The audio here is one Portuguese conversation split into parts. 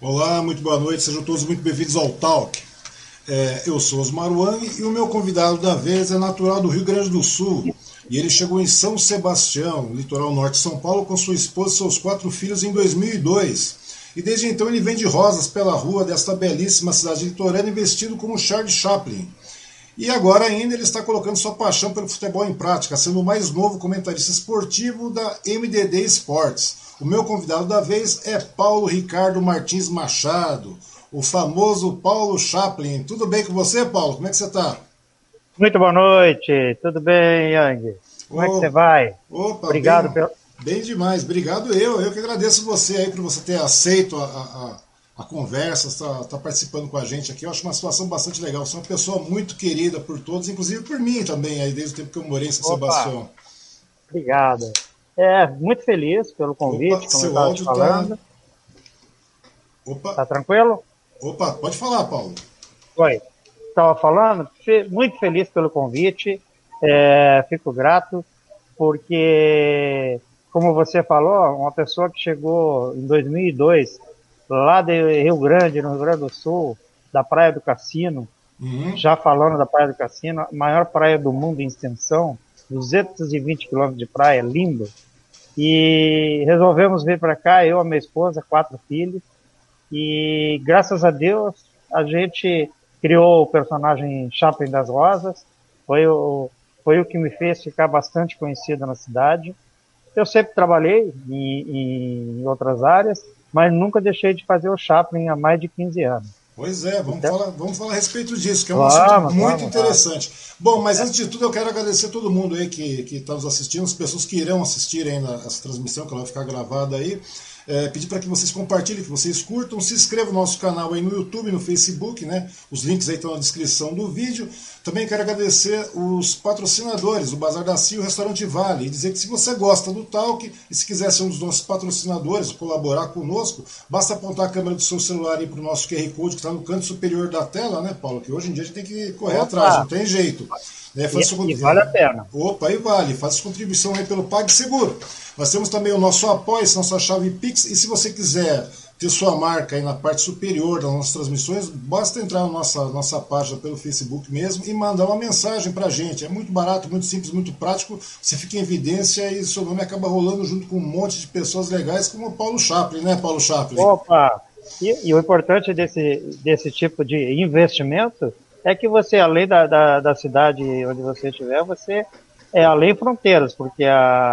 Olá, muito boa noite, sejam todos muito bem-vindos ao Talk. Eu sou Osmar Wang e o meu convidado da vez é natural do Rio Grande do Sul. E ele chegou em São Sebastião, litoral norte de São Paulo, com sua esposa e seus 4 filhos em 2002. E desde então ele vende rosas pela rua desta belíssima cidade litorânea, vestido como Charlie Chaplin. E agora ainda ele está colocando sua paixão pelo futebol em prática, sendo o mais novo comentarista esportivo da MDD Esportes. O meu convidado da vez é Paulo Ricardo Martins Machado, o famoso Paulo Chaplin. Tudo bem com você, Paulo? Como é que você está? Muito boa noite, tudo bem, Yang? Como é que você vai? Opa, Obrigado bem, pelo. bem demais. Obrigado eu que agradeço você aí por você ter aceito a conversa, está participando com a gente aqui. Eu acho uma situação bastante legal. Você é uma pessoa muito querida por todos, inclusive por mim também, aí desde o tempo que eu morei em São Opa, Sebastião. obrigado. Muito feliz pelo Opa, convite, como eu seu estava te áudio tá. falando. Opa, Tá tranquilo? opa, pode falar, Paulo. Oi. Estava falando, muito feliz pelo convite, fico grato, porque, como você falou, uma pessoa que chegou em 2002, lá de Rio Grande, no Rio Grande do Sul, da Praia do Cassino. Uhum. Já falando da Praia do Cassino, a maior praia do mundo em extensão, 220 quilômetros de praia, lindo. E resolvemos vir para cá, eu, a minha esposa, 4 filhos. E graças a Deus, a gente criou o personagem Chaplin das Rosas. Foi o que me fez ficar bastante conhecido na cidade. Eu sempre trabalhei em outras áreas, mas nunca deixei de fazer o Chaplin há mais de 15 anos. Pois é, Então, vamos falar a respeito disso, que é um assunto vamos, muito vamos, vamos. interessante. Bom, mas antes de tudo eu quero agradecer a todo mundo aí que está nos assistindo, as pessoas que irão assistir ainda essa transmissão, que ela vai ficar gravada aí. Pedir para que vocês compartilhem, que vocês curtam, se inscrevam no nosso canal aí no YouTube, no Facebook, né? Os links aí estão na descrição do vídeo. Também quero agradecer os patrocinadores, o Bazar da Cia e o Restaurante Vale, e dizer que se você gosta do Talk e se quiser ser um dos nossos patrocinadores, colaborar conosco, basta apontar a câmera do seu celular aí para o nosso QR Code que está no canto superior da tela, né, Paulo? Que hoje em dia a gente tem que correr atrás, não Opa, tem jeito. e vale a pena. Opa, aí vale, faz sua contribuição aí pelo PagSeguro. Nós temos também o nosso apoio, nossa chave Pix, e se você quiser ter sua marca aí na parte superior das nossas transmissões, basta entrar na nossa página pelo Facebook mesmo e mandar uma mensagem pra gente. É muito barato, muito simples, muito prático, você fica em evidência e seu nome acaba rolando junto com um monte de pessoas legais como o Paulo Chaplin, né, Paulo Chaplin? Opa! E o importante desse tipo de investimento é que você, além da cidade onde você estiver, você é além fronteiras, porque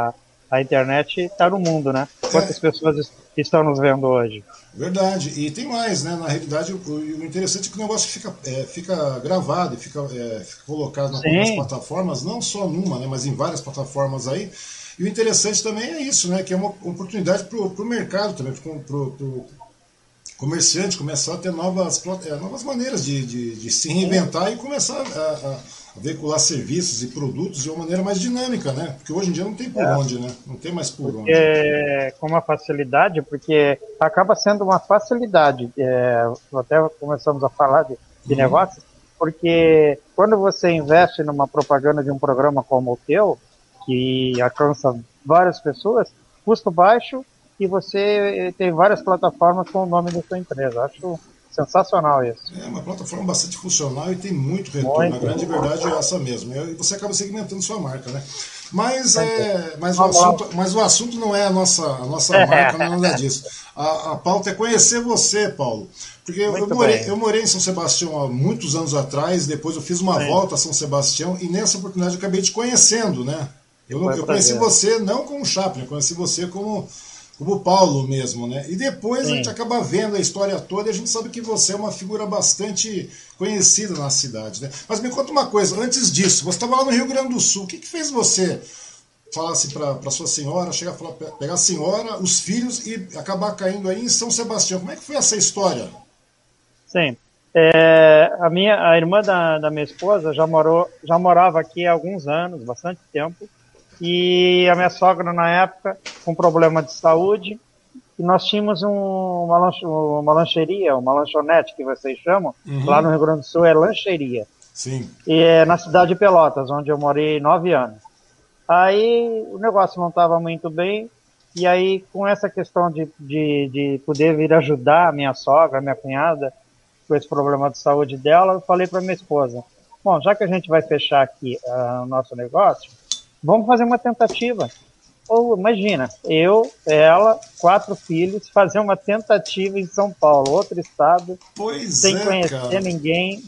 a internet está no mundo, né? Quantas pessoas estão nos vendo hoje? Verdade, e tem mais, né? Na realidade, o interessante é que o negócio fica gravado e fica colocado nas Sim, plataformas, não só numa, né? Mas em várias plataformas aí. E o interessante também é isso, né? Que é uma oportunidade para o mercado também, para o comerciante começar a ter novas maneiras de se sim. reinventar e começar a veicular serviços e produtos de uma maneira mais dinâmica, né? Porque hoje em dia não tem por É. onde, né? Não tem mais por onde. Com uma facilidade, porque acaba sendo uma facilidade. Até começamos a falar de Uhum. negócios, porque quando você investe numa propaganda de um programa como o teu, que alcança várias pessoas, custo baixo e você tem várias plataformas com o nome da sua empresa. Acho sensacional isso. É uma plataforma bastante funcional e tem muito retorno. A Muito. grande verdade é essa mesmo. E você acaba segmentando sua marca, né? Muito. Mas Vamos lá. o assunto não é a nossa marca, não é nada disso. A pauta é conhecer você, Paulo. Porque Muito bem. eu morei em São Sebastião há muitos anos atrás, depois eu fiz uma Sim, volta a São Sebastião e nessa oportunidade eu acabei te conhecendo, né? foi um Eu conheci prazer. você não como Chaplin, eu conheci você como Paulo mesmo, né? E depois a gente Sim. acaba vendo a história toda e a gente sabe que você é uma figura bastante conhecida na cidade, né? Mas me conta uma coisa, antes disso, você estava lá no Rio Grande do Sul, o que fez você falar assim para sua senhora, chegar a falar, pegar a senhora, os filhos e acabar caindo aí em São Sebastião? Como é que foi essa história? Sim. A irmã da minha esposa já morava aqui há alguns anos, bastante tempo, e a minha sogra na época com problema de saúde, e nós tínhamos uma lancheria, uma lanchonete que vocês chamam, lá Uhum. no Rio Grande do Sul é lancheria, Sim. e é na cidade de Pelotas, onde eu morei 9 anos. Aí o negócio não estava muito bem E aí, com essa questão de poder vir ajudar a minha sogra, a minha cunhada, com esse problema de saúde dela, eu falei para minha esposa, bom, já que a gente vai fechar aqui o nosso negócio, vamos fazer uma tentativa. Ou imagina, eu, ela, 4 filhos, fazer uma tentativa em São Paulo, outro estado, sem conhecer cara. ninguém.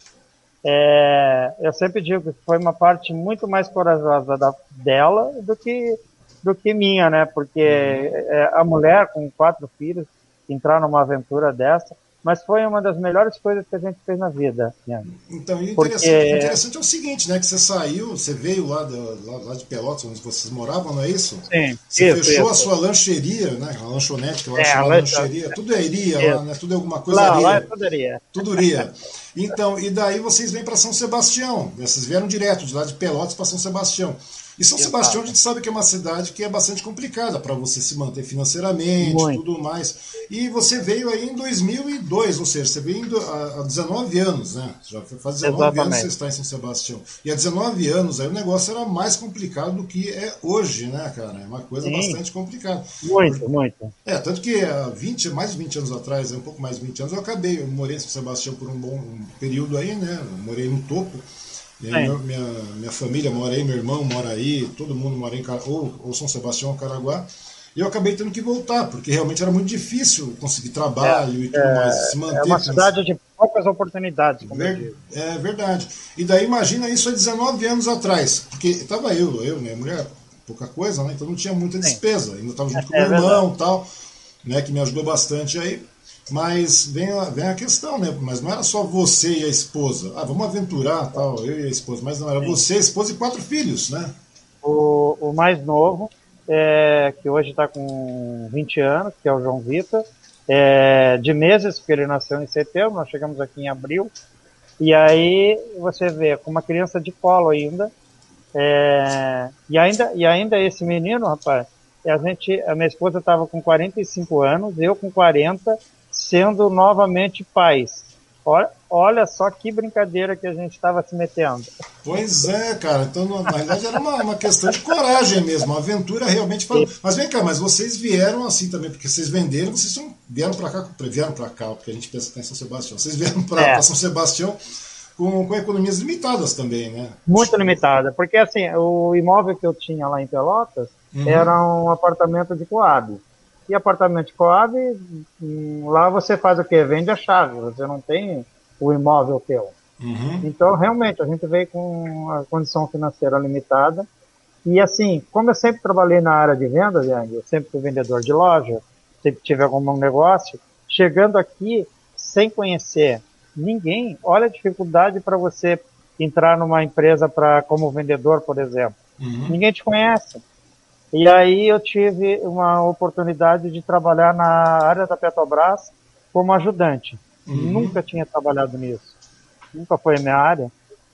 Eu sempre digo que foi uma parte muito mais corajosa dela do que minha, né? Porque a mulher com 4 filhos entrar numa aventura dessa, mas foi uma das melhores coisas que a gente fez na vida. Né? Então, e interessante é o seguinte, né? Que você saiu, você veio lá de Pelotas, onde vocês moravam, não é isso? Sim. Você fechou a sua lancheria, né? A lanchonete, que eu acho chamada lancheria. Tudo é iria lá, né? Tudo é alguma coisa lá é tudo iria. Tudo iria. Então, e daí vocês vêm para São Sebastião. Vocês vieram direto de lá de Pelotas para São Sebastião. E São Sebastião a gente sabe que é uma cidade que é bastante complicada para você se manter financeiramente e tudo mais. E você veio aí em 2002, ou seja, você veio há 19 anos, né? Já faz 19 anos que você está em São Sebastião. E há 19 anos aí o negócio era mais complicado do que é hoje, né, cara? É uma coisa bastante complicada. Muito. Tanto que há mais de 20 anos atrás, um pouco mais de 20 anos, eu morei em São Sebastião por um bom período aí, né? Eu morei no topo. E aí minha família mora aí, meu irmão mora aí, todo mundo mora em ou São Sebastião ou Caraguá. E eu acabei tendo que voltar, porque realmente era muito difícil conseguir trabalho e tudo mais, se manter. É uma cidade de poucas oportunidades, como eu digo. É verdade. E daí imagina isso há 19 anos atrás, porque estava minha mulher, pouca coisa, né? Então não tinha muita despesa. Ainda estava junto com meu irmão e tal, né? Que me ajudou bastante aí. Mas vem a questão, né? Mas não era só você e a esposa. Vamos aventurar, tal, eu e a esposa. Mas não, era você, a esposa e 4 filhos, né? O mais novo, que hoje está com 20 anos, que é o João Vitor, de meses, porque ele nasceu em setembro, nós chegamos aqui em abril. E aí você vê, com uma criança de colo ainda, e ainda esse menino, rapaz, a minha esposa estava com 45 anos, eu com 40, sendo novamente pais. Olha só que brincadeira que a gente estava se metendo. Pois é, cara. Então, na verdade, era uma questão de coragem mesmo. A aventura realmente falou. Mas vem cá, mas vocês vieram assim também, porque vocês venderam, vocês vieram para cá, porque a gente pensa que está em São Sebastião. Vocês vieram para São Sebastião com economias limitadas também, né? Muito limitada, porque assim, o imóvel que eu tinha lá em Pelotas era um apartamento de Coab. E apartamento de Coab, lá você faz o quê? Vende a chave, você não tem o imóvel teu. Então, realmente, a gente veio com a condição financeira limitada. E assim, como eu sempre trabalhei na área de vendas, eu sempre fui vendedor de loja, sempre tive algum negócio, chegando aqui sem conhecer ninguém, olha a dificuldade para você entrar numa empresa como vendedor, por exemplo. Ninguém te conhece. E aí eu tive uma oportunidade de trabalhar na área da Petrobras como ajudante. Nunca tinha trabalhado nisso. Nunca foi a minha área.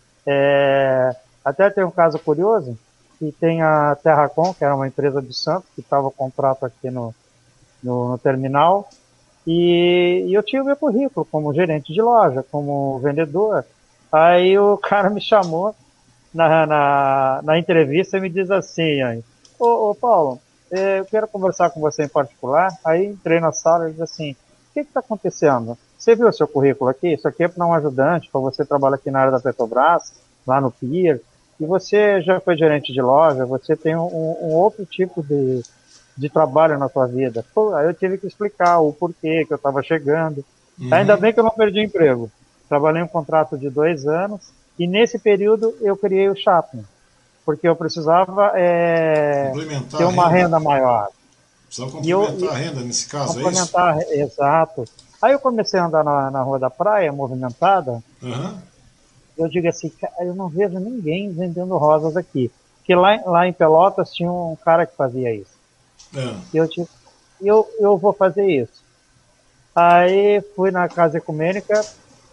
Até tem um caso curioso, que tem a Terracom, que era uma empresa de Santos, que estava com contrato aqui no terminal, e eu tinha o meu currículo como gerente de loja, como vendedor. Aí o cara me chamou na entrevista e me diz assim, ô Paulo, eu quero conversar com você em particular. Aí entrei na sala e disse assim, o que está acontecendo? Você viu o seu currículo aqui? Isso aqui é para um ajudante, para você trabalhar aqui na área da Petrobras, lá no Pier, e você já foi gerente de loja, você tem um outro tipo de trabalho na sua vida. Pô, aí eu tive que explicar o porquê que eu estava chegando. Ainda bem que eu não perdi emprego. Trabalhei um contrato de 2 anos, e nesse período eu criei o Shopping, porque eu precisava ter uma renda maior. Precisava complementar a renda nesse caso, é isso? Exato. Aí eu comecei a andar na Rua da Praia, movimentada. Eu digo assim, eu não vejo ninguém vendendo rosas aqui. Porque lá em Pelotas tinha um cara que fazia isso. E eu disse, eu vou fazer isso. Aí fui na Casa Ecumênica,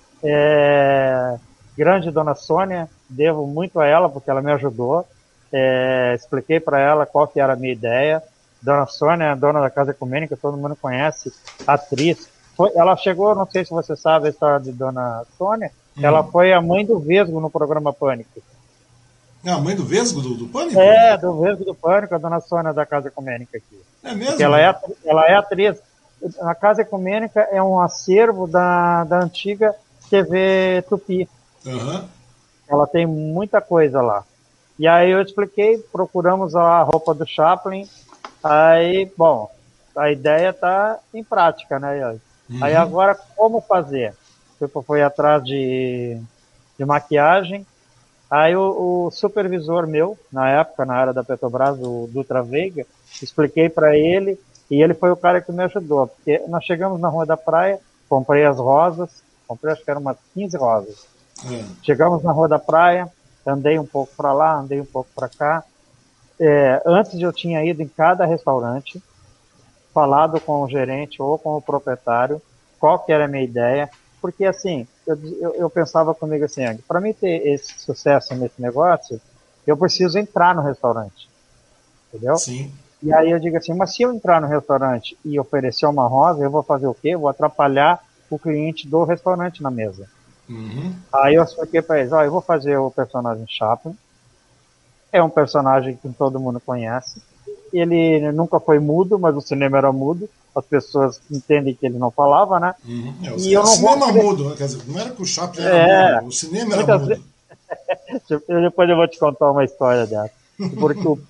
grande Dona Sônia, devo muito a ela, porque ela me ajudou. Expliquei para ela qual que era a minha ideia. Dona Sônia, dona da Casa Ecumênica, todo mundo conhece, atriz. Ela chegou, não sei se você sabe a história de Dona Sônia, ela foi a mãe do Vesgo no programa Pânico. É a mãe do Vesgo, do Pânico? Do Vesgo do Pânico, a dona Sônia da Casa Ecumênica aqui. É mesmo? Porque ela é atriz. A Casa Ecumênica é um acervo da antiga TV Tupi. Uhum. Ela tem muita coisa lá. E aí eu expliquei, procuramos a roupa do Chaplin. Aí, bom, a ideia está em prática, né? Aí agora, como fazer? Foi atrás de maquiagem. Aí o supervisor meu, na época, na área da Petrobras, o Dutra Veiga, expliquei para ele, e ele foi o cara que me ajudou, porque nós chegamos na Rua da Praia, comprei as rosas, acho que eram umas 15 rosas. Chegamos na Rua da Praia, andei um pouco para lá, andei um pouco para cá. Antes eu tinha ido em cada restaurante, falado com o gerente ou com o proprietário, qual que era a minha ideia, porque assim, eu pensava comigo assim, para mim ter esse sucesso nesse negócio, eu preciso entrar no restaurante, entendeu? Sim. E aí eu digo assim, mas se eu entrar no restaurante e oferecer uma rosa, eu vou fazer o quê? Eu vou atrapalhar o cliente do restaurante na mesa. Aí eu expliquei para eles, eu vou fazer o personagem Chaplin, é um personagem que todo mundo conhece, ele nunca foi mudo, mas o cinema era mudo, as pessoas entendem que ele não falava, né? E eu não cinema mudo, quer dizer, não era que o Chaplin era mudo, o cinema era mudo. Depois eu vou te contar uma história dessa. Porque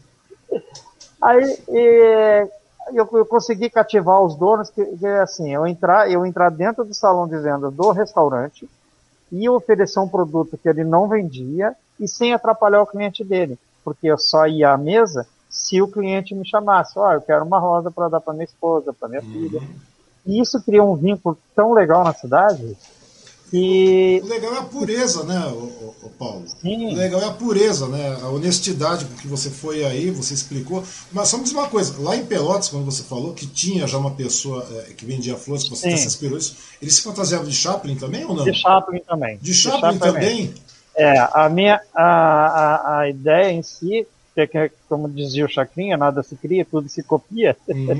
aí eu consegui cativar os donos, que assim, eu entrar dentro do salão de venda do restaurante e oferecer um produto que ele não vendia e sem atrapalhar o cliente dele, porque eu só ia à mesa se o cliente me chamasse, eu quero uma rosa para dar para minha esposa, para minha filha. E isso criou um vínculo tão legal na cidade que... O legal é a pureza, né, o Paulo? Sim. O legal é a pureza, né? A honestidade com que você foi aí, você explicou. Mas só me diz uma coisa, lá em Pelotas, quando você falou que tinha já uma pessoa que vendia flores, que você se inspirou isso, eles se fantasiavam de Chaplin também ou não? De Chaplin também. De Chaplin também? A ideia em si, que como dizia o Chacrinha, nada se cria, tudo se copia.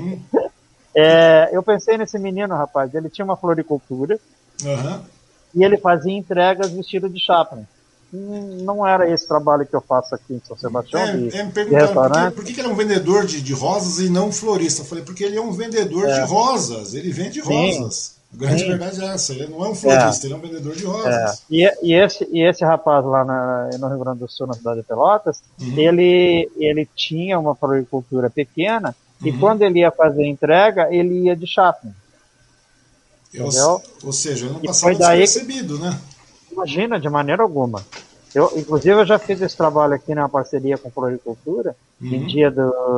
Eu pensei nesse menino, rapaz, ele tinha uma floricultura e ele fazia entregas vestido de Chaplin. Não era esse trabalho que eu faço aqui em São Sebastião, me perguntaram por que ele é um vendedor de rosas e não um florista. Eu falei, porque ele é um vendedor de rosas, ele vende rosas. A grande verdade é essa, ele não é um florista, ele é um vendedor de rosas. E esse rapaz lá no Rio Grande do Sul, na cidade de Pelotas, ele tinha uma floricultura pequena e quando ele ia fazer entrega, ele ia de Chaplin. Ou seja, ele não passava despercebido, né? Imagina, de maneira alguma. Inclusive, eu já fiz esse trabalho aqui na parceria com a Floricultura, em dia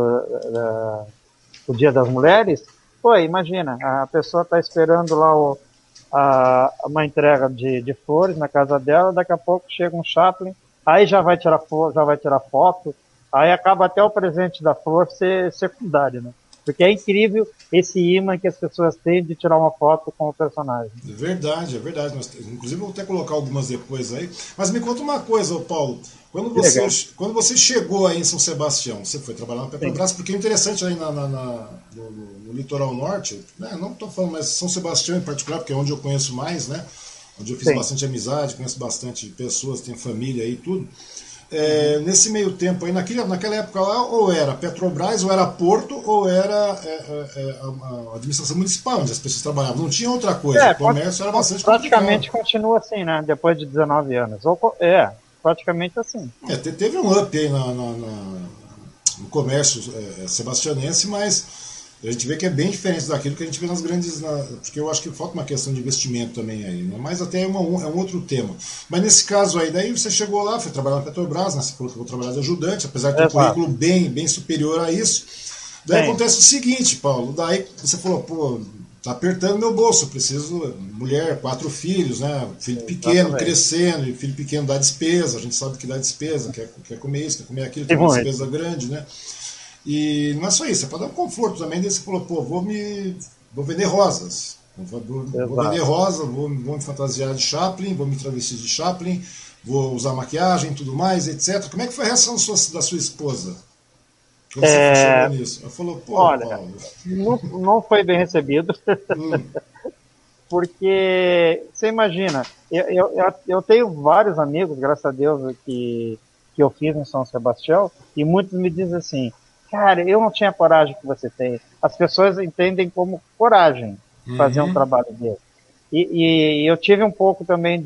o Dia das Mulheres. Imagina, a pessoa está esperando lá uma entrega de flores na casa dela, daqui a pouco chega um Chaplin, aí já vai tirar foto, aí acaba até o presente da flor ser secundário, né? Porque é incrível esse imã que as pessoas têm de tirar uma foto com o personagem. É verdade. Inclusive, eu vou até colocar algumas depois aí. Mas me conta uma coisa, Paulo. Quando você chegou aí em São Sebastião, você foi trabalhar na Petrobras, porque é interessante aí no litoral norte, né? Não estou falando, mas São Sebastião em particular, porque é onde eu conheço mais, né? Onde eu fiz bastante amizade, conheço bastante pessoas, tenho família aí e tudo. Nesse meio tempo aí, naquela época lá, ou era Petrobras, ou era Porto, ou era a administração municipal, onde as pessoas trabalhavam. Não tinha outra coisa. O comércio era bastante praticamente complicado. Continua assim, né? Depois de 19 anos. Praticamente assim. Teve um up aí no comércio sebastianense, mas a gente vê que é bem diferente daquilo que a gente vê nas grandes... porque eu acho que falta uma questão de investimento também aí, né? Mas até é um outro tema. Mas nesse caso aí, daí você chegou lá, foi trabalhar na Petrobras, né? Você falou que eu vou trabalhar de ajudante, apesar de ter um currículo bem superior a isso. Daí acontece o seguinte, Paulo, daí você falou, tá apertando meu bolso, eu preciso... Mulher, 4 filhos, né? Filho pequeno, crescendo, e filho pequeno dá despesa, a gente sabe que dá despesa, quer comer isso, quer comer aquilo, tem uma despesa grande, né? E não é só isso, é para dar um conforto também. Daí você falou, vou vender rosas. Vou vender rosa, vou me fantasiar de Chaplin, vou me travestir de Chaplin, vou usar maquiagem, tudo mais, etc. Como é que foi a reação da sua esposa? Quando você chegou nisso? Ela falou, olha, Paulo... Não foi bem recebido. Porque, você imagina, eu tenho vários amigos, graças a Deus, que que eu fiz em São Sebastião, e muitos me dizem assim, cara, eu não tinha a coragem que você tem. As pessoas entendem como coragem fazer um trabalho desse. E eu tive um pouco também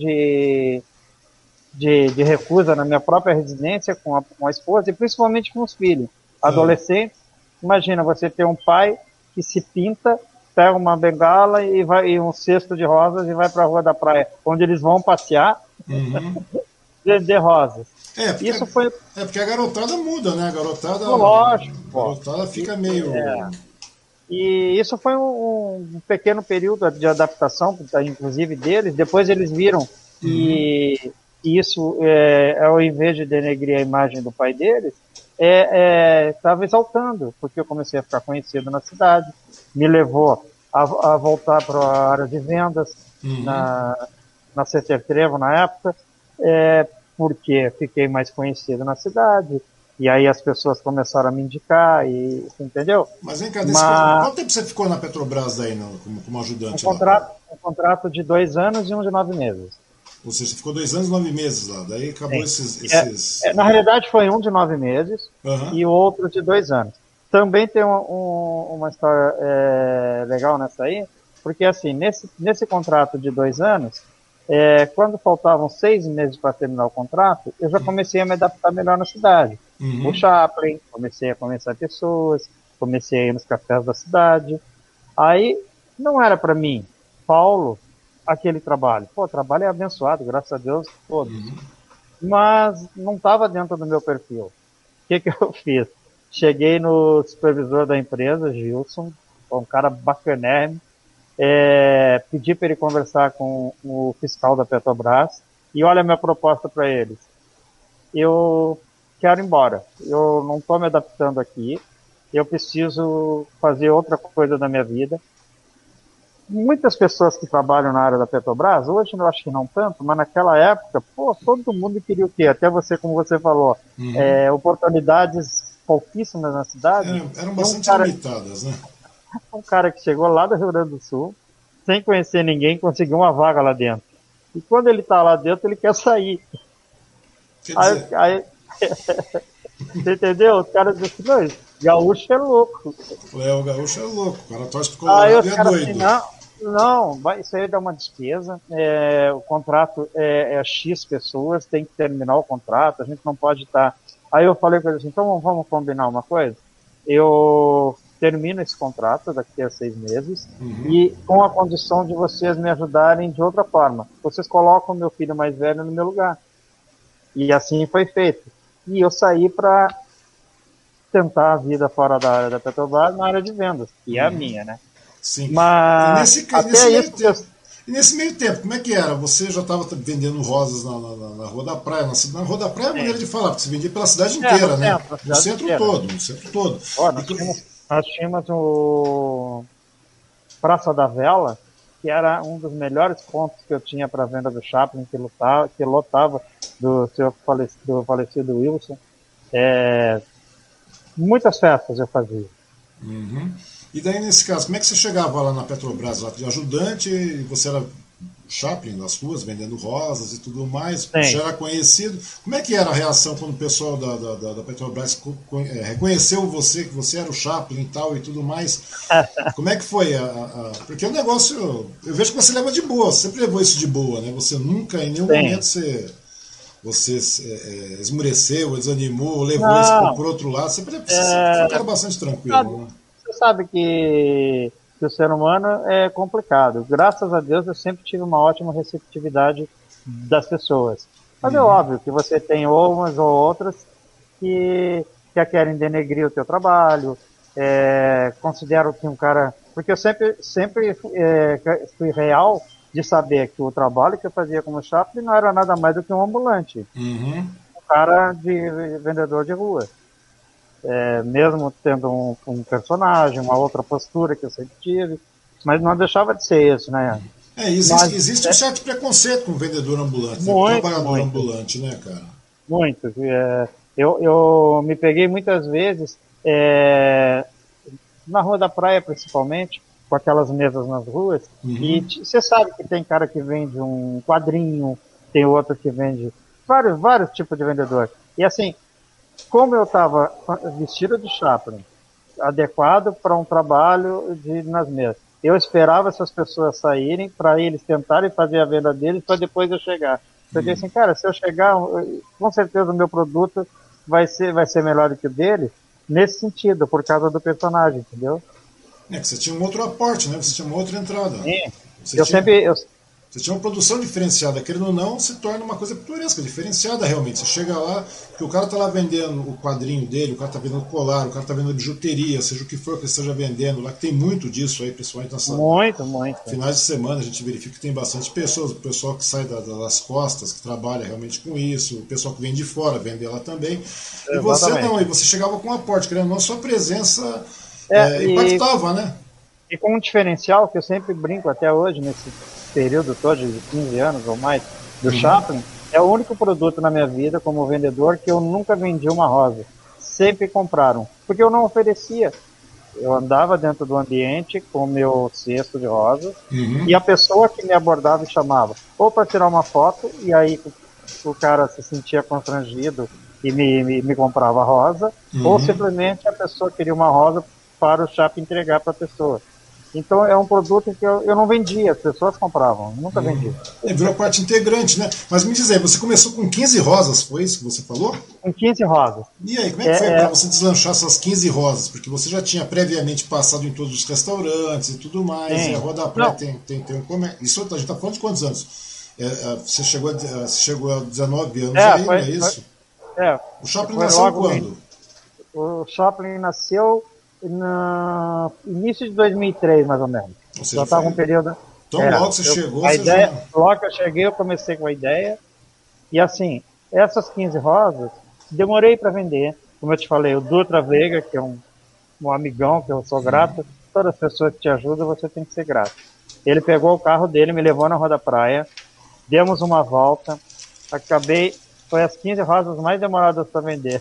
de recusa na minha própria residência com a esposa e principalmente com os filhos. Adolescentes, imagina você ter um pai que se pinta, pega uma bengala e um cesto de rosas e vai para a Rua da Praia, onde eles vão passear, vender rosas. Isso foi... porque a garotada muda, né? Lógico. A garotada fica meio... E isso foi um pequeno período de adaptação, inclusive deles. Depois eles viram que isso, ao invés de denegrir a imagem do pai deles, estava exaltando, porque eu comecei a ficar conhecido na cidade, me levou a voltar para a área de vendas na CT Trevo na época, porque fiquei mais conhecido na cidade, e aí as pessoas começaram a me indicar, e entendeu? Mas vem cá, quanto tempo você ficou na Petrobras daí, como ajudante? Um contrato de 2 anos e um de 9 meses. Ou seja, você ficou 2 anos e 9 meses lá, daí acabou esses... na realidade foi um de 9 meses e o outro de 2 anos. Também tem uma história legal nessa aí, porque assim, nesse contrato de 2 anos, quando faltavam 6 meses para terminar o contrato, eu já comecei a me adaptar melhor na cidade. O Chaplin, comecei a conhecer pessoas, comecei a ir nos cafés da cidade. Aí, não era para mim, Paulo, aquele trabalho. Pô, o trabalho é abençoado, graças a Deus, todos. Mas não estava dentro do meu perfil. O que eu fiz? Cheguei no supervisor da empresa, Gilson, um cara bacanérrimo, pedi para ele conversar com o fiscal da Petrobras e olha a minha proposta para eles. Eu quero ir embora, eu não estou me adaptando aqui, eu preciso fazer outra coisa da minha vida. Muitas pessoas que trabalham na área da Petrobras, hoje eu acho que não tanto, mas naquela época, todo mundo queria o quê? Até você, como você falou, oportunidades pouquíssimas na cidade. Eram bastante limitadas, né? Um cara que chegou lá do Rio Grande do Sul, sem conhecer ninguém, conseguiu uma vaga lá dentro. E quando ele está lá dentro, ele quer sair. Aí você entendeu? Os caras dizem assim, gaúcho é louco. O gaúcho é louco, o cara torce pro Colorado e é doido. Não, isso aí dá uma despesa, o contrato é X pessoas, tem que terminar o contrato, a gente não pode estar... Aí eu falei com ele assim, então vamos combinar uma coisa? Eu termino esse contrato daqui a 6 meses e com a condição de vocês me ajudarem de outra forma. Vocês colocam o meu filho mais velho no meu lugar. E assim foi feito. E eu saí para tentar a vida fora da área da Petrobras na área de vendas, que é a minha, né? Sim. Mas e nesse meio tempo, como é que era? Você já estava vendendo rosas na Rua da Praia? Na Rua da Praia é a maneira de falar, porque você vendia pela cidade inteira, né? No centro todo. Nós tínhamos o Praça da Vela, que era um dos melhores pontos que eu tinha para venda do Chaplin, que lotava do falecido Wilson. Muitas festas eu fazia. E daí, nesse caso, como é que você chegava lá na Petrobras, lá de ajudante, e você era Chaplin nas ruas, vendendo rosas e tudo mais, já era conhecido. Como é que era a reação quando o pessoal da Petrobras reconheceu você, que você era o Chaplin e tal e tudo mais? Como é que foi? Porque o negócio, eu vejo que você leva de boa, você sempre levou isso de boa, né? Você nunca, em nenhum momento, você esmureceu, desanimou, levou isso por outro lado. Você foi um cara bastante tranquilo, né? Você sabe que o ser humano é complicado. Graças a Deus eu sempre tive uma ótima receptividade das pessoas. Mas é óbvio que você tem umas ou outras que querem denegrir o teu trabalho, consideram que um cara... Porque eu sempre fui real de saber que o trabalho que eu fazia como Chaplin não era nada mais do que um ambulante. Um cara de vendedor de rua. Mesmo tendo um personagem, uma outra postura que eu sempre tive, mas não deixava de ser isso, né? Existe um certo preconceito com o vendedor ambulante, com o trabalhador ambulante, né, cara? Muito. Eu me peguei muitas vezes na Rua da Praia, principalmente, com aquelas mesas nas ruas, e você sabe que tem cara que vende um quadrinho, tem outro que vende vários tipos de vendedor. E assim, como eu estava vestido de Chaplin, adequado para um trabalho nas mesas, eu esperava essas pessoas saírem para eles tentarem fazer a venda deles para depois eu chegar. Eu disse assim, cara, se eu chegar, com certeza o meu produto vai ser melhor do que o dele, nesse sentido, por causa do personagem, entendeu? É que você tinha um outro aporte, né? Você tinha uma outra entrada. Sim. Você Eu tinha, sempre, eu, você tinha uma produção diferenciada. Querendo ou não, se torna uma coisa pitoresca, diferenciada realmente. Você chega lá, que o cara tá lá vendendo o quadrinho dele, o cara tá vendendo colar, o cara tá vendendo bijuteria, seja o que for que ele esteja vendendo lá, que tem muito disso aí, principalmente nessa muito, muito. finais de semana, a gente verifica que tem bastante pessoas, o pessoal que sai das costas, que trabalha realmente com isso, o pessoal que vem de fora, vende lá também. E você Exatamente. não, e você chegava com um aporte, querendo ou não, sua presença É, impactava, né? e com um diferencial que eu sempre brinco até hoje, nesse período todo de 15 anos ou mais, do Chaplin, é o único produto na minha vida como vendedor que eu nunca vendi uma rosa. Sempre compraram, porque eu não oferecia. Eu andava dentro do ambiente com o meu cesto de rosas e a pessoa que me abordava e chamava ou para tirar uma foto, e aí o cara se sentia constrangido e me comprava rosa, ou simplesmente a pessoa queria uma rosa para o Chaplin entregar para a pessoa. Então é um produto que eu não vendia, as pessoas compravam, nunca vendi. Virou parte integrante, né? Mas me diz aí, você começou com 15 rosas, foi isso que você falou? Com 15 rosas. E aí, como é que foi para você deslanchar essas 15 rosas? Porque você já tinha previamente passado em todos os restaurantes e tudo mais, Sim. e a Rua da Praia tem um comércio. Isso a gente está falando de quantos anos? Você chegou a 19 anos aí, não é isso? O Chaplin nasceu quando? O Chaplin nasceu no início de 2003, mais ou menos. Ou seja, Já estava um período. Então, logo você chegou, a você ideia, já... Logo que eu cheguei, eu comecei com a ideia. E assim, essas 15 rosas, demorei para vender. Como eu te falei, o Dutra Veiga, que é um amigão, que eu sou grato, todas as pessoas que te ajudam, você tem que ser grato. Ele pegou o carro dele, me levou na Rua da Praia, demos uma volta, foi as 15 rosas mais demoradas para vender.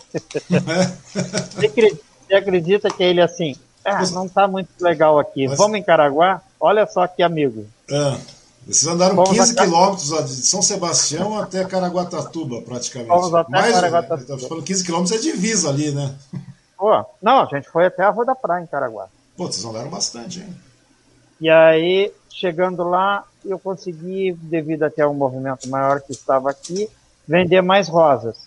Você acredita que ele assim, não está muito legal aqui, vamos em Caraguá? Olha só que amigo. Vocês andaram 15 quilômetros de São Sebastião até Caraguatatuba, praticamente. Fomos até Caraguatatuba. Estamos falando 15 quilômetros é divisa ali, né? Pô, não, a gente foi até a Rua da Praia, em Caraguá. Pô, vocês andaram bastante, hein? E aí, chegando lá, eu consegui, devido até a um movimento maior que estava aqui, vender mais rosas.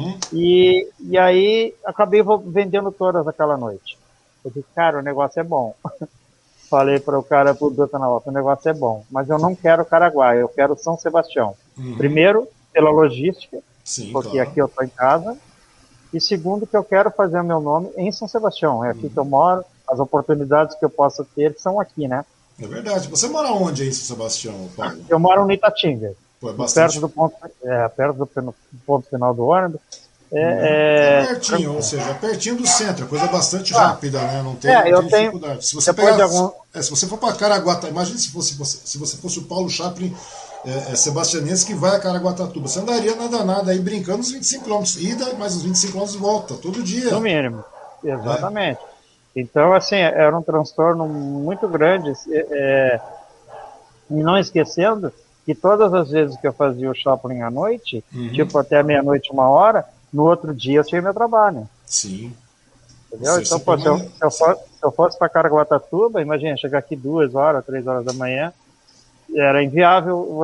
E aí, acabei vendendo todas aquela noite. Eu disse, cara, o negócio é bom. Falei para o cara, pro Doutor na volta, o negócio é bom, mas eu não quero Caraguá, eu quero São Sebastião. Primeiro, pela logística, porque claro, aqui eu estou em casa. E segundo, que eu quero fazer o meu nome em São Sebastião. É aqui que eu moro, as oportunidades que eu posso ter são aqui, né? É verdade. Você mora onde aí em São Sebastião, Paulo? Eu moro no Itatinga. Pô, é bastante... perto do ponto final do ônibus. É pertinho, ou seja, é pertinho do centro, é coisa bastante rápida, né? Não tem, dificuldade. Se você se você for para Caraguatatuba, imagine se você fosse o Paulo Chaplin sebastianense que vai a Caraguatatuba, você andaria nada aí brincando uns 25 km, ida, mais uns 25 km de volta, todo dia. No mínimo, exatamente. Então, assim, era um transtorno muito grande, e não esquecendo que todas as vezes que eu fazia o Chaplin à noite, tipo até meia-noite, 1h, no outro dia eu tinha meu trabalho. Sim. Entendeu? Então, pô, se eu fosse para Caraguatatuba, imagina, chegar aqui 2h, 3h da manhã, era inviável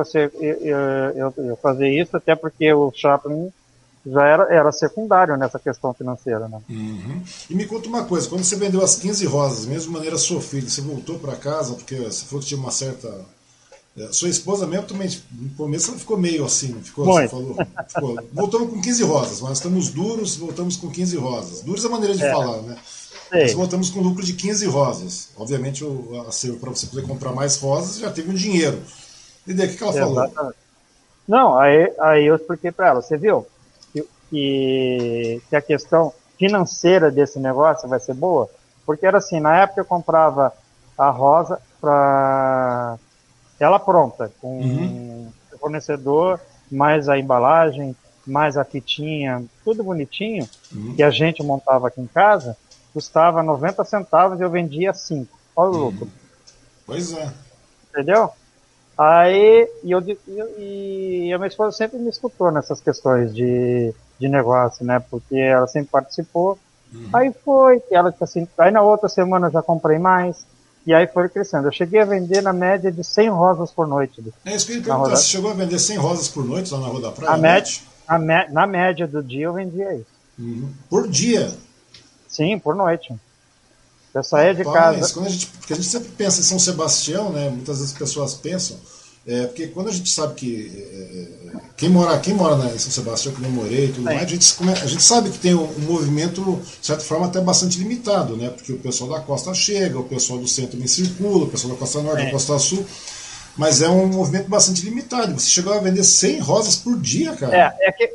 eu fazer isso, até porque o Chaplin já era secundário nessa questão financeira, né? E me conta uma coisa, quando você vendeu as 15 rosas, mesmo de maneira sofrida, você voltou para casa, porque você falou que tinha uma certa... Sua esposa mesmo também, no começo ela ficou meio assim, você falou, voltamos com 15 rosas, nós estamos duros, voltamos com 15 rosas. Duros é a maneira de falar, né? Nós voltamos com lucro de 15 rosas. Obviamente, para você poder comprar mais rosas, já teve um dinheiro. E daí, o que ela falou? Não, aí eu expliquei para ela, você viu que a questão financeira desse negócio vai ser boa? Porque era assim, na época eu comprava a rosa para ela pronta, com o fornecedor, mais a embalagem, mais a fitinha, tudo bonitinho, que a gente montava aqui em casa, custava 90 centavos e eu vendia 5. Olha o lucro. Pois é. Entendeu? Aí, e a minha esposa sempre me escutou nessas questões de de negócio, né? Porque ela sempre participou. Aí foi, ela assim, aí na outra semana eu já comprei mais, e aí foi crescendo. Eu cheguei a vender na média de 100 rosas por noite. É isso que eu ia Na perguntar, roda, você chegou a vender 100 rosas por noite lá na Rua da Praia a à média, noite? na média do dia eu vendia isso. Por dia? Sim, por noite. Eu saía de Rapaz, casa. porque a gente sempre pensa em São Sebastião, né? Muitas vezes as pessoas pensam, porque quando a gente sabe que quem mora em São Sebastião, que eu morei e tudo mais, a gente sabe que tem um movimento, de certa forma, até bastante limitado, né? Porque o pessoal da costa chega, o pessoal do centro também circula, o pessoal da costa norte, da costa sul, mas é um movimento bastante limitado. Você chegou a vender 100 rosas por dia, cara.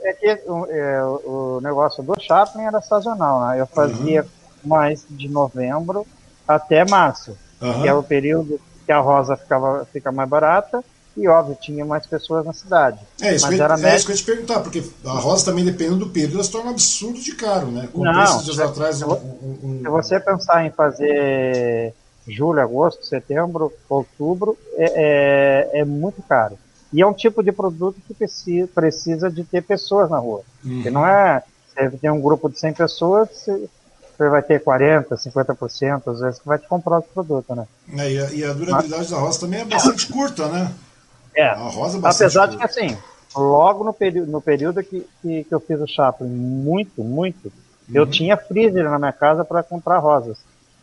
O negócio do shopping era sazonal, né? Eu fazia mais de novembro até março, que é o período que a rosa fica mais barata e, óbvio, tinha mais pessoas na cidade. Isso que eu ia te perguntar, porque a rosa também, dependendo do período, ela se torna um absurdo de caro, né? Comprei esses dias atrás se você pensar em fazer julho, agosto, setembro, outubro, é muito caro. E é um tipo de produto que precisa de ter pessoas na rua. Porque não é... Você tem um grupo de 100 pessoas, você vai ter 40%, 50%, às vezes, que vai te comprar o produto, né? E a durabilidade da rosa também é bastante curta, né? A rosa é bastante apesar curta. de que, assim, logo no período que eu fiz o Chaplin, muito, eu tinha freezer na minha casa para comprar rosas.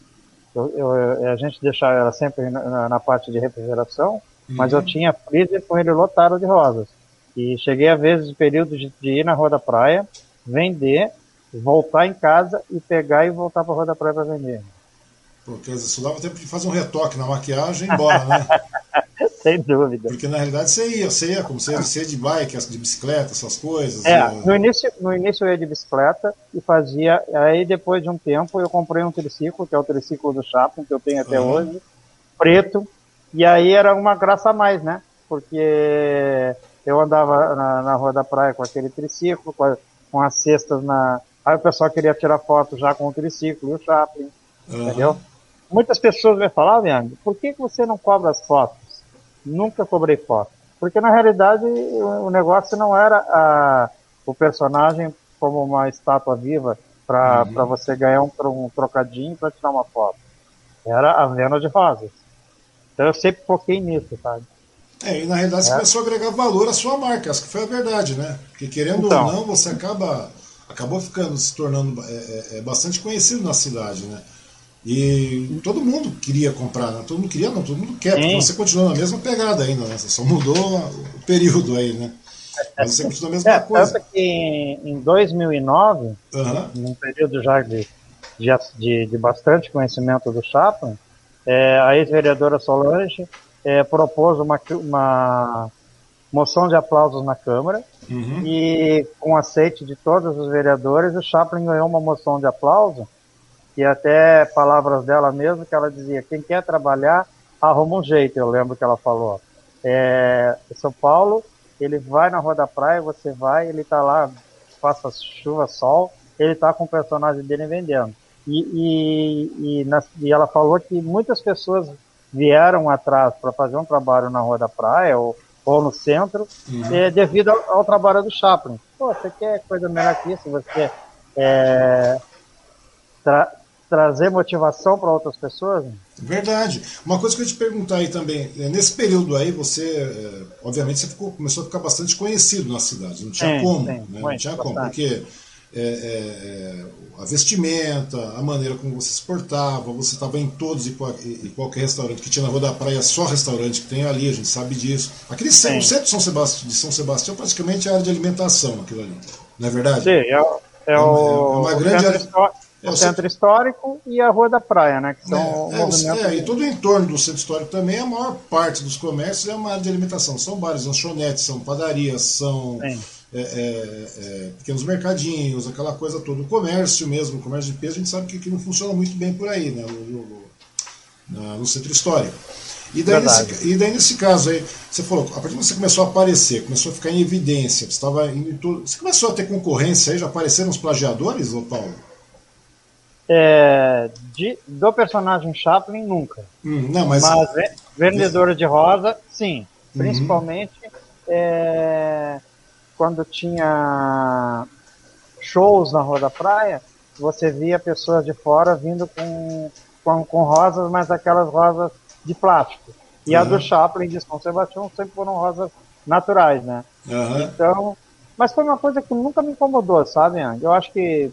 A gente deixava ela sempre na parte de refrigeração, mas eu tinha freezer com ele lotado de rosas. E cheguei a vezes o período de ir na Rua da Praia, vender, voltar em casa e pegar e voltar para a Rua da Praia para vender. Porque isso dava tempo de fazer um retoque na maquiagem e ir embora, né? Sem dúvida. Porque na realidade você ia de bike, de bicicleta, essas coisas. No início eu ia de bicicleta e fazia. Aí depois de um tempo eu comprei um triciclo, que é o triciclo do Chaplin, que eu tenho até hoje, preto. E aí era uma graça a mais, né? Porque eu andava na Rua da Praia com aquele triciclo, com as cestas na. Aí o pessoal queria tirar foto já com o triciclo e o Chaplin, entendeu? Muitas pessoas me falavam, Leandro, por que você não cobra as fotos? Nunca cobrei foto. Porque na realidade o negócio não era o personagem como uma estátua viva para você ganhar um trocadinho para tirar uma foto. Era a venda de rosas. Então eu sempre foquei nisso, sabe? E na realidade você começou a agregar valor à sua marca, essa que foi a verdade, né? Porque querendo ou não, você acabou se tornando bastante conhecido na cidade, né? E todo mundo queria comprar, né? Todo mundo queria, não, todo mundo quer, porque você continua na mesma pegada ainda, né? Você só mudou o período aí, né? Mas você continua a mesma coisa. Tanto que em 2009, num período já de bastante conhecimento do Chaplin, a ex-vereadora Solange propôs uma moção de aplausos na Câmara e, com aceite de todos os vereadores, o Chaplin ganhou uma moção de aplauso e até palavras dela mesmo, que ela dizia, quem quer trabalhar, arruma um jeito, eu lembro que ela falou. São Paulo, ele vai na Rua da Praia, você vai, ele tá lá, faça chuva, sol, ele tá com o personagem dele vendendo. E ela falou que muitas pessoas vieram atrás para fazer um trabalho na Rua da Praia ou no centro, devido ao trabalho do Chaplin. Pô, você quer coisa melhor que isso? Você trazer motivação para outras pessoas? Verdade. Uma coisa que eu ia te perguntar aí também, nesse período aí você, obviamente, você começou a ficar bastante conhecido na cidade, não tinha como, né? Não tinha como, porque a vestimenta, a maneira como você se portava, você estava em todos e qualquer restaurante que tinha na Rua da Praia, só restaurante que tem ali, a gente sabe disso. O centro de São Sebastião praticamente é a área de alimentação, aquilo ali, não é verdade? Sim, é uma grande área. O centro histórico e a Rua da Praia, né? Que são e todo o entorno do centro histórico também, a maior parte dos comércios é uma área de alimentação. São bares, lanchonetes, são padarias, são pequenos mercadinhos, aquela coisa toda. O comércio mesmo, o comércio de peso, a gente sabe que não funciona muito bem por aí, né? No centro histórico. E daí nesse caso aí, você falou, a partir do que você começou a aparecer, começou a ficar em evidência, você começou a ter concorrência aí, já apareceram os plagiadores, ô Paulo? Do personagem Chaplin, nunca. Não, mas vendedora de rosa, sim. Principalmente quando tinha shows na Rua da Praia, você via pessoas de fora vindo com rosas, mas aquelas rosas de plástico. E a do Chaplin de São Sebastião sempre foram rosas naturais, né? Então, mas foi uma coisa que nunca me incomodou, sabe, Ang? Eu acho que,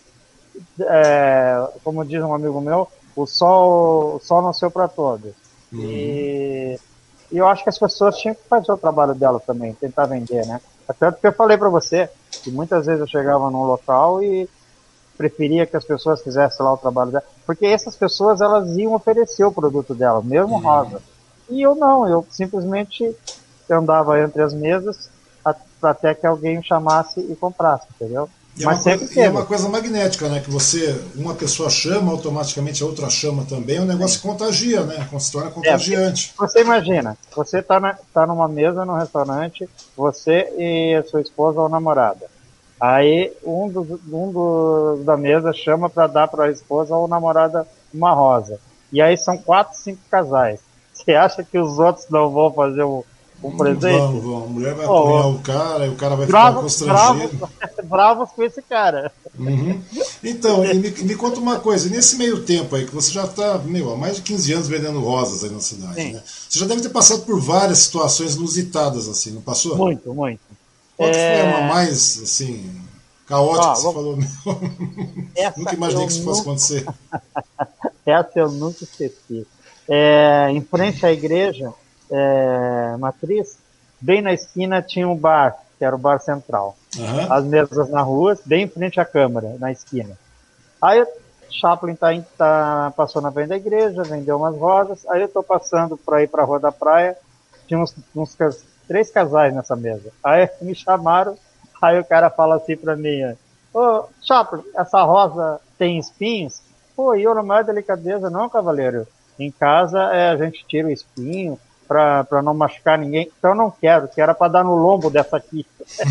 como diz um amigo meu, o sol nasceu para todos. E eu acho que as pessoas tinham que fazer o trabalho delas também, tentar vender, né? Até porque eu falei para você que muitas vezes eu chegava num local e preferia que as pessoas fizessem lá o trabalho delas, porque essas pessoas, elas iam oferecer o produto delas, mesmo rosa. E eu não, eu simplesmente andava entre as mesas até que alguém me chamasse e comprasse, entendeu? Mas é uma coisa magnética, né? Que uma pessoa chama, automaticamente a outra chama também, o negócio contagia, né? Se torna contagiante. Você imagina, você tá numa mesa num restaurante, você e a sua esposa ou namorada. Aí da mesa chama para dar para a esposa ou namorada uma rosa. E aí são 4, 5 casais. Você acha que os outros não vão fazer um presente? Vão. A mulher vai apanhar o cara e o cara vai ficar constrangido. Bravos com esse cara. Então, e me conta uma coisa, nesse meio tempo aí, que você já está há mais de 15 anos vendendo rosas aí na cidade, né? Você já deve ter passado por várias situações inusitadas, assim, não passou? Muito. Qual que foi uma mais, assim, caótica que você falou? Nunca imaginei que isso fosse acontecer. Essa eu nunca esqueci. Em frente à igreja matriz, bem na esquina tinha um bar, que era o bar central. As mesas na rua, bem em frente à câmara, na esquina. Aí Chaplin passou na frente da igreja, vendeu umas rosas, aí eu tô passando para ir para a Rua da Praia, tinha uns 3 casais nessa mesa. Aí me chamaram, aí o cara fala assim para mim, ô Chaplin, essa rosa tem espinhos? Pô, e eu na maior delicadeza, não, cavaleiro, em casa a gente tira o espinho, para não machucar ninguém, então eu não quero, que era para dar no lombo dessa aqui.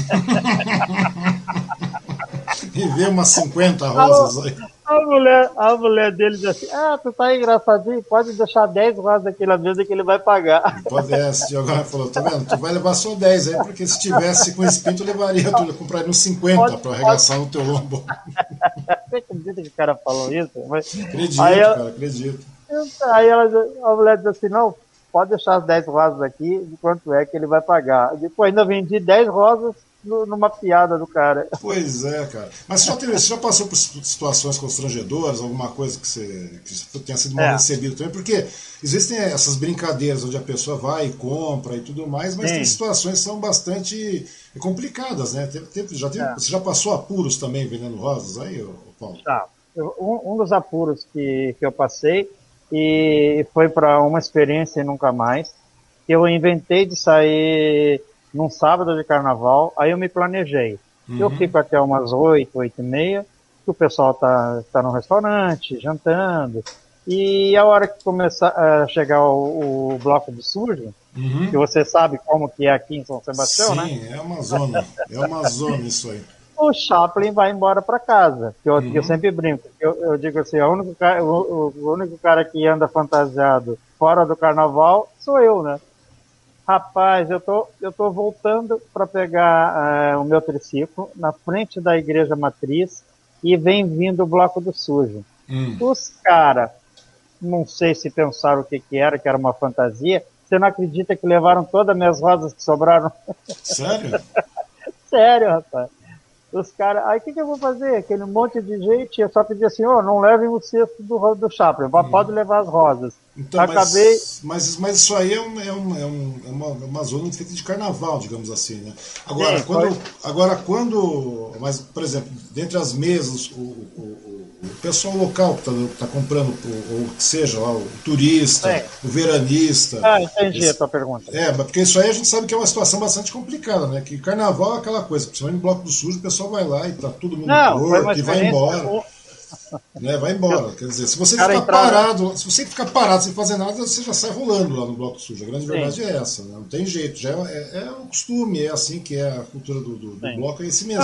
E ver umas 50 rosas aí. A mulher dele diz assim, tu tá engraçadinho, pode deixar 10 rosas aqui na mesa que ele vai pagar. Se agora falou, tá vendo? Tu vai levar só 10 aí, porque se tivesse com espinho, tu levaria, tu compraria uns 50 para arregaçar no teu lombo. Você acredita que o cara falou isso? Acredito. Aí a mulher diz assim, não, pode deixar as 10 rosas aqui, de quanto é que ele vai pagar. Depois ainda vendi 10 rosas numa piada do cara. Pois é, cara. Mas você já passou por situações constrangedoras, alguma coisa que você tenha sido mal recebido também? Porque existem essas brincadeiras onde a pessoa vai e compra e tudo mais, mas tem situações que são bastante complicadas, né? Você já passou apuros também vendendo rosas aí, Paulo? Tá. Um dos apuros que eu passei, e foi para uma experiência e nunca mais, que eu inventei de sair num sábado de carnaval, aí eu me planejei. Eu fico até umas 8, 8h30, que o pessoal tá no restaurante, jantando, e a hora que começar a chegar o bloco de sujo, que você sabe como que é aqui em São Sebastião, né? Sim, é uma zona isso aí. O Chaplin vai embora para casa, que eu sempre brinco. Eu digo assim, o único cara que anda fantasiado fora do carnaval sou eu, né? Rapaz, eu tô voltando para pegar o meu triciclo na frente da igreja matriz e vem vindo o bloco do sujo. Os caras, não sei se pensaram o que era uma fantasia. Você não acredita que levaram todas as minhas rosas que sobraram? Sério? Sério, rapaz. Os caras, aí o que eu vou fazer? Aquele monte de gente, eu só pedi assim, não levem o cesto do Chaplin, pode levar as rosas. Então, mas isso aí é uma zona feita de carnaval, digamos assim, né? Agora, mas, por exemplo, dentre as mesas, o pessoal local que está comprando, ou que seja lá, o turista, o veranista. Entendi a tua pergunta. Porque isso aí a gente sabe que é uma situação bastante complicada, né? Que carnaval é aquela coisa, principalmente no Bloco do Sujo, o pessoal vai lá e tá todo mundo torto e vai embora. Né, vai embora, quer dizer, se você ficar parado sem fazer nada, você já sai rolando lá no bloco sujo. A grande verdade é essa, né? Não tem jeito, já é um costume, é assim que é a cultura do bloco, é esse mesmo.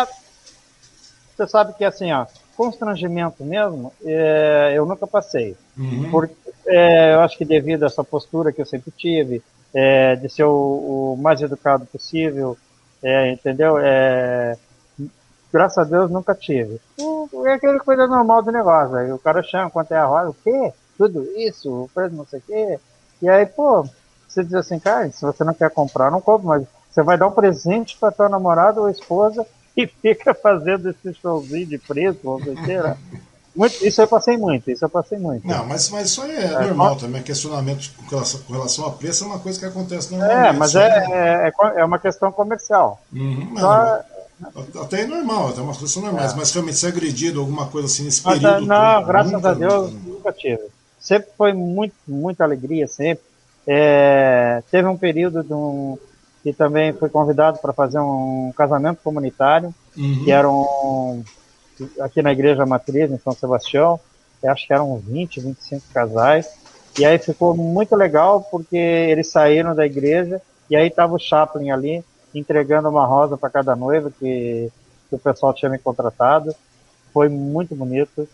Você sabe que assim, constrangimento mesmo, eu nunca passei. Porque eu acho que devido a essa postura que eu sempre tive, de ser o mais educado possível, entendeu? graças a Deus, nunca tive. É aquela coisa normal do negócio. Aí o cara chama quanto é a rosa, o quê? Tudo isso, o preço não sei o quê. E aí, pô, você diz assim, cara, se você não quer comprar, não compra, mas você vai dar um presente para tua namorada ou esposa e fica fazendo esse showzinho de preço, não sei o quê, né? Isso eu passei muito, isso eu passei muito. Não, mas isso aí é normal também. Questionamento com relação a preço é uma coisa que acontece normalmente. Mas é uma questão comercial. Só, até é normal, até uma questão normal. Mas realmente ser agredido, alguma coisa assim nesse período. Não, todo, graças a Deus, nunca tive. Sempre foi muita alegria, sempre. Teve um período que também fui convidado para fazer um casamento comunitário, que era aqui na Igreja Matriz, em São Sebastião, acho que eram 20, 25 casais, e aí ficou muito legal, porque eles saíram da igreja, e aí estava o Chaplin ali, entregando uma rosa para cada noiva, que o pessoal tinha me contratado, foi muito bonito.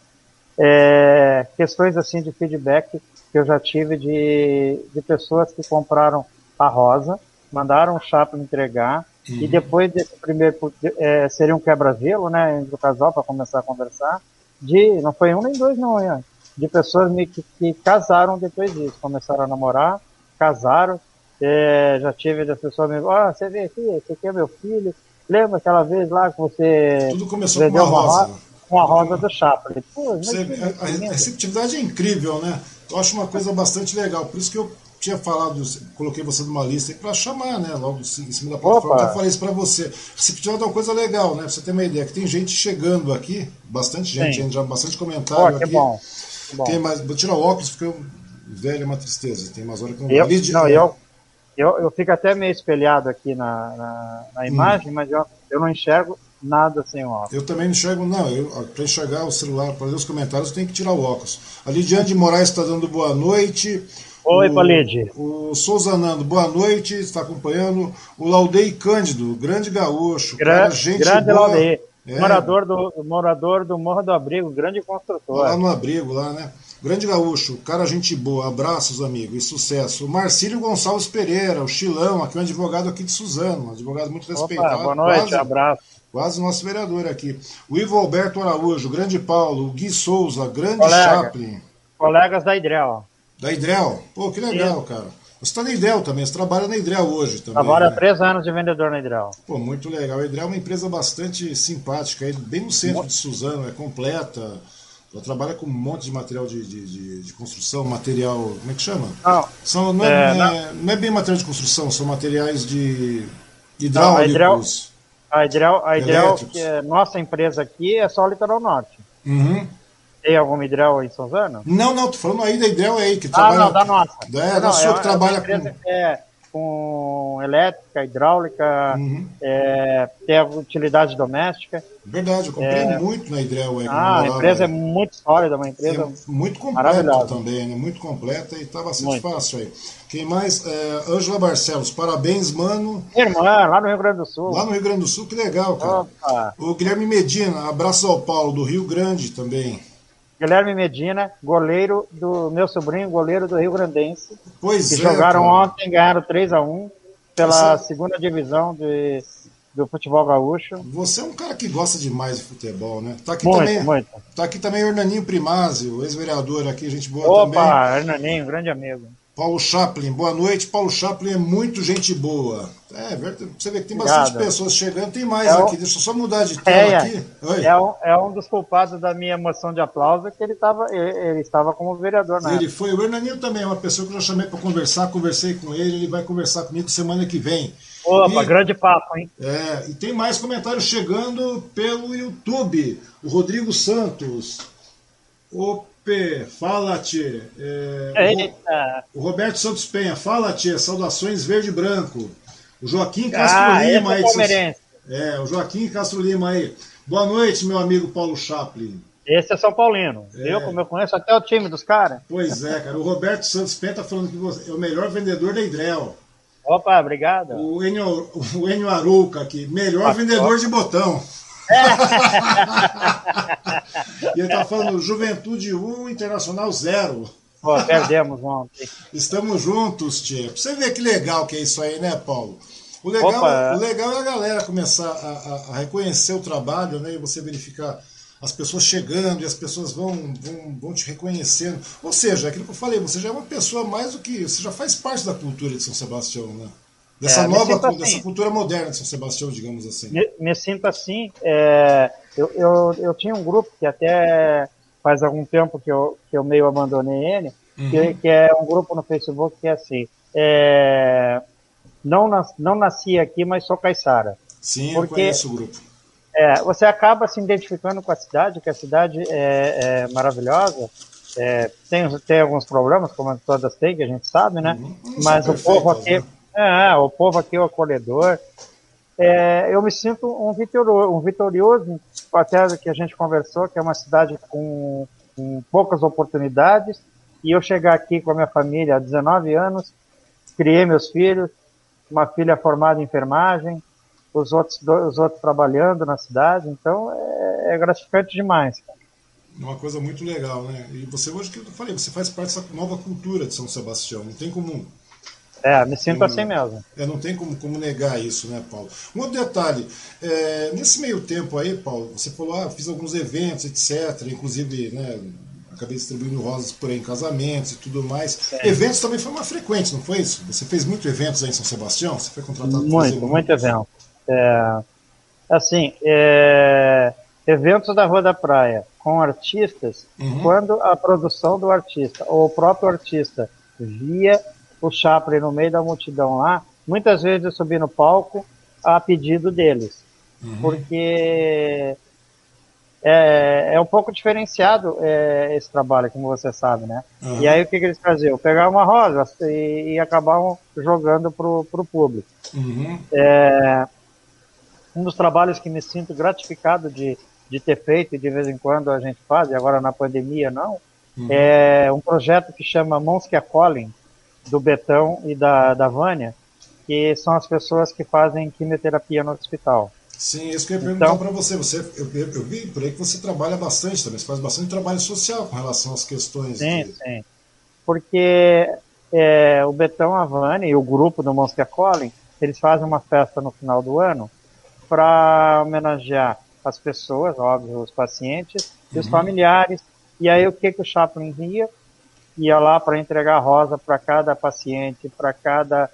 Questões assim de feedback que eu já tive de pessoas que compraram a rosa, mandaram o Chaplin entregar, e depois desse primeiro, seria um quebra-gelo, né, entre o casal para começar a conversar, não foi um nem dois não, de pessoas que casaram depois disso, começaram a namorar, casaram, já tive das pessoas me você vê aqui, esse aqui é meu filho, lembra aquela vez lá que você tudo começou com uma rosa, com a rosa do Chaplin. Pô, a receptividade é incrível, né? Eu acho uma coisa bastante legal, por isso que eu tinha falado, coloquei você numa lista para chamar, né? Logo em cima da plataforma, até falei isso para você. Receptividade é uma coisa legal, né? Pra você ter uma ideia, que tem gente chegando aqui, bastante gente, já bastante comentário aqui. Bom. Tem mais, vou tirar o óculos porque velho é uma tristeza. Tem umas horas que eu fico até meio espelhado aqui na imagem, mas eu não enxergo nada sem o óculos. Eu também não enxergo, não. Para enxergar o celular, para ler os comentários, eu tenho que tirar o óculos. A Lidiane de Moraes está dando boa noite. Oi, Palide. O Souza Nando, boa noite, está acompanhando. O Laudei Cândido, grande gaúcho. Grande boa. Laudei. Morador do Morro do Abrigo, grande construtor. Lá no Abrigo, lá, né? Grande gaúcho, cara, gente boa, abraços, amigo, e sucesso. O Marcílio Gonçalves Pereira, o Chilão, aqui um advogado aqui de Suzano, um advogado muito respeitado. Boa noite, abraço. Quase nosso vereador aqui. O Ivo Alberto Araújo, grande Paulo, o Gui Souza, grande Chaplin. Colegas da Idrel. Da Idrel? Pô, que legal, cara. Você está na Idrel também, você trabalha na Idrel hoje também. Trabalho há 3 anos de vendedor na Idrel. Pô, muito legal. A Idrel é uma empresa bastante simpática, bem no centro de Suzano, é completa. Ela trabalha com um monte de material de construção, material. Como é que chama? Não é bem material de construção, são materiais de hidráulicos. A Idrel, que é nossa empresa aqui, é só o Litoral Norte. Tem alguma Idrel em Suzano? Não, tô falando aí da Idrel aí, que trabalha. Não, da nossa. Da sua que trabalha com elétrica, hidráulica, tem a utilidade doméstica. Verdade, eu comprei muito na Idrel. A empresa é muito sólida, uma empresa muito completa também, né? Muito completa e tá bastante fácil aí. Quem mais? Ângela Barcelos, parabéns, mano. Irmã, lá no Rio Grande do Sul. Lá no Rio Grande do Sul, que legal, cara. Opa. O Guilherme Medina, abraço ao Paulo, do Rio Grande também. Guilherme Medina, goleiro do meu sobrinho, goleiro do Rio Grandense. Pois que jogaram ontem, ganharam 3-1 pela segunda divisão do futebol gaúcho. Você é um cara que gosta demais de futebol, né? Tá aqui muito. Tá aqui também o Hernaninho Primazio, ex-vereador aqui, gente boa também. Opa, Hernaninho, grande amigo. Paulo Chaplin, boa noite. Paulo Chaplin é muito gente boa. Você vê que tem bastante pessoas chegando, tem mais aqui. Deixa eu só mudar de tela aqui. Oi. É um dos culpados da minha moção de aplauso, que ele estava como vereador, né? Ele foi. O Hernaninho também é uma pessoa que eu já chamei para conversar, conversei com ele vai conversar comigo semana que vem. Opa, grande papo, hein? E tem mais comentários chegando pelo YouTube. O Rodrigo Santos. Fala, Tchê. O Roberto Santos Penha, fala, Tchê. Saudações verde e branco. O Joaquim Castro Lima aí. O Joaquim Castro Lima aí. Boa noite, meu amigo Paulo Chaplin. Esse é São Paulino. Eu, como eu conheço até o time dos caras. Pois é, cara. O Roberto Santos Penha tá falando que você é o melhor vendedor da Idrel. Opa, obrigado. O Enio Arouca aqui, melhor vendedor de botão. E ele tá falando Juventude 1, Internacional 0. Perdemos ontem. Estamos juntos, tia. Pra você ver que legal que é isso aí, né, Paulo? Opa, o legal é a galera começar a reconhecer o trabalho, né? E você verificar as pessoas chegando e as pessoas vão te reconhecendo. Ou seja, aquilo que eu falei, você já é uma pessoa mais do que. Você já faz parte da cultura de São Sebastião, né? me sinto Dessa assim. cultura moderna de São Sebastião, digamos assim. Me sinto assim. Eu tinha um grupo que até faz algum tempo que eu meio abandonei ele, Uhum. que é um grupo no Facebook que é assim. Não nasci aqui, mas sou caiçara. Sim, eu Porque conheço o grupo. você acaba se identificando com a cidade, que a cidade é maravilhosa. Tem alguns problemas, como todas têm, que a gente sabe, né? Uhum. Não são Mas o povo perfeitas, aqui, né? o povo aqui é o acolhedor. Eu me sinto um vitorioso, até que a gente conversou, que é uma cidade com poucas oportunidades, e eu chegar aqui com a minha família há 19 anos, criei meus filhos, uma filha formada em enfermagem, os outros trabalhando na cidade, então é gratificante demais. É uma coisa muito legal, né? E você, hoje que eu falei, você faz parte dessa nova cultura de São Sebastião. Não tem como Me sinto assim eu, mesmo. não tem como negar isso, né, Paulo? Um outro detalhe, nesse meio tempo aí, Paulo, você falou, fiz alguns eventos, etc. Inclusive, né, acabei distribuindo rosas por aí em casamentos e tudo mais. Sim. Eventos também foi uma frequente, não foi isso? Você fez muitos eventos aí em São Sebastião? Você foi contratado para fazer Muito muitos? evento. Assim, eventos da Rua da Praia com artistas, Uhum, quando a produção do artista ou o próprio artista via o Chaplin no meio da multidão lá, muitas vezes eu subi no palco a pedido deles, uhum, porque é um pouco diferenciado esse trabalho, como você sabe, né? E uhum, aí o que eles faziam? Pegavam uma rosa e acabavam jogando pro público. uhum, Um dos trabalhos que me sinto gratificado de ter feito e de vez em quando a gente faz, e agora na pandemia não, uhum. é um projeto que chama Mãos que Acolhem, do Betão e da Vânia, que são as pessoas que fazem quimioterapia no hospital. Sim, isso que eu ia perguntar Então, para você. Eu vi por aí que você trabalha bastante também, você faz bastante trabalho social com relação às questões sim, de. sim. Porque o Betão, a Vânia e o grupo do Mãos que Acolhem, eles fazem uma festa no final do ano para homenagear as pessoas, óbvio, os pacientes e os Uhum, familiares. E aí o que o Chaplin ia? Ia lá para entregar rosa para cada paciente, para cada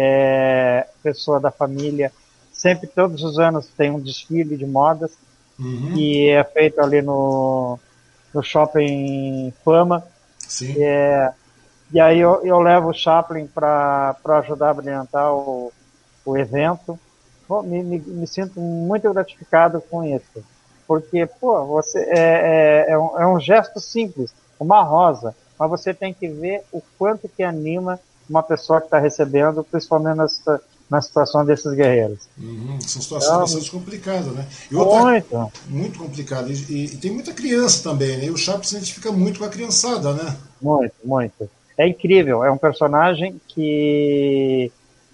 pessoa da família. Sempre, todos os anos, tem um desfile de modas uhum, que é feito ali no Shopping Fama. sim. E aí eu levo o Chaplin para ajudar a brilhantar o evento. Pô, me sinto muito gratificado com isso. Porque, pô, é um gesto simples, uma rosa, mas você tem que ver o quanto que anima uma pessoa que está recebendo, principalmente na situação desses guerreiros. Uhum. São situações Então, bastante complicadas, né? E outra, muito, muito complicada. E tem muita criança também, né? E o Chaplin se identifica muito com a criançada, né? muito, muito. É incrível, é um personagem que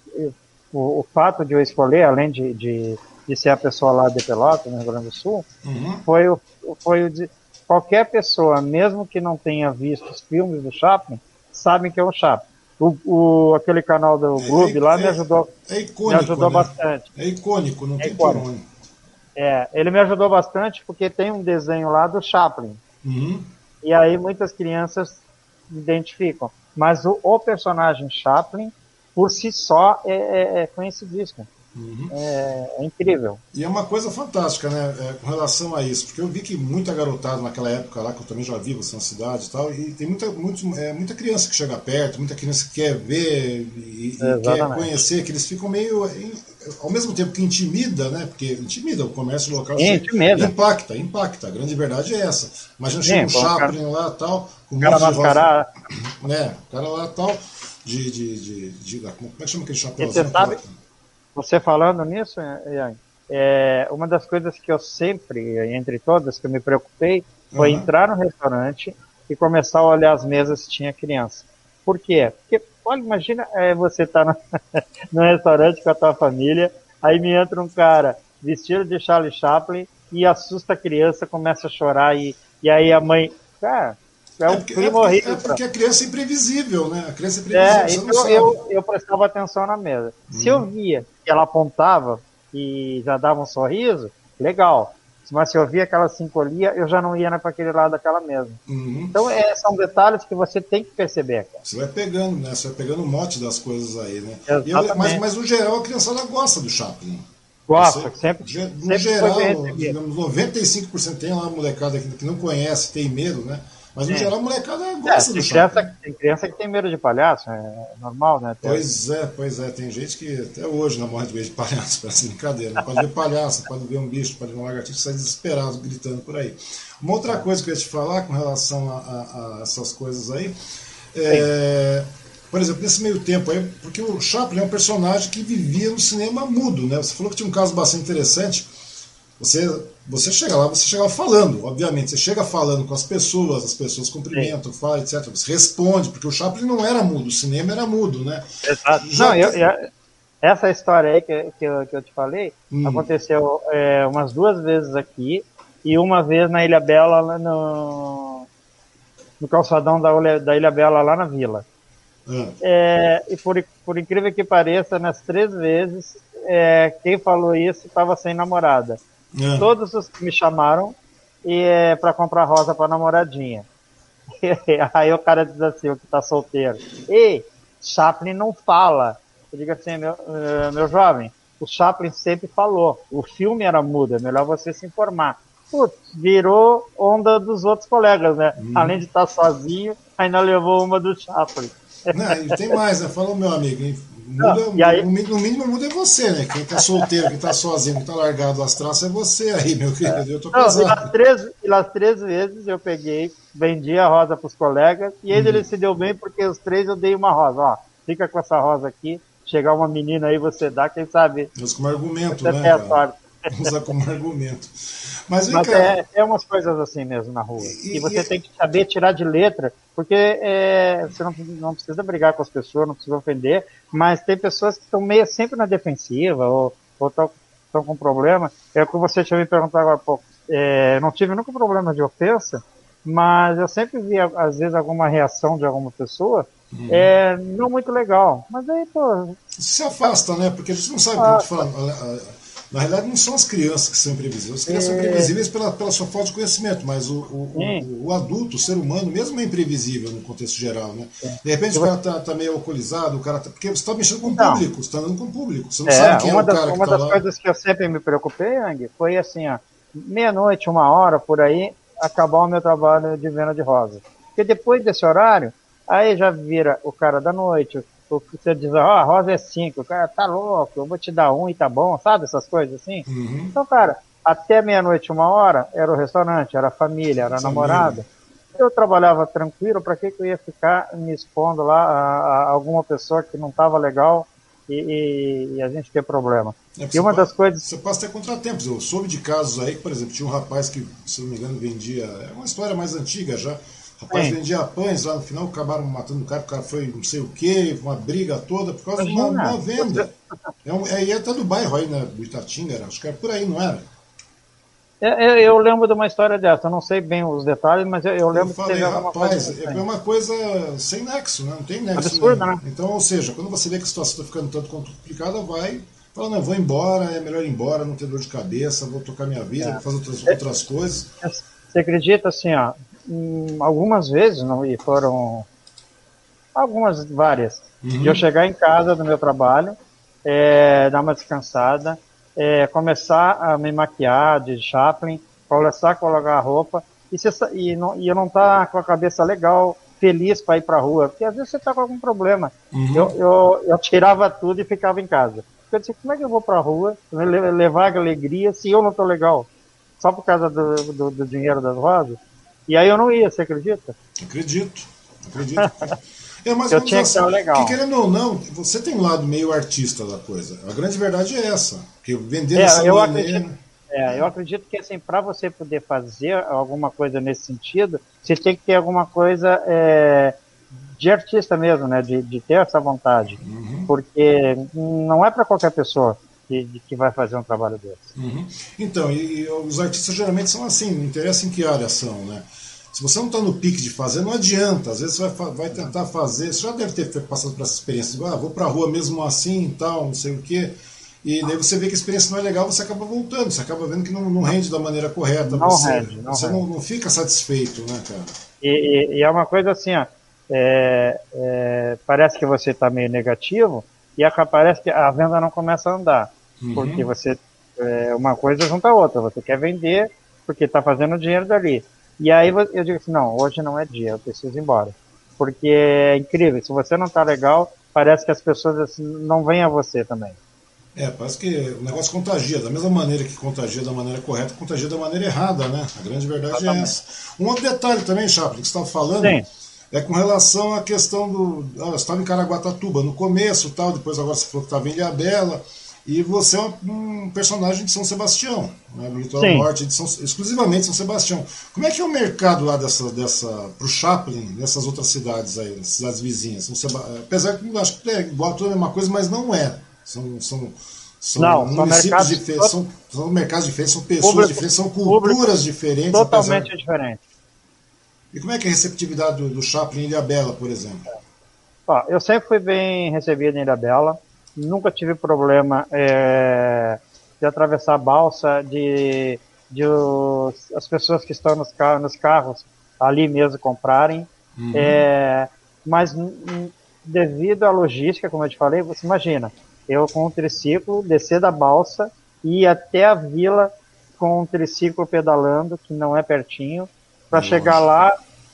o fato de eu escolher, além de ser a pessoa lá de Pelotas, no Rio Grande do Sul, Uhum. foi o, foi o de qualquer pessoa, mesmo que não tenha visto os filmes do Chaplin, sabem que é o Chaplin. Aquele canal do Globo lá É me icônico, ajudou né? bastante. É icônico, não É tem por icônico. onde. Ele me ajudou bastante porque tem um desenho lá do Chaplin. Uhum. E aí muitas crianças identificam. Mas o personagem Chaplin, por si só, é conhecidíssimo. Uhum. É incrível. E é uma coisa fantástica, né, com relação a isso, porque eu vi que muita garotada naquela época lá, que eu também já vi você na cidade e tal, e tem muita criança que chega perto, muita criança que quer ver e quer Exatamente. conhecer, que eles ficam meio, ao mesmo tempo que intimida, né, porque intimida, o comércio local Gente, medo. impacta, a grande verdade é essa. Imagina, chega um Sim, o Chaplin lá tal, com um cara monte de rosa, mascarar. né, o cara lá tal, como é que chama aquele E você chapéuzinho, aquela. sabe, você falando nisso, Ian, uma das coisas que eu sempre, entre todas, que eu me preocupei, foi Aham. entrar no restaurante e começar a olhar as mesas se tinha criança. Por quê? Porque, olha, imagina você estar tá no restaurante com a tua família, aí me entra um cara vestido de Charlie Chaplin e assusta a criança, começa a chorar e aí a mãe, cara, é um clima horrível. É porque a criança é imprevisível, né? A criança é imprevisível, então eu prestava atenção na mesa. Se eu via que ela apontava e já dava um sorriso, legal. Mas se eu via que ela se encolhia, eu já não ia para aquele lado daquela mesa. Então são detalhes que você tem que perceber. Cara. Você vai pegando, né? Você vai pegando o mote das coisas aí, né? Mas no geral a criançada gosta do Chaplin. Gosta, sempre. No geral, digamos, 95% tem lá a molecada que não conhece, tem medo, né? Mas no geral a molecada gosta do Chaplin. Tem criança que tem medo de palhaço, é normal, né? Pois é. Tem gente que até hoje não morre de medo de palhaço, parece brincadeira. Não pode ver palhaço, pode ver um bicho, pode ver um lagartixa, sai desesperado gritando por aí. Uma outra coisa que eu ia te falar com relação a essas coisas aí, por exemplo, nesse meio tempo aí, porque o Chaplin é um personagem que vivia no cinema mudo, né? Você falou que tinha um caso bastante interessante. Você chega lá, você chega falando, obviamente, você chega falando com as pessoas cumprimentam, falam, etc. Você responde, porque o Chaplin não era mudo, o cinema era mudo, né? Exato. Essa história aí que eu te falei aconteceu umas 2 vezes aqui e uma vez na Ilha Bela, lá no calçadão da Ilha Bela, lá na Vila. E por incrível que pareça, nas 3 vezes, quem falou isso estava sem namorada. Todos os que me chamaram para comprar rosa para namoradinha. Aí o cara diz assim, o que tá solteiro: ei, Chaplin não fala. Eu digo assim, meu jovem, o Chaplin sempre falou, o filme era mudo, é melhor você se informar. Putz, virou onda dos outros colegas, né? Além de estar sozinho, ainda levou uma do Chaplin. Não, e tem mais, né? Fala, meu amigo, no mínimo muda é você, né? Quem tá solteiro, quem tá sozinho, quem tá largado as traças é você aí, meu querido. Eu tô casado. E nas 3 vezes eu peguei, vendi a rosa pros colegas, e ele se deu bem porque os 3 eu dei uma rosa. Ó, fica com essa rosa aqui, chegar uma menina aí você dá, quem sabe. Usa como argumento, né? Cara? Usa como argumento. Mas umas coisas assim mesmo na rua. E você tem que saber tirar de letra, porque você não precisa brigar com as pessoas, não precisa ofender, mas tem pessoas que estão meio sempre na defensiva, ou estão com problema. É o que você tinha me perguntado agora há pouco. Não tive nunca problema de ofensa, mas eu sempre vi, às vezes, alguma reação de alguma pessoa, não muito legal. Mas aí, pô... Se afasta, né? Porque a gente não sabe o que a gente fala. Na realidade, não são as crianças que são imprevisíveis. As crianças são imprevisíveis pela sua falta de conhecimento, mas o adulto, o ser humano, mesmo é imprevisível no contexto geral, né? De repente o cara tá meio alcoolizado, porque você está mexendo com o público, você está andando com o público, você não sabe quem é o cara que está lá. Uma das coisas que eu sempre me preocupei, Yang, foi assim, ó, 00:30, 1h, por aí, acabar o meu trabalho de venda de rosa. Porque depois desse horário, aí já vira o cara da noite, você diz, a rosa é 5, o cara tá louco, eu vou te dar 1 e tá bom, sabe? Essas coisas assim. Então, cara, até 00:30, 1h, era o restaurante, era a família, era a namorada. Eu trabalhava tranquilo, para que eu ia ficar me expondo lá a alguma pessoa que não tava legal e a gente ter problema. E uma das coisas... Você passa até contratempos. Eu soube de casos aí que, por exemplo, tinha um rapaz que, se não me engano, vendia... É uma história mais antiga já. O rapaz vendia pães, lá no final acabaram matando o cara foi não sei o que, uma briga toda, por causa de uma venda. E até do bairro aí, né, do Itatinga, acho que era por aí, não era? Eu lembro de uma história dessa, eu não sei bem os detalhes, mas eu lembro que teve alguma coisa. É uma coisa sem nexo, né? Não tem nexo. Absurdo, né? Então, ou seja, quando você vê que a situação está ficando tanto quanto complicada, fala, não, vou embora, é melhor ir embora, não ter dor de cabeça, vou tocar minha vida, vou fazer outras coisas. Você acredita assim, ó, algumas vezes, não, e foram várias, de eu chegar em casa do meu trabalho, dar uma descansada, começar a me maquiar de Chaplin, começar a colocar a roupa, e eu não tá com a cabeça legal, feliz para ir para a rua, porque às vezes você tá com algum problema. Eu tirava tudo e ficava em casa. Eu disse, como é que eu vou para a rua levar alegria se eu não tô legal? Só por causa do dinheiro das rosas? E aí eu não ia, você acredita? Acredito. Mas eu tinha que estar legal. Que, querendo ou não, você tem um lado meio artista da coisa. A grande verdade é essa. Que vender dessa maneira... eu acredito que assim, para você poder fazer alguma coisa nesse sentido, você tem que ter alguma coisa de artista mesmo, né? De ter essa vontade. Porque não é para qualquer pessoa que vai fazer um trabalho desse. Então, e os artistas geralmente são assim, não interessa em que área são, né? Se você não está no pique de fazer, não adianta. Às vezes você vai tentar fazer. Você já deve ter passado por essa experiência. Vou para a rua mesmo assim e tal, não sei o quê. E daí você vê que a experiência não é legal, você acaba voltando. Você acaba vendo que não rende da maneira correta. Você não fica satisfeito, né, cara? E é uma coisa assim, ó. Parece que você está meio negativo e parece que a venda não começa a andar. Porque uma coisa junta a outra. Você quer vender porque está fazendo dinheiro dali. E aí eu digo assim, não, hoje não é dia, eu preciso ir embora. Porque é incrível, se você não está legal, parece que as pessoas assim, não vêm a você também. Parece que o negócio contagia, da mesma maneira que contagia da maneira correta, contagia da maneira errada, né? A grande verdade é essa. Um outro detalhe também, Chaplin, que você estava falando, Sim. é com relação à questão você estava em Caraguatatuba no começo, tal, depois agora você falou que estava em Ilhabela, e você é um personagem de São Sebastião, né, no litoral norte, exclusivamente São Sebastião. Como é que é o mercado lá pro Chaplin, nessas outras cidades aí, nas cidades vizinhas? Apesar que eu acho que é igual tudo a mesma coisa, mas não é. São municípios diferentes, são mercados diferentes, são pessoas diferentes, são culturas diferentes. Totalmente diferentes. E como é que é a receptividade do Chaplin em Ilhabela, por exemplo? Eu sempre fui bem recebido em Ilhabela, nunca tive problema de atravessar a balsa, as pessoas que estão nos carros ali mesmo comprarem. Mas devido à logística, como eu te falei, você imagina, eu com um triciclo, descer da balsa e ir até a vila com um triciclo pedalando, que não é pertinho, para chegar lá,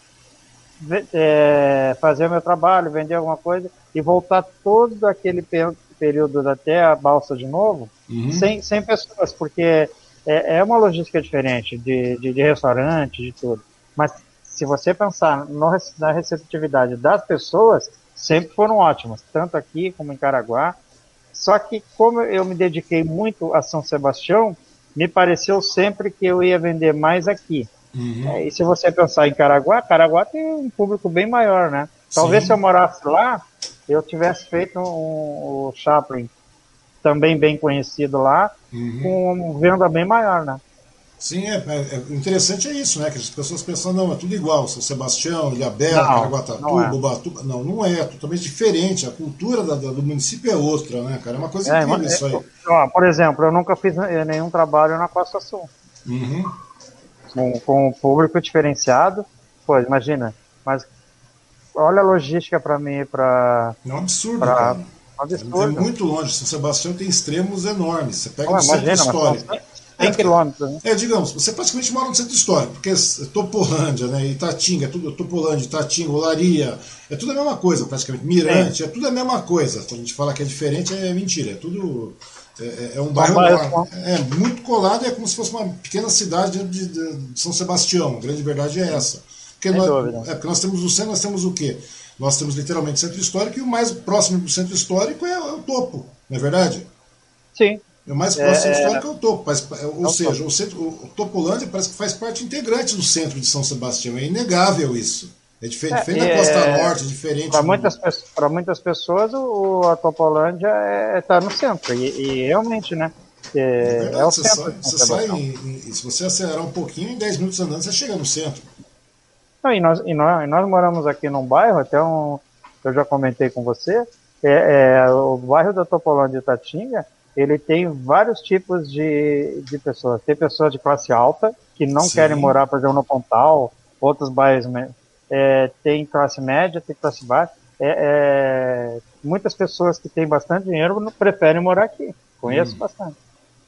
fazer o meu trabalho, vender alguma coisa e voltar todo aquele período até a balsa de novo, sem pessoas, porque é uma logística diferente de restaurante, de tudo. Mas se você pensar na receptividade das pessoas, sempre foram ótimas, tanto aqui como em Caraguá. Só que como eu me dediquei muito a São Sebastião, me pareceu sempre que eu ia vender mais aqui. E se você pensar em Caraguá tem um público bem maior, né? Talvez se eu morasse lá, eu tivesse feito o Chaplin, também bem conhecido lá, com uma venda bem maior, né? Sim, interessante é isso, né? Que as pessoas pensam, não, é tudo igual, São Sebastião, Ilhabela, Caraguatatuba, Ubatuba. Não é totalmente diferente. A cultura do município é outra, né, cara? É uma coisa incrível isso aí. Por exemplo, eu nunca fiz nenhum trabalho na Costa Sul. Com um público diferenciado, pô, imagina, mas olha a logística para mim, É um absurdo, cara. Absurdo. É muito longe. São Sebastião tem extremos enormes. Você pega o centro histórico. 100 quilômetros, né? Digamos, você praticamente mora no centro histórico, porque é Topolândia, né? Itatinga, é tudo Topolândia, Itatinga, Olaria, é tudo a mesma coisa, praticamente. Mirante, é tudo a mesma coisa. Quando a gente fala que é diferente, é mentira. É tudo. É um bairro enorme. É muito colado, é como se fosse uma pequena cidade de São Sebastião. A grande verdade é essa. Porque nós temos o centro, nós temos o quê? Nós temos literalmente centro histórico e o mais próximo do centro histórico é o topo, não é verdade? Sim. O mais próximo do centro histórico é o topo. Ou seja, o Topolândia parece que faz parte integrante do centro de São Sebastião. É inegável isso. É diferente da Costa Norte, é diferente. Para muitas pessoas, a Topolândia está no centro. E realmente, né? É o centro. Se você acelerar um pouquinho, em 10 minutos andando, você chega no centro. Não, e nós moramos aqui num bairro, eu já comentei com você, o bairro da Topolândia de Itatinga, ele tem vários tipos de pessoas. Tem pessoas de classe alta, que não querem morar, por exemplo, no Pontal, outros bairros, tem classe média, tem classe baixa. Muitas pessoas que têm bastante dinheiro preferem morar aqui. Conheço bastante.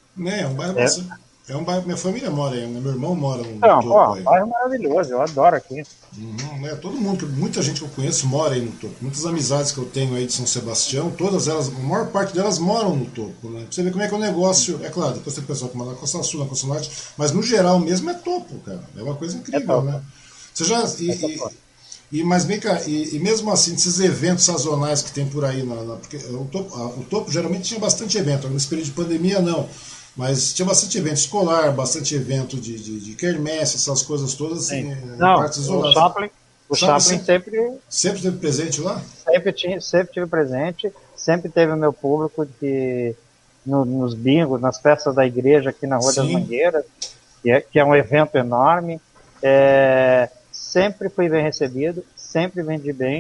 É um bairro, minha família mora aí, meu irmão mora no topo aí. É um bairro maravilhoso, eu adoro aqui. Todo mundo, muita gente que eu conheço mora aí no topo. Muitas amizades que eu tenho aí de São Sebastião, todas elas, a maior parte delas moram no topo, né? Pra você ver como é que é o negócio. É claro, depois tem pessoal que mora na Costa Sul, na Costa Norte, mas no geral mesmo é topo, cara. É uma coisa incrível, né? Você já. Mas vem cá, e mesmo assim, esses eventos sazonais que tem por aí, porque o topo geralmente tinha bastante evento, nesse período de pandemia não. Mas tinha bastante evento escolar, bastante evento de quermesse, essas coisas todas, assim, partes isoladas. O Chaplin sempre esteve presente lá? Sempre tive presente, sempre teve o meu público nos bingos, nas festas da igreja aqui na Rua das Mangueiras, que é um evento enorme. sempre fui bem recebido, sempre vendi bem.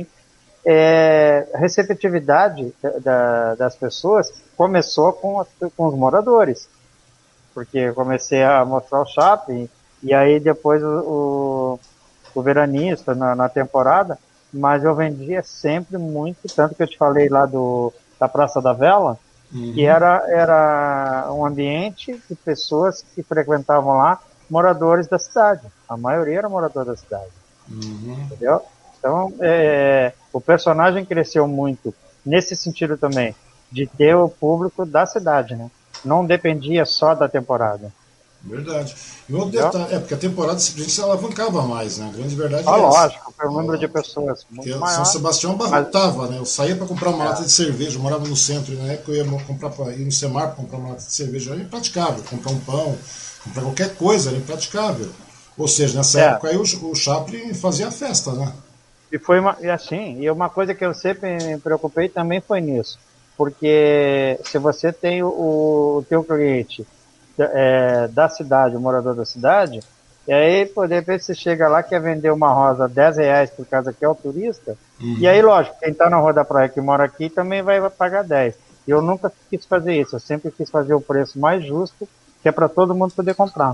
A receptividade das pessoas começou com os moradores, porque eu comecei a mostrar o shopping, e aí depois o veranista na temporada, mas eu vendia sempre muito, tanto que eu te falei lá da Praça da Vela, que era um ambiente de pessoas que frequentavam lá, moradores da cidade. A maioria era morador da cidade. Entendeu? Então, o personagem cresceu muito nesse sentido também, de ter o público da cidade, né? Não dependia só da temporada. Verdade. E outro detalhe, porque a temporada simplesmente se alavancava mais, né? A grande verdade é essa. Lógico, pelo número de pessoas muito porque maior. São Sebastião abarrotava, né? Eu saía para comprar uma lata de cerveja, eu morava no centro, e na época eu ia no Semar para comprar uma lata de cerveja, era impraticável. Comprar um pão, comprar qualquer coisa, era impraticável. Ou seja, nessa época aí o Chaplin fazia a festa, né? E uma coisa que eu sempre me preocupei também foi nisso, porque se você tem o teu cliente da cidade, o morador da cidade, e aí, de repente você chega lá, quer vender uma rosa R$10 por causa que é o turista, e aí, lógico, quem está na Rua da Praia que mora aqui também vai pagar 10. E eu nunca quis fazer isso, eu sempre quis fazer o preço mais justo, que é para todo mundo poder comprar.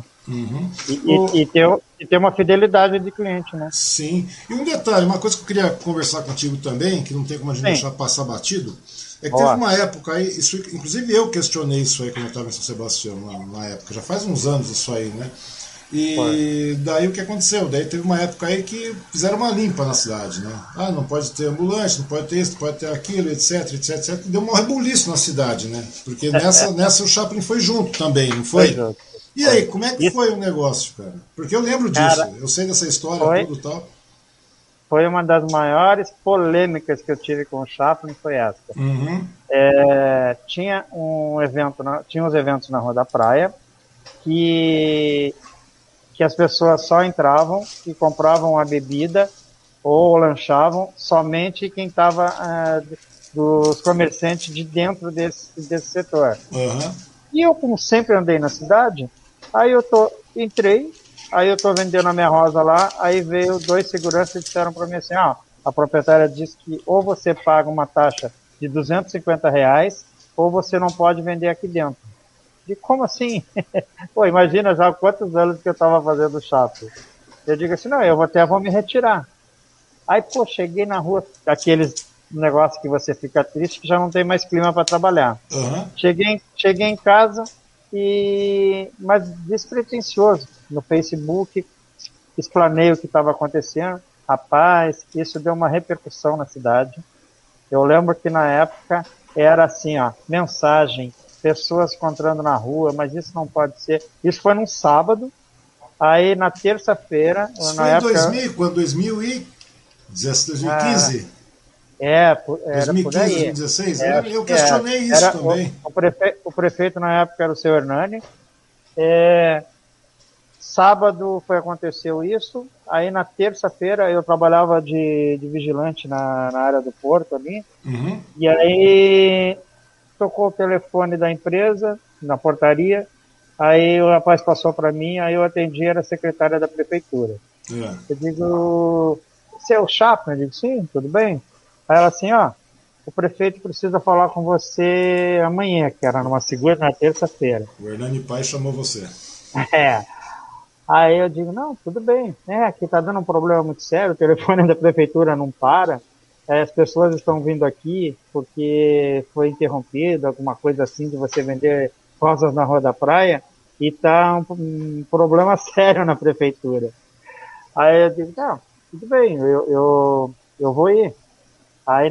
E ter uma fidelidade de cliente, né? Sim. E um detalhe, uma coisa que eu queria conversar contigo também, que não tem como a gente deixar passar batido, é que teve uma época aí, inclusive eu questionei isso aí quando eu estava em São Sebastião, na época, já faz uns anos isso aí, né? E daí o que aconteceu? Daí teve uma época aí que fizeram uma limpa na cidade, né? Ah, não pode ter ambulante, não pode ter isso, não pode ter aquilo, etc, etc, etc. E deu um rebuliço na cidade, né? Porque nessa o Chaplin foi junto também, não foi? E aí, como é que foi o negócio, cara? Porque eu lembro disso, eu sei dessa história, tudo e tal. Foi uma das maiores polêmicas que eu tive com o Chaplin, foi essa. Tinha uns eventos na Rua da Praia que as pessoas só entravam e compravam a bebida ou lanchavam somente quem estava dos comerciantes de dentro desse setor. E eu, como sempre andei na cidade, aí entrei, aí eu tô vendendo a minha rosa lá, aí veio 2 seguranças e disseram para mim assim, a proprietária disse que ou você paga uma taxa de R$250 ou você não pode vender aqui dentro. E como assim? Pô, imagina já quantos anos que eu estava fazendo chato. Eu digo assim, não, eu vou me retirar. Aí, pô, cheguei na rua, aqueles negócios que você fica triste, que já não tem mais clima para trabalhar. Cheguei em casa, mas despretensioso, no Facebook, explanei o que estava acontecendo. Rapaz, isso deu uma repercussão na cidade. Eu lembro que na época era assim, mensagem, pessoas encontrando na rua, mas isso não pode ser. Isso foi num sábado, aí na terça-feira... Isso foi em 2000, quando 2015? Era 2015, por aí. 2016? Eu questionei isso também. O prefeito na época era o seu Hernani. Sábado aconteceu isso, aí na terça-feira eu trabalhava de vigilante na área do porto ali, e aí tocou o telefone da empresa, na portaria, aí o rapaz passou para mim, aí eu atendi, era a secretária da prefeitura. Eu digo, você é o Chaplin? Eu digo, sim, tudo bem? Aí ela assim, o prefeito precisa falar com você amanhã, que era numa segunda, na terça-feira. O Hernani Pai chamou você. Aí eu digo, não, tudo bem, aqui tá dando um problema muito sério, o telefone da prefeitura não para, as pessoas estão vindo aqui porque foi interrompido, alguma coisa assim, de você vender rosas na Rua da Praia, e tá um problema sério na prefeitura. Aí eu digo, não, tudo bem, eu vou ir. Aí,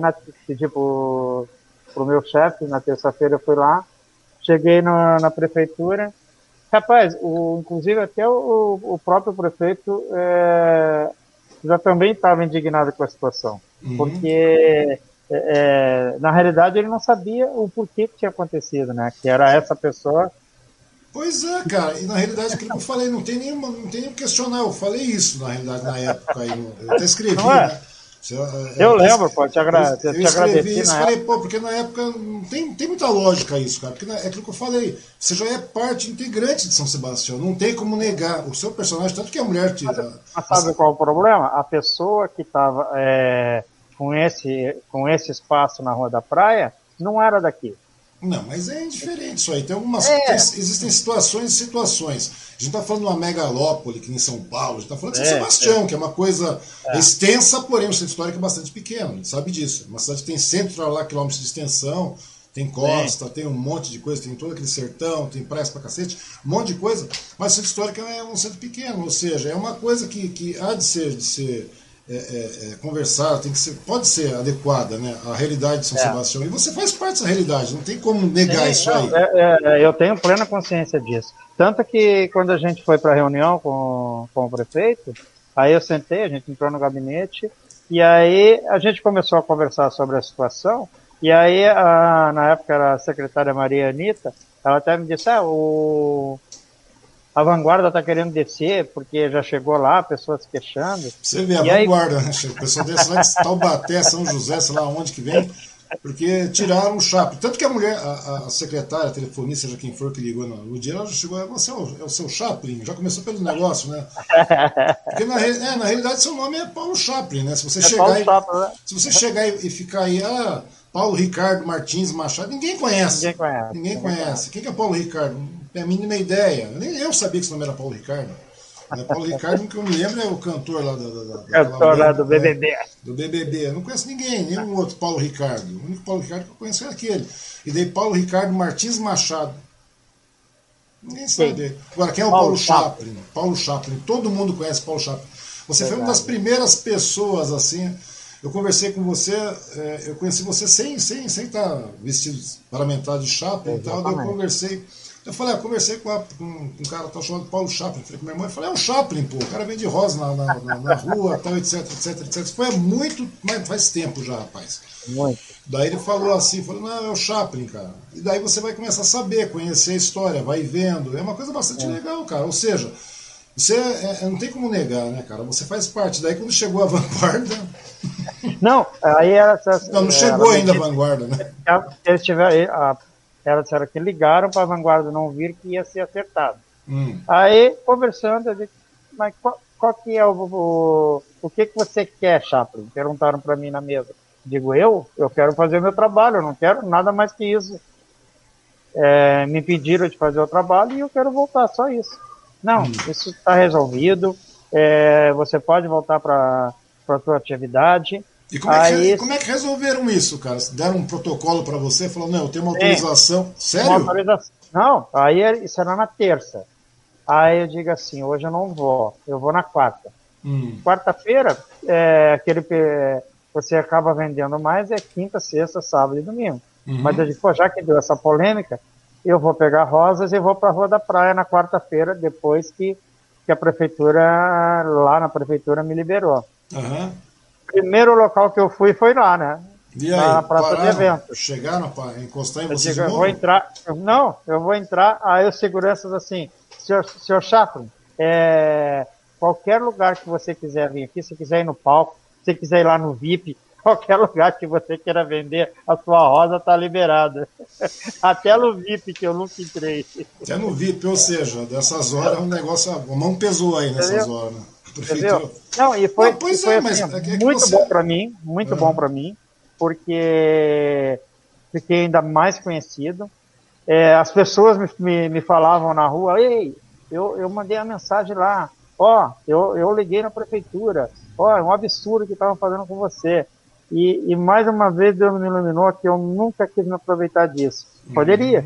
pro meu chefe, na terça-feira eu fui lá, cheguei na prefeitura. Rapaz, inclusive até o próprio prefeito já também estava indignado com a situação, porque na realidade ele não sabia o porquê que tinha acontecido, né? Que era essa pessoa. Pois é, cara, e na realidade aquilo que eu falei, não tem nem o que questionar, eu falei isso na realidade na época, eu até escrevi, né? Você, Eu lembro, pô, eu te escrevi agradeci isso e na falei, época. pô, porque na época não tem muita lógica isso, cara. Porque é aquilo que eu falei, você já é parte integrante de São Sebastião, não tem como negar. O seu personagem, tanto que a mulher. Mas sabe qual é o problema? A pessoa que estava com esse espaço na Rua da Praia não era daqui. Não, mas é indiferente isso aí. É, Existem situações e situações. A gente está falando de uma megalópole, que nem São Paulo, a gente está falando de São é, Sebastião, que é uma coisa é. extensa, porém um centro histórico é bastante pequeno, a gente sabe disso. Uma cidade que tem 100 quilômetros de extensão, tem costa, tem um monte de coisa, tem todo aquele sertão, tem praias pra cacete, um monte de coisa, mas o centro histórico é um centro pequeno, ou seja, é uma coisa que há de ser conversar, pode ser adequada, né, à realidade de São Sebastião. E você faz parte dessa realidade, não tem como negar isso aí. Eu tenho plena consciência disso. Tanto que quando a gente foi para a reunião com o prefeito, aí eu sentei, a gente entrou no gabinete, e aí a gente começou a conversar sobre a situação, e aí, na época, era a secretária Maria Anitta, ela até me disse, a vanguarda está querendo descer, porque já chegou lá, pessoas se queixando. Você vê, a vanguarda, né? O pessoal desce lá de Taubaté, São José, sei lá onde que vem, porque tiraram o Chaplin. Tanto que a mulher, a secretária, a telefonista, seja quem for que ligou no dia, ela já chegou, você é o seu Chaplin? Já começou pelo negócio, né? Porque na realidade seu nome é Paulo Chaplin, né? Se você chegar e ficar aí, Paulo Ricardo Martins Machado, ninguém conhece. Ninguém conhece. Quem que é Paulo Ricardo? Não tem a mínima ideia. Nem eu sabia que esse nome era Paulo Ricardo. Paulo Ricardo, o que eu me lembro é o cantor lá do BBB. Do BBB. Eu não conheço ninguém, nenhum outro Paulo Ricardo. O único Paulo Ricardo que eu conheço é aquele. E daí Paulo Ricardo Martins Machado. Ninguém sabe. Agora, quem é o Paulo Chaplin? Paulo Chaplin. Todo mundo conhece Paulo Chaplin. Você foi uma das primeiras pessoas, assim. Eu conversei com você, eu conheci você sem estar vestido paramentado de Chaplin e tal. Daí eu conversei com um cara tal chamado Paulo Chaplin. Falei com minha irmã, falei, é o Chaplin, pô, o cara vende rosa na rua, tal, etc. Isso foi muito, mas faz tempo já, rapaz. Muito. Daí ele falou assim, não, é o Chaplin, cara. E daí você vai começar a saber, conhecer a história, vai vendo. É uma coisa bastante legal, cara. Ou seja, você não tem como negar, né, cara? Você faz parte. Daí quando chegou a vanguarda. Não, aí era. Não chegou ainda a vanguarda, né? Eles tiveram. Elas disseram que ligaram para a vanguarda não vir, que ia ser acertado. Aí, conversando, eu disse, mas qual que é o que você quer, Chaplin? Perguntaram para mim na mesa. Digo, eu quero fazer o meu trabalho, eu não quero nada mais que isso. Me pediram de fazer o trabalho e eu quero voltar, só isso. Não, isso está resolvido, você pode voltar para a sua atividade. E como é que resolveram isso, cara? Deram um protocolo para você, falou, não, eu tenho uma autorização. Sério? Uma autorização. Não, aí isso era na terça. Aí eu digo assim, hoje eu não vou, eu vou na quarta. Quarta-feira, você acaba vendendo mais, quinta, sexta, sábado e domingo. Mas eu digo, já que deu essa polêmica, eu vou pegar rosas e vou para a Rua da Praia na quarta-feira, depois que a prefeitura, lá na prefeitura, me liberou. Primeiro local que eu fui foi lá, né? E aí, na praça de eventos. Chegaram para encostar em você eu de novo? Vou entrar. Não, eu vou entrar. Aí os seguranças assim, senhor Chaplin, qualquer lugar que você quiser vir aqui, se quiser ir no palco, se quiser ir lá no VIP, qualquer lugar que você queira vender, a sua rosa está liberada. Até no VIP, que eu nunca entrei. Até no VIP, ou seja, dessas horas um negócio, a mão pesou aí nessas horas, né? Entendeu? Não, e foi muito bom para mim, muito bom para mim, porque fiquei ainda mais conhecido. As pessoas me falavam na rua, ei, eu mandei a mensagem lá, eu liguei na prefeitura, é um absurdo que estavam fazendo com você. E mais uma vez Deus me iluminou que eu nunca quis me aproveitar disso. Poderia.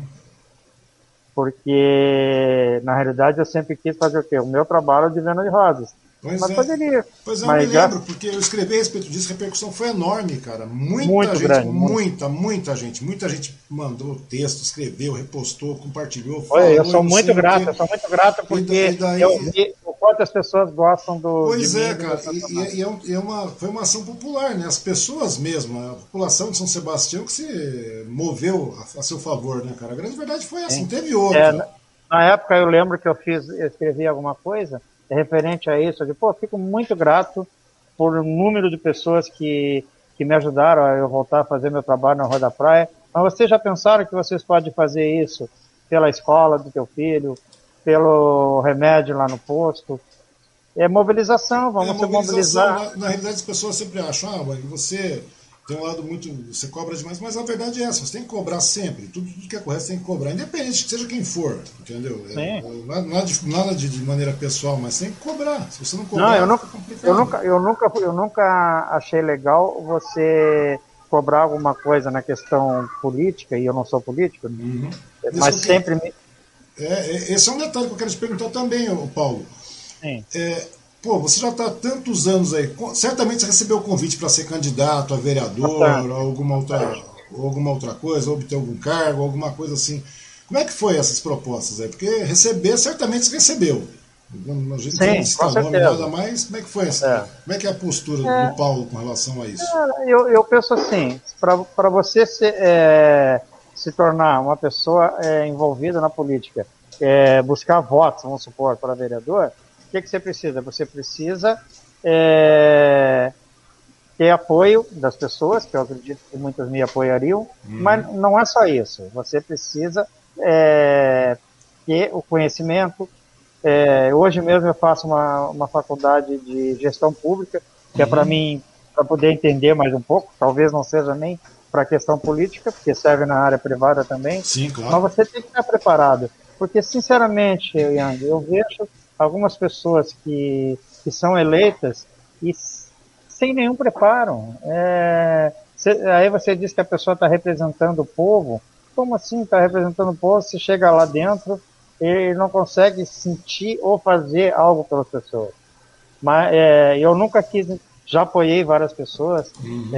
Porque, na realidade, eu sempre quis fazer o quê? O meu trabalho de venda de rosas. Mas poderia. Pois é, eu me lembro, porque eu escrevi a respeito disso, a repercussão foi enorme, cara. Muita gente mandou texto, escreveu, repostou, compartilhou. Falou, eu sou muito grato porque eu vi o quanto as pessoas gostam do. Pois é, cara, foi uma ação popular, né? As pessoas mesmo, a população de São Sebastião que se moveu a seu favor, né, cara? A grande verdade foi essa, não teve outra. Na época eu lembro que eu escrevi alguma coisa referente a isso, eu digo, fico muito grato por um número de pessoas que me ajudaram a eu voltar a fazer meu trabalho na Rua da Praia. Mas vocês já pensaram que vocês podem fazer isso pela escola do teu filho, pelo remédio lá no posto? É mobilização, vamos se mobilizar. Na realidade, as pessoas sempre acham, você tem um lado muito, você cobra demais, mas a verdade é essa, você tem que cobrar sempre, tudo que é correto você tem que cobrar, independente que seja quem for, entendeu? Nada de maneira pessoal, mas tem que cobrar, se você não cobrar, eu nunca achei legal você cobrar alguma coisa na questão política, e eu não sou político, mas sempre esse é um detalhe que eu quero te perguntar também, Paulo. Sim. Você já está há tantos anos aí, certamente você recebeu o convite para ser candidato a vereador, alguma outra coisa, obter algum cargo, alguma coisa assim. Como é que foi essas propostas aí? Porque receber, certamente você recebeu. A gente não cita nome, nada mais. Como é que foi essa? Como é que é a postura do Paulo com relação a isso? Eu penso assim, para você se tornar uma pessoa envolvida na política, buscar votos, vamos supor, para vereador, o que você precisa? Você precisa ter apoio das pessoas, que eu acredito que muitas me apoiariam, mas não é só isso. Você precisa ter o conhecimento. Hoje mesmo eu faço uma faculdade de gestão pública, que é para mim, para poder entender mais um pouco, talvez não seja nem para a questão política, porque serve na área privada também. Sim, claro. Mas você tem que estar preparado, porque sinceramente, Yang, eu vejo algumas pessoas que são eleitas e sem nenhum preparo. Aí você diz que a pessoa está representando o povo. Como assim está representando o povo? Se chega lá dentro, ele não consegue sentir ou fazer algo pelas pessoas. Mas eu nunca quis, já apoiei várias pessoas,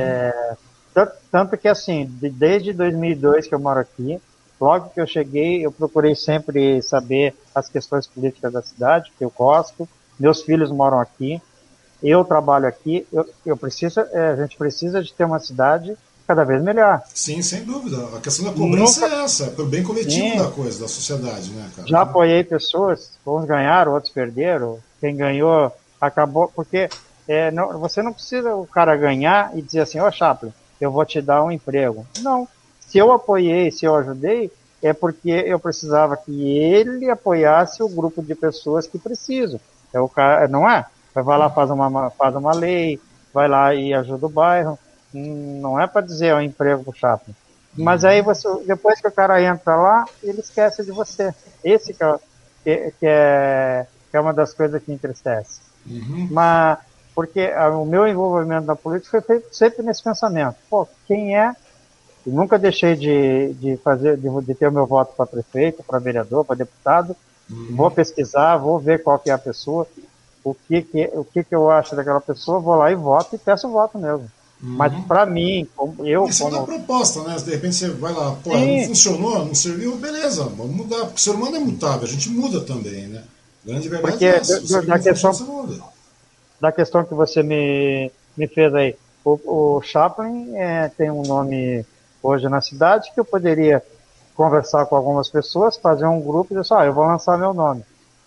tanto que assim, desde 2002 que eu moro aqui, logo que eu cheguei, eu procurei sempre saber as questões políticas da cidade, que eu gosto. Meus filhos moram aqui, eu trabalho aqui. A gente precisa de ter uma cidade cada vez melhor. Sim, sem dúvida. A questão da cobrança é essa, é pelo bem coletivo da coisa, da sociedade, né, cara? Já apoiei pessoas, uns ganharam, outros perderam. Quem ganhou acabou, porque você não precisa o cara ganhar e dizer assim, Chaplin, eu vou te dar um emprego. Não. Se eu apoiei, se eu ajudei, é porque eu precisava que ele apoiasse o grupo de pessoas que precisam. O cara, não é? Vai lá, faz uma lei, vai lá e ajuda o bairro. Não é para dizer um emprego pro Chaplin. Mas aí depois que o cara entra lá, ele esquece de você. Esse que é uma das coisas que entristece. Mas porque o meu envolvimento na política foi feito sempre nesse pensamento. Quem é? Eu nunca deixei de ter o meu voto para prefeito, para vereador, para deputado. Vou pesquisar, vou ver qual que é a pessoa, o que eu acho daquela pessoa, vou lá e voto e peço voto mesmo. Mas para mim, Isso é uma proposta, né? De repente você vai lá, não funcionou, não serviu, beleza, vamos mudar, porque o ser humano é mutável, a gente muda também, né? A grande verdade é essa, você muda. Da questão que você me fez aí, o Chaplin tem um nome hoje na cidade que eu poderia conversar com algumas pessoas, fazer um grupo e dizer, eu vou lançar meu nome.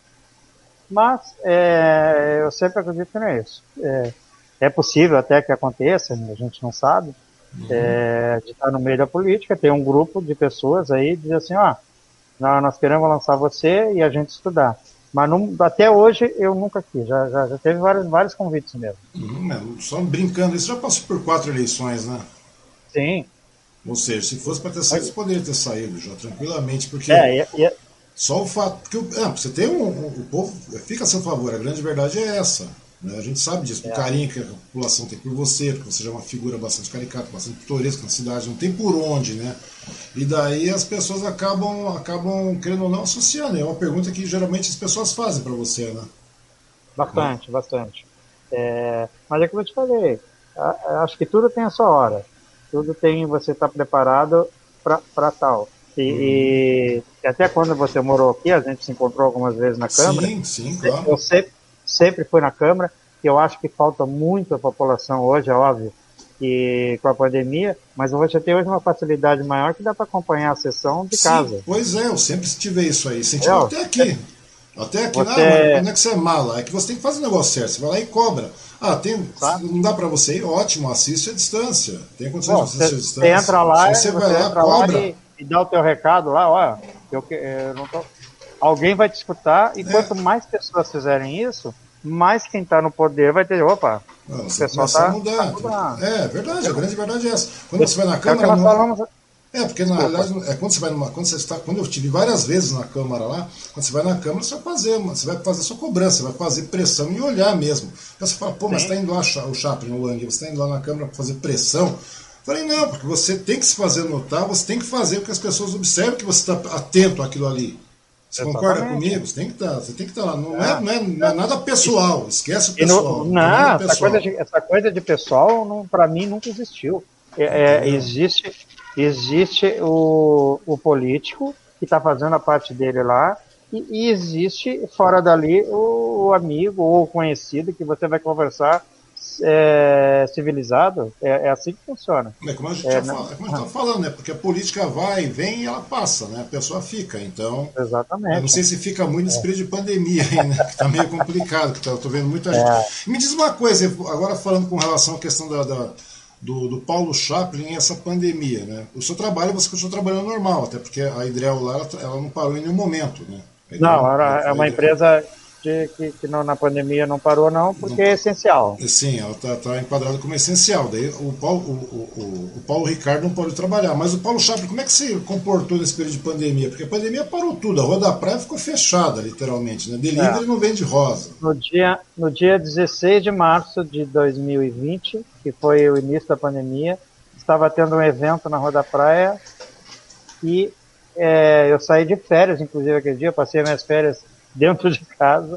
Mas eu sempre acredito que não é isso. É possível até que aconteça, a gente não sabe, de estar no meio da política, ter um grupo de pessoas aí e dizer assim, nós queremos lançar você e a gente estudar. Mas até hoje eu nunca quis, já teve vários convites mesmo. Só brincando, isso já passou por 4 eleições, né? Sim. Ou seja, se fosse para ter saído, você poderia ter saído já tranquilamente, porque só o fato que você tem o povo fica a seu favor, a grande verdade é essa, né? A gente sabe disso, do carinho que a população tem por você, porque você já é uma figura bastante caricata, bastante pitoresca na cidade, não tem por onde, né? E daí as pessoas acabam querendo ou não associando. É uma pergunta que geralmente as pessoas fazem para você, né? Bastante. Mas é como eu te falei, acho que tudo tem a sua hora. Tudo tem, você está preparado para tal. E até quando você morou aqui, a gente se encontrou algumas vezes na Câmara. Sim, claro. Eu sempre fui na Câmara, e eu acho que falta muito a população hoje, é óbvio, que com a pandemia, mas você tem hoje uma facilidade maior que dá para acompanhar a sessão de casa. Pois eu sempre tive isso aí, senti até aqui. Até aqui, Você... não é que você é mala, é que você tem que fazer o negócio certo. Você vai lá e cobra. Não dá para você ir? Ótimo, assiste à distância. Tem condições de assistir à Você distância. entra lá, Você vai lá, entra lá cobra. e dá o teu recado lá, ó, eu não tô... Alguém vai te escutar e quanto mais pessoas fizerem isso, mais quem está no poder vai ter, opa, Não, o você pessoal começa a tá mudar. É verdade, a grande verdade é essa. Quando você vai na Câmara, nós falamos... porque na realidade, quando você vai quando eu estive várias vezes na Câmara lá, quando você vai na Câmara, você vai fazer sua cobrança, você vai fazer pressão e olhar mesmo. Aí você fala, pô, mas está indo lá o Chaplin, o Wang, você está indo lá na Câmara para fazer pressão. Eu falei, não, porque você tem que se fazer notar, você tem que fazer com que as pessoas observem que você está atento àquilo ali. Você concorda comigo? Você tem que estar lá. Não é nada pessoal, esquece o pessoal. Não, essa coisa de pessoal, para mim, nunca existiu. Existe o político que está fazendo a parte dele lá e existe fora dali o amigo ou o conhecido que você vai conversar civilizado. É assim que funciona. É como a gente está falando, né? Porque a política vai, vem e ela passa, né? A pessoa fica. Então, exatamente. Eu não sei se fica muito nesse período de pandemia aí, né? Que está meio complicado, que eu estou vendo muita gente. Me diz uma coisa, agora falando com relação à questão do Paulo Chaplin e essa pandemia, né? O seu trabalho, você continua trabalhando normal, até porque a Idrel lá, ela não parou em nenhum momento, né? Não, é uma empresa que na pandemia não parou não, porque é essencial. Sim, ela está enquadrada como essencial. Daí o Paulo Ricardo não pode trabalhar. Mas o Paulo Chaplin, como é que se comportou nesse período de pandemia? Porque a pandemia parou tudo, a Rua da Praia ficou fechada, literalmente, né? Delivery não vende rosa. No dia 16 de março de 2020, que foi o início da pandemia, estava tendo um evento na Rua da Praia e eu saí de férias, inclusive, aquele dia, passei minhas férias dentro de casa.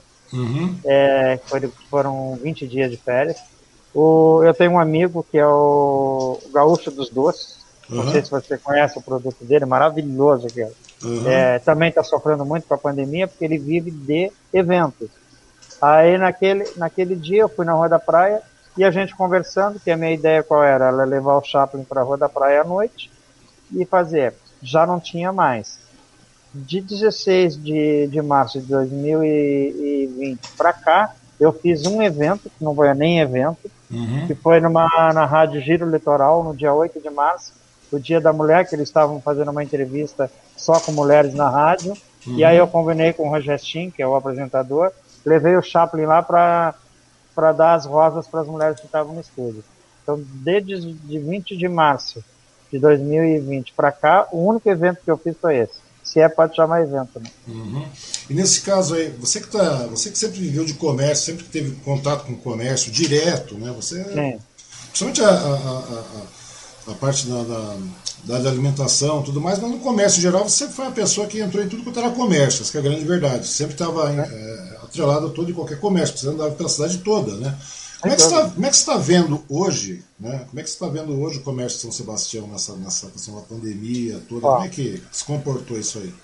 Foram 20 dias de férias. Eu tenho um amigo que é o Gaúcho dos Doces. Não sei se você conhece o produto dele, maravilhoso. Também está sofrendo muito com a pandemia, porque ele vive de eventos. Aí naquele dia eu fui na Rua da Praia e a gente conversando, que a minha ideia qual era? Ela levar o Chaplin para a Rua da Praia à noite e fazer. Já não tinha mais. De 16 de março de 2020 para cá, eu fiz um evento, que não foi nem evento, que foi na Rádio Giro Litoral, no dia 8 de março, o Dia da Mulher, que eles estavam fazendo uma entrevista só com mulheres na rádio, e aí eu combinei com o Rogestin, que é o apresentador, levei o Chaplin lá para dar as rosas para as mulheres que estavam no estúdio. Então, desde 20 de março de 2020 para cá, o único evento que eu fiz foi esse. Se pode chamar evento, né? E nesse caso aí, você que sempre viveu de comércio, sempre que teve contato com o comércio direto, né? Principalmente a parte da alimentação, tudo mais, mas no comércio em geral você foi uma pessoa que entrou em tudo quanto era comércio, essa que é a grande verdade. Sempre estava atrelado a todo e qualquer comércio, você andava pela cidade toda, né? Como é que você está vendo hoje, né? Como é que você está vendo hoje o comércio de São Sebastião nessa questão da pandemia toda? Como é que se comportou isso aí?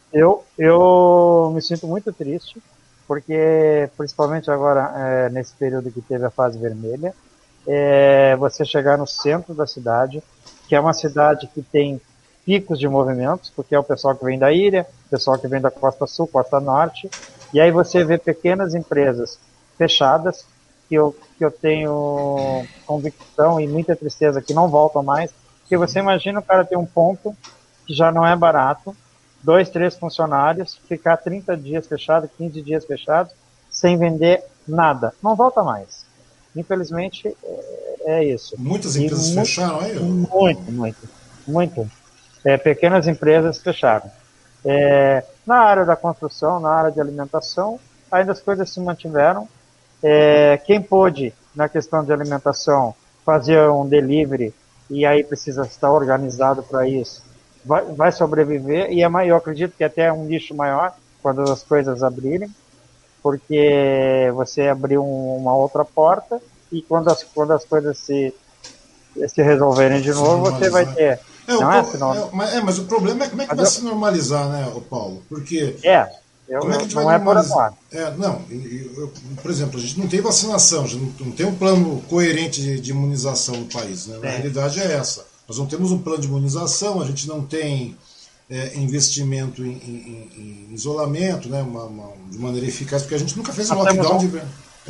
Eu me sinto muito triste, porque principalmente agora, nesse período que teve a fase vermelha, você chegar no centro da cidade, que é uma cidade que tem picos de movimentos, porque é o pessoal que vem da ilha, o pessoal que vem da Costa Sul, Costa Norte, e aí você vê pequenas empresas fechadas, que eu tenho convicção e muita tristeza que não voltam mais, porque você imagina o cara ter um ponto que já não é barato, 2, 3 funcionários, ficar 30 dias fechado, 15 dias fechado, sem vender nada. Não volta mais. Infelizmente, é isso. Muitas empresas fecharam aí? Muito. Pequenas empresas fecharam. Na área da construção, na área de alimentação, ainda as coisas se mantiveram. Quem pôde, na questão de alimentação, fazer um delivery e aí precisa estar organizado para isso, vai sobreviver, e eu acredito que até um nicho maior quando as coisas abrirem, porque você abriu uma outra porta e quando as coisas se resolverem de novo, você vai ter. Mas o problema é como é que vai se normalizar, né, Paulo? Porque como é que a gente vai normalizar? Por exemplo, a gente não tem vacinação, a gente não tem um plano coerente de imunização no país, né? A realidade é essa. Nós não temos um plano de imunização, a gente não tem investimento em isolamento, né, de maneira eficaz, porque a gente nunca fez um lockdown de...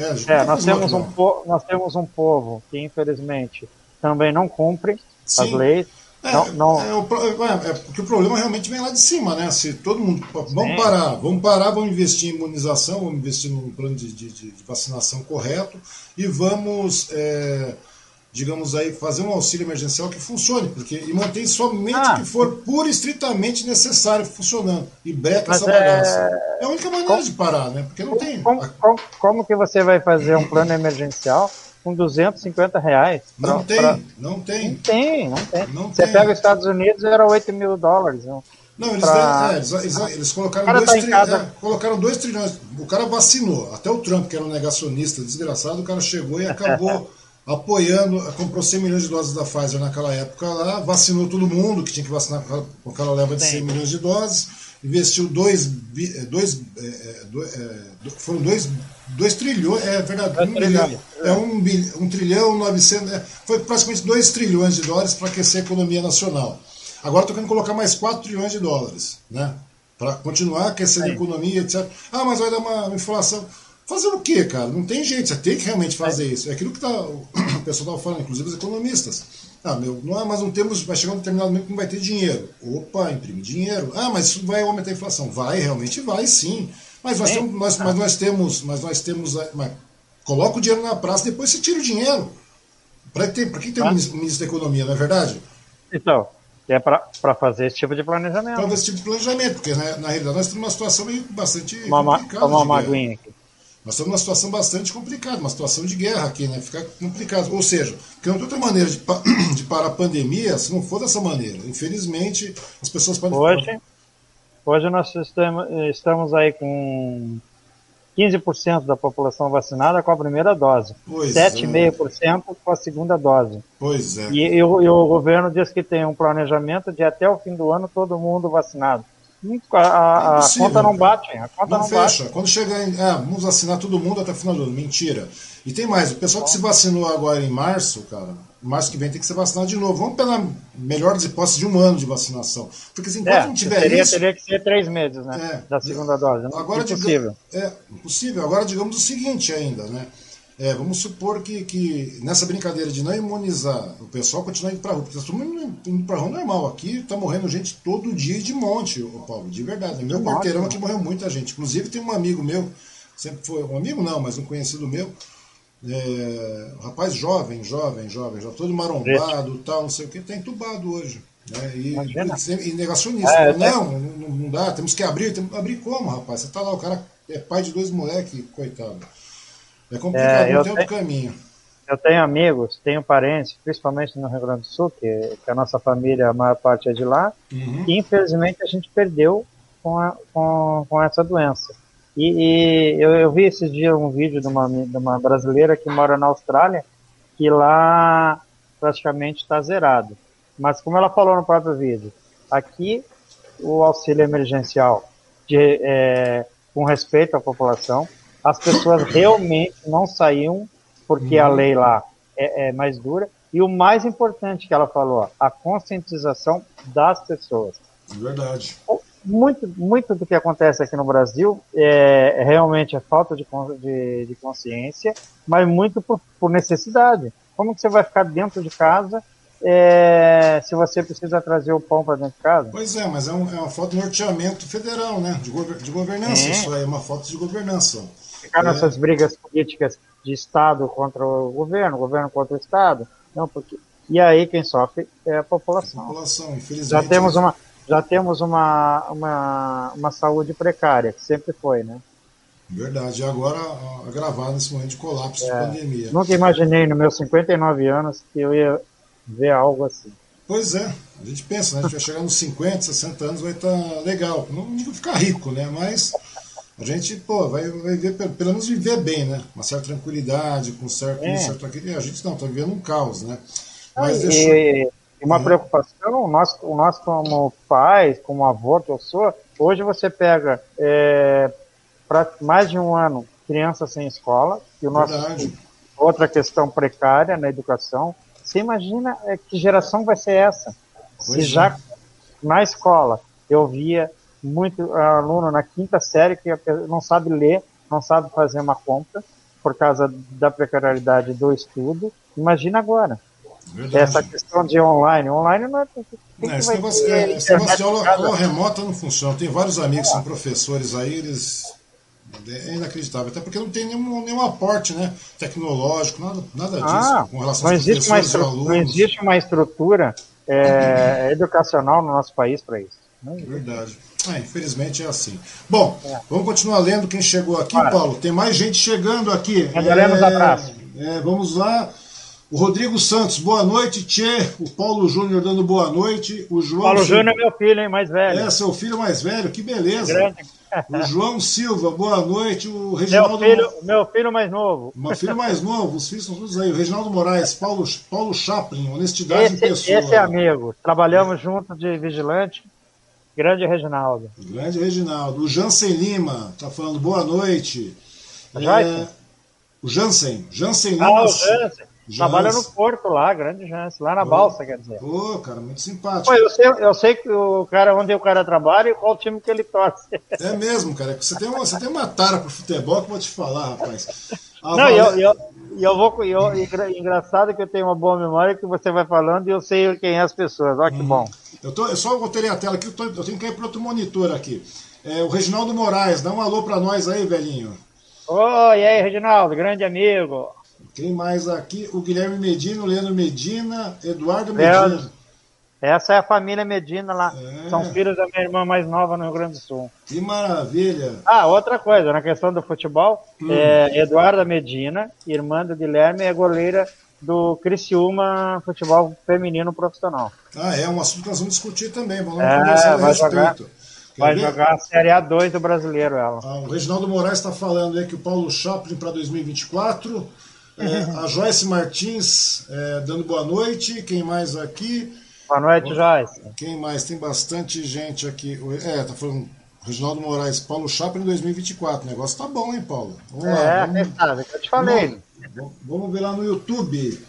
Nós temos um povo que, infelizmente, também não cumpre as leis. Porque o problema realmente vem lá de cima, né? Se todo mundo. Vamos parar, vamos investir em imunização, vamos investir num plano de vacinação correto e vamos, digamos aí, fazer um auxílio emergencial que funcione, e mantém somente o que for pura e estritamente necessário funcionando. E breca essa bagaça. É a única maneira de parar, né? Porque não tem. Como que você vai fazer um plano emergencial com R$250? Não tem. Você pega os Estados Unidos, era $8.000. Não, eles colocaram 2 trilhões. O cara vacinou. Até o Trump, que era um negacionista desgraçado, o cara chegou e acabou apoiando, comprou 100 milhões de doses da Pfizer naquela época lá, vacinou todo mundo que tinha que vacinar com aquela leva de 100 milhões de doses, investiu 2 trilhões, é verdade, 1 trilhão 900, foi praticamente 2 trilhões de dólares para aquecer a economia nacional. Agora estou querendo colocar mais 4 trilhões de dólares, né, para continuar aquecendo a economia, etc. Mas vai dar uma inflação. Fazer o quê, cara? Não tem jeito, você tem que realmente fazer isso. É aquilo que o pessoal estava falando, inclusive os economistas. Mas não temos, vai chegar um determinado momento que não vai ter dinheiro. Opa, imprime dinheiro. Mas isso vai aumentar a inflação. Realmente vai, sim. Mas nós temos. Coloca o dinheiro na praça, depois você tira o dinheiro. Para que tem um ministro da Economia, não é verdade? Então, é para fazer esse tipo de planejamento. Para fazer esse tipo de planejamento, porque na realidade nós temos uma situação meio bastante complicada. Uma aguinha aqui. Nós estamos numa situação bastante complicada, uma situação de guerra aqui, né? Fica complicado. Ou seja, porque não tem outra maneira de parar a pandemia se não for dessa maneira. Infelizmente, as pessoas podem... Hoje nós estamos aí com 15% da população vacinada com a primeira dose, 7,5% com a segunda dose. Pois é. E o governo diz que tem um planejamento de até o fim do ano todo mundo vacinado. A conta não bate. Não fecha. Bate. Quando chegar vamos vacinar todo mundo até o final do ano. Mentira. E tem mais, o pessoal que se vacinou agora em março, cara, março que vem tem que ser vacinado de novo. Vamos pela melhor das hipóteses de 1 ano de vacinação. Porque assim, enquanto não tiver isso... Teria que ser 3 meses, né? Da segunda dose. Agora, impossível. Impossível. Agora, digamos o seguinte ainda, né? Vamos supor que nessa brincadeira de não imunizar, o pessoal continua indo pra rua, porque todo mundo indo pra rua normal. Aqui tá morrendo gente todo dia de monte, Paulo, de verdade. No meu quarteirão aqui morreu muita gente. Inclusive tem um amigo meu, sempre foi, um amigo não, mas um conhecido meu, um rapaz jovem, todo marombado, tal, não sei o que, tá entubado hoje. Né? E negacionista. Não dá, temos que abrir como, rapaz? Você tá lá, o cara é pai de 2 moleques, coitado. É complicado, não tem outro caminho. Eu tenho amigos, tenho parentes, principalmente no Rio Grande do Sul, que a nossa família, a maior parte é de lá, e infelizmente a gente perdeu com essa doença. E eu vi esses dias um vídeo de uma brasileira que mora na Austrália, que lá praticamente está zerado. Mas como ela falou no próprio vídeo, aqui o auxílio emergencial com respeito à população, as pessoas realmente não saíam porque a lei lá é mais dura. E o mais importante que ela falou, a conscientização das pessoas. Verdade. Muito do que acontece aqui no Brasil realmente é falta de consciência, mas muito por necessidade. Como que você vai ficar dentro de casa se você precisa trazer o pão para dentro de casa? Pois é, mas é uma falta de norteamento federal, né? De governança. Isso aí é uma falta de governança. Ficar nessas brigas políticas de Estado contra o governo contra o Estado. Não, e aí quem sofre é a população. Infelizmente. Já temos uma saúde precária, que sempre foi, né? Verdade, e agora agravado nesse momento de colapso de pandemia. Nunca imaginei, nos meus 59 anos, que eu ia ver algo assim. Pois é, a gente pensa, né? A gente vai chegar nos 50, 60 anos, vai estar legal. Não digo ficar rico, né? Mas a gente, vai ver, pelo menos viver bem, né? Uma certa tranquilidade, com certo aquilo. A gente não, está vivendo um caos, né? Mas e uma preocupação, nós como pais, como avô que eu sou, hoje você pega para mais de 1 ano crianças sem escola, e outra questão precária na educação. Você imagina que geração vai ser essa? Se já na escola eu via muito aluno na quinta série que não sabe ler, não sabe fazer uma conta por causa da precariedade do estudo. Imagina agora. Verdade. Essa questão de online. Online não é... Esse negócio de aula remota não funciona. Tem vários amigos que são professores aí, eles... É inacreditável, até porque não tem nenhum aporte, né, tecnológico, nada disso com relação aos professores e alunos. Não existe uma estrutura educacional no nosso país para isso. Verdade. Infelizmente é assim. Bom, vamos continuar lendo quem chegou aqui, Paulo. Tem mais gente chegando aqui. Mandaremos abraço. Vamos lá. O Rodrigo Santos, boa noite, Tchê. O Paulo Júnior dando boa noite. O João Paulo Júnior é meu filho, hein, mais velho. Seu filho mais velho, que beleza. Grande. O João Silva, boa noite. O Reginaldo... Meu filho mais novo. Meu filho mais novo, os filhos são todos aí. O Reginaldo Moraes, Paulo Chaplin, honestidade em pessoa. Esse é amigo. Trabalhamos juntos de vigilante. Grande Reginaldo. Grande Reginaldo. O Jansen Lima tá falando boa noite. O Jansen Lima. O Jansen. Trabalha no Porto lá, grande Jansen, lá na Balsa, quer dizer. Cara, muito simpático. Eu sei que onde o cara trabalha e qual time que ele torce. É mesmo, cara. Você tem uma tara pro futebol que eu vou te falar, rapaz. Engraçado que eu tenho uma boa memória que você vai falando e eu sei quem é as pessoas. Olha que bom. Eu só voltei a tela aqui, eu tenho que ir para outro monitor aqui. O Reginaldo Moraes, dá um alô para nós aí, velhinho. E aí, Reginaldo, grande amigo. Quem mais aqui? O Guilherme Medina, o Leandro Medina, Eduardo Medina. Essa é a família Medina lá. São filhos da minha irmã mais nova no Rio Grande do Sul. Que maravilha. Outra coisa, na questão do futebol, Eduarda Medina, irmã do Guilherme, é goleira do Criciúma Futebol Feminino Profissional. É um assunto que nós vamos discutir também. Vamos conversar a respeito. Vai jogar a Série A2 do Brasileiro, ela. O Reginaldo Moraes está falando aí que o Paulo Chaplin para 2024. A Joyce Martins dando boa noite. Quem mais aqui? Boa noite, Joyce. Quem mais? Tem bastante gente aqui. Tá falando Reginaldo Moraes, Paulo Chaplin em 2024. O negócio tá bom, hein, Paulo? Vamos lá. Quem sabe, que eu te falei. Vamos ver lá no YouTube.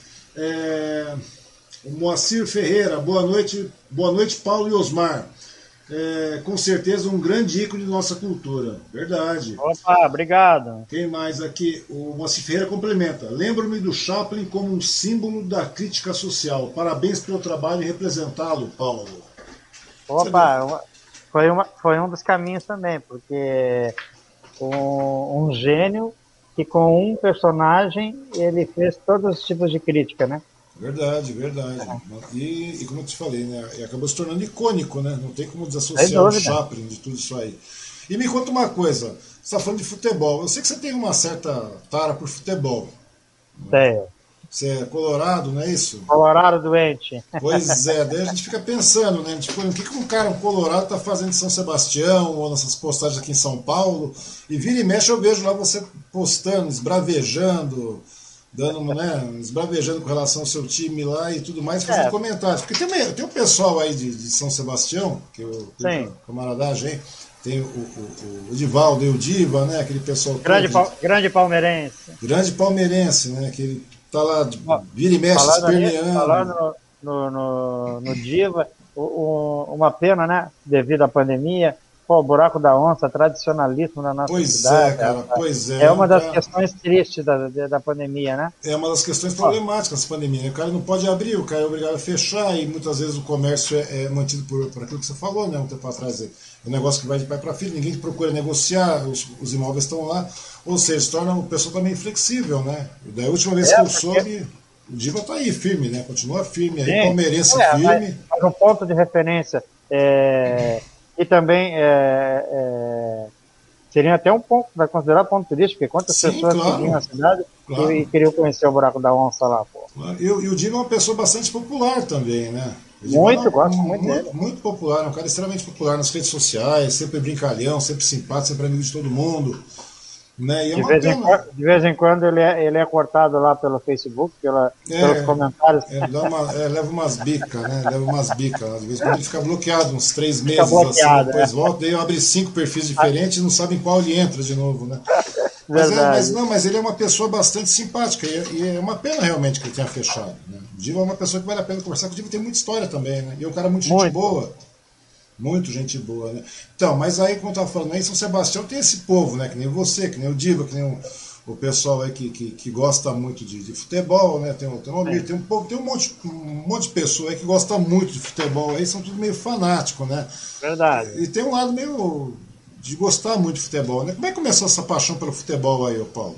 O Moacir Ferreira, boa noite, Paulo e Osmar. Com certeza um grande ícone de nossa cultura. Verdade. Opa, obrigado. Quem mais aqui? O Moacir Ferreira complementa. Lembro-me do Chaplin como um símbolo da crítica social. Parabéns pelo trabalho em representá-lo, Paulo. Opa, foi um dos caminhos também, porque um gênio que com um personagem ele fez todos os tipos de crítica, né? Verdade. E como eu te falei, né? E acabou se tornando icônico, né? Não tem como desassociar o Chaplin de tudo isso aí. E me conta uma coisa, você está falando de futebol. Eu sei que você tem uma certa tara por futebol. Tenho. Você é colorado, não é isso? Colorado doente. Pois é, daí a gente fica pensando, né? Tipo, o que um colorado está fazendo em São Sebastião, ou nessas postagens aqui em São Paulo, e vira e mexe eu vejo lá você postando, esbravejando, esbravejando com relação ao seu time lá e tudo mais, fazendo comentários. Porque tem um pessoal aí de São Sebastião, que eu tenho camaradagem aí, tem o Divaldo e o Diva, né? Aquele pessoal grande palmeirense. Grande palmeirense, né? Que ele tá lá, vira e mexe, esperneando. Falando no Diva, uma pena, né? Devido à pandemia, o buraco da onça, tradicionalismo da nossa cidade. Pois é. É uma das questões tristes da pandemia, né? É uma das questões problemáticas dessa pandemia. Né? O cara não pode abrir, o cara é obrigado a fechar e muitas vezes o comércio é mantido por aquilo que você falou, né? Um tempo atrás. É um negócio que vai de pai para filho, ninguém procura negociar, os imóveis estão lá. Ou seja, se torna o pessoal também inflexível, né? Da última vez que eu soube, o Diva tá aí firme, né? Continua firme aí, palmeirense firme. Mas um ponto de referência e também seria até um ponto, vai considerar ponto turístico, porque quantas pessoas vinham na cidade e queriam conhecer o buraco da onça lá, pô. E o Diva é uma pessoa bastante popular também, né? Gosto muito dele. Muito popular, é um cara extremamente popular nas redes sociais, sempre brincalhão, sempre simpático, sempre amigo de todo mundo. Né? E de vez em quando ele é cortado lá pelo Facebook, pelos comentários. Leva umas bicas, né? De vez em quando ele fica bloqueado uns 3 meses, assim, depois volta, daí abre 5 perfis diferentes e não sabe em qual ele entra de novo, né? Mas ele é uma pessoa bastante simpática e é uma pena realmente que ele tenha fechado. Né? O Diva é uma pessoa que vale a pena conversar, porque o Diva tem muita história também, né? E é um cara muito gente boa. Muito gente boa, né? Então, mas aí, como eu estava falando, aí em São Sebastião tem esse povo, né? Que nem você, que nem o Diva, que nem o pessoal aí que gosta muito de futebol, né? Tem um amigo, tem um monte de pessoa aí que gosta muito de futebol aí, são tudo meio fanático, né? Verdade. E tem um lado meio de gostar muito de futebol, né? Como é que começou essa paixão pelo futebol aí, ô Paulo?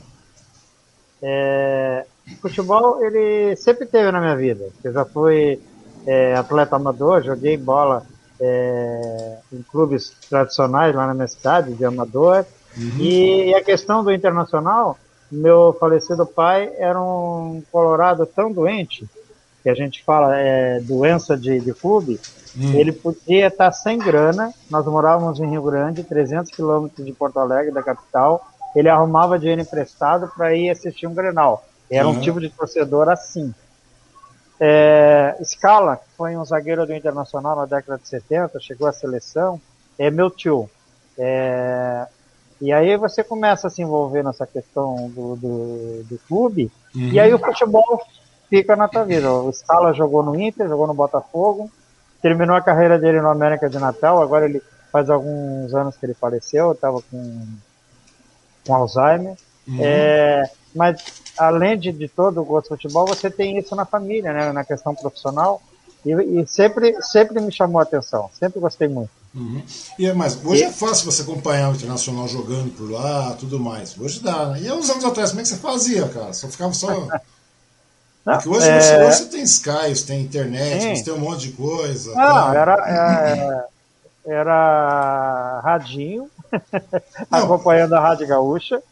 Futebol, ele sempre teve na minha vida. Eu já fui atleta amador, joguei bola em clubes tradicionais lá na minha cidade, de amador. E a questão do internacional, meu falecido pai era um colorado tão doente, que a gente fala doença de clube, ele podia estar sem grana, nós morávamos em Rio Grande, 300 quilômetros de Porto Alegre, da capital, ele arrumava dinheiro emprestado para ir assistir um Grenal. Era um tipo de torcedor assim. Scala, que foi um zagueiro do Internacional na década de 70, chegou à seleção, é meu tio. E aí você começa a se envolver nessa questão do clube, e aí o futebol fica na tua vida. O Scala jogou no Inter, jogou no Botafogo, terminou a carreira dele no América de Natal, agora ele faz alguns anos que ele faleceu, estava com Alzheimer. Mas além de todo o gosto de futebol, você tem isso na família, né, na questão profissional, e sempre me chamou a atenção, sempre gostei muito. Mas hoje é fácil você acompanhar o Internacional jogando por lá, tudo mais. Hoje dá, né? E há uns anos atrás, como é que você fazia, cara? Só ficava só... Não, Porque hoje você tem Sky, você tem internet, sim. você tem um monte de coisa. Não, era radinho, acompanhando a Rádio Gaúcha.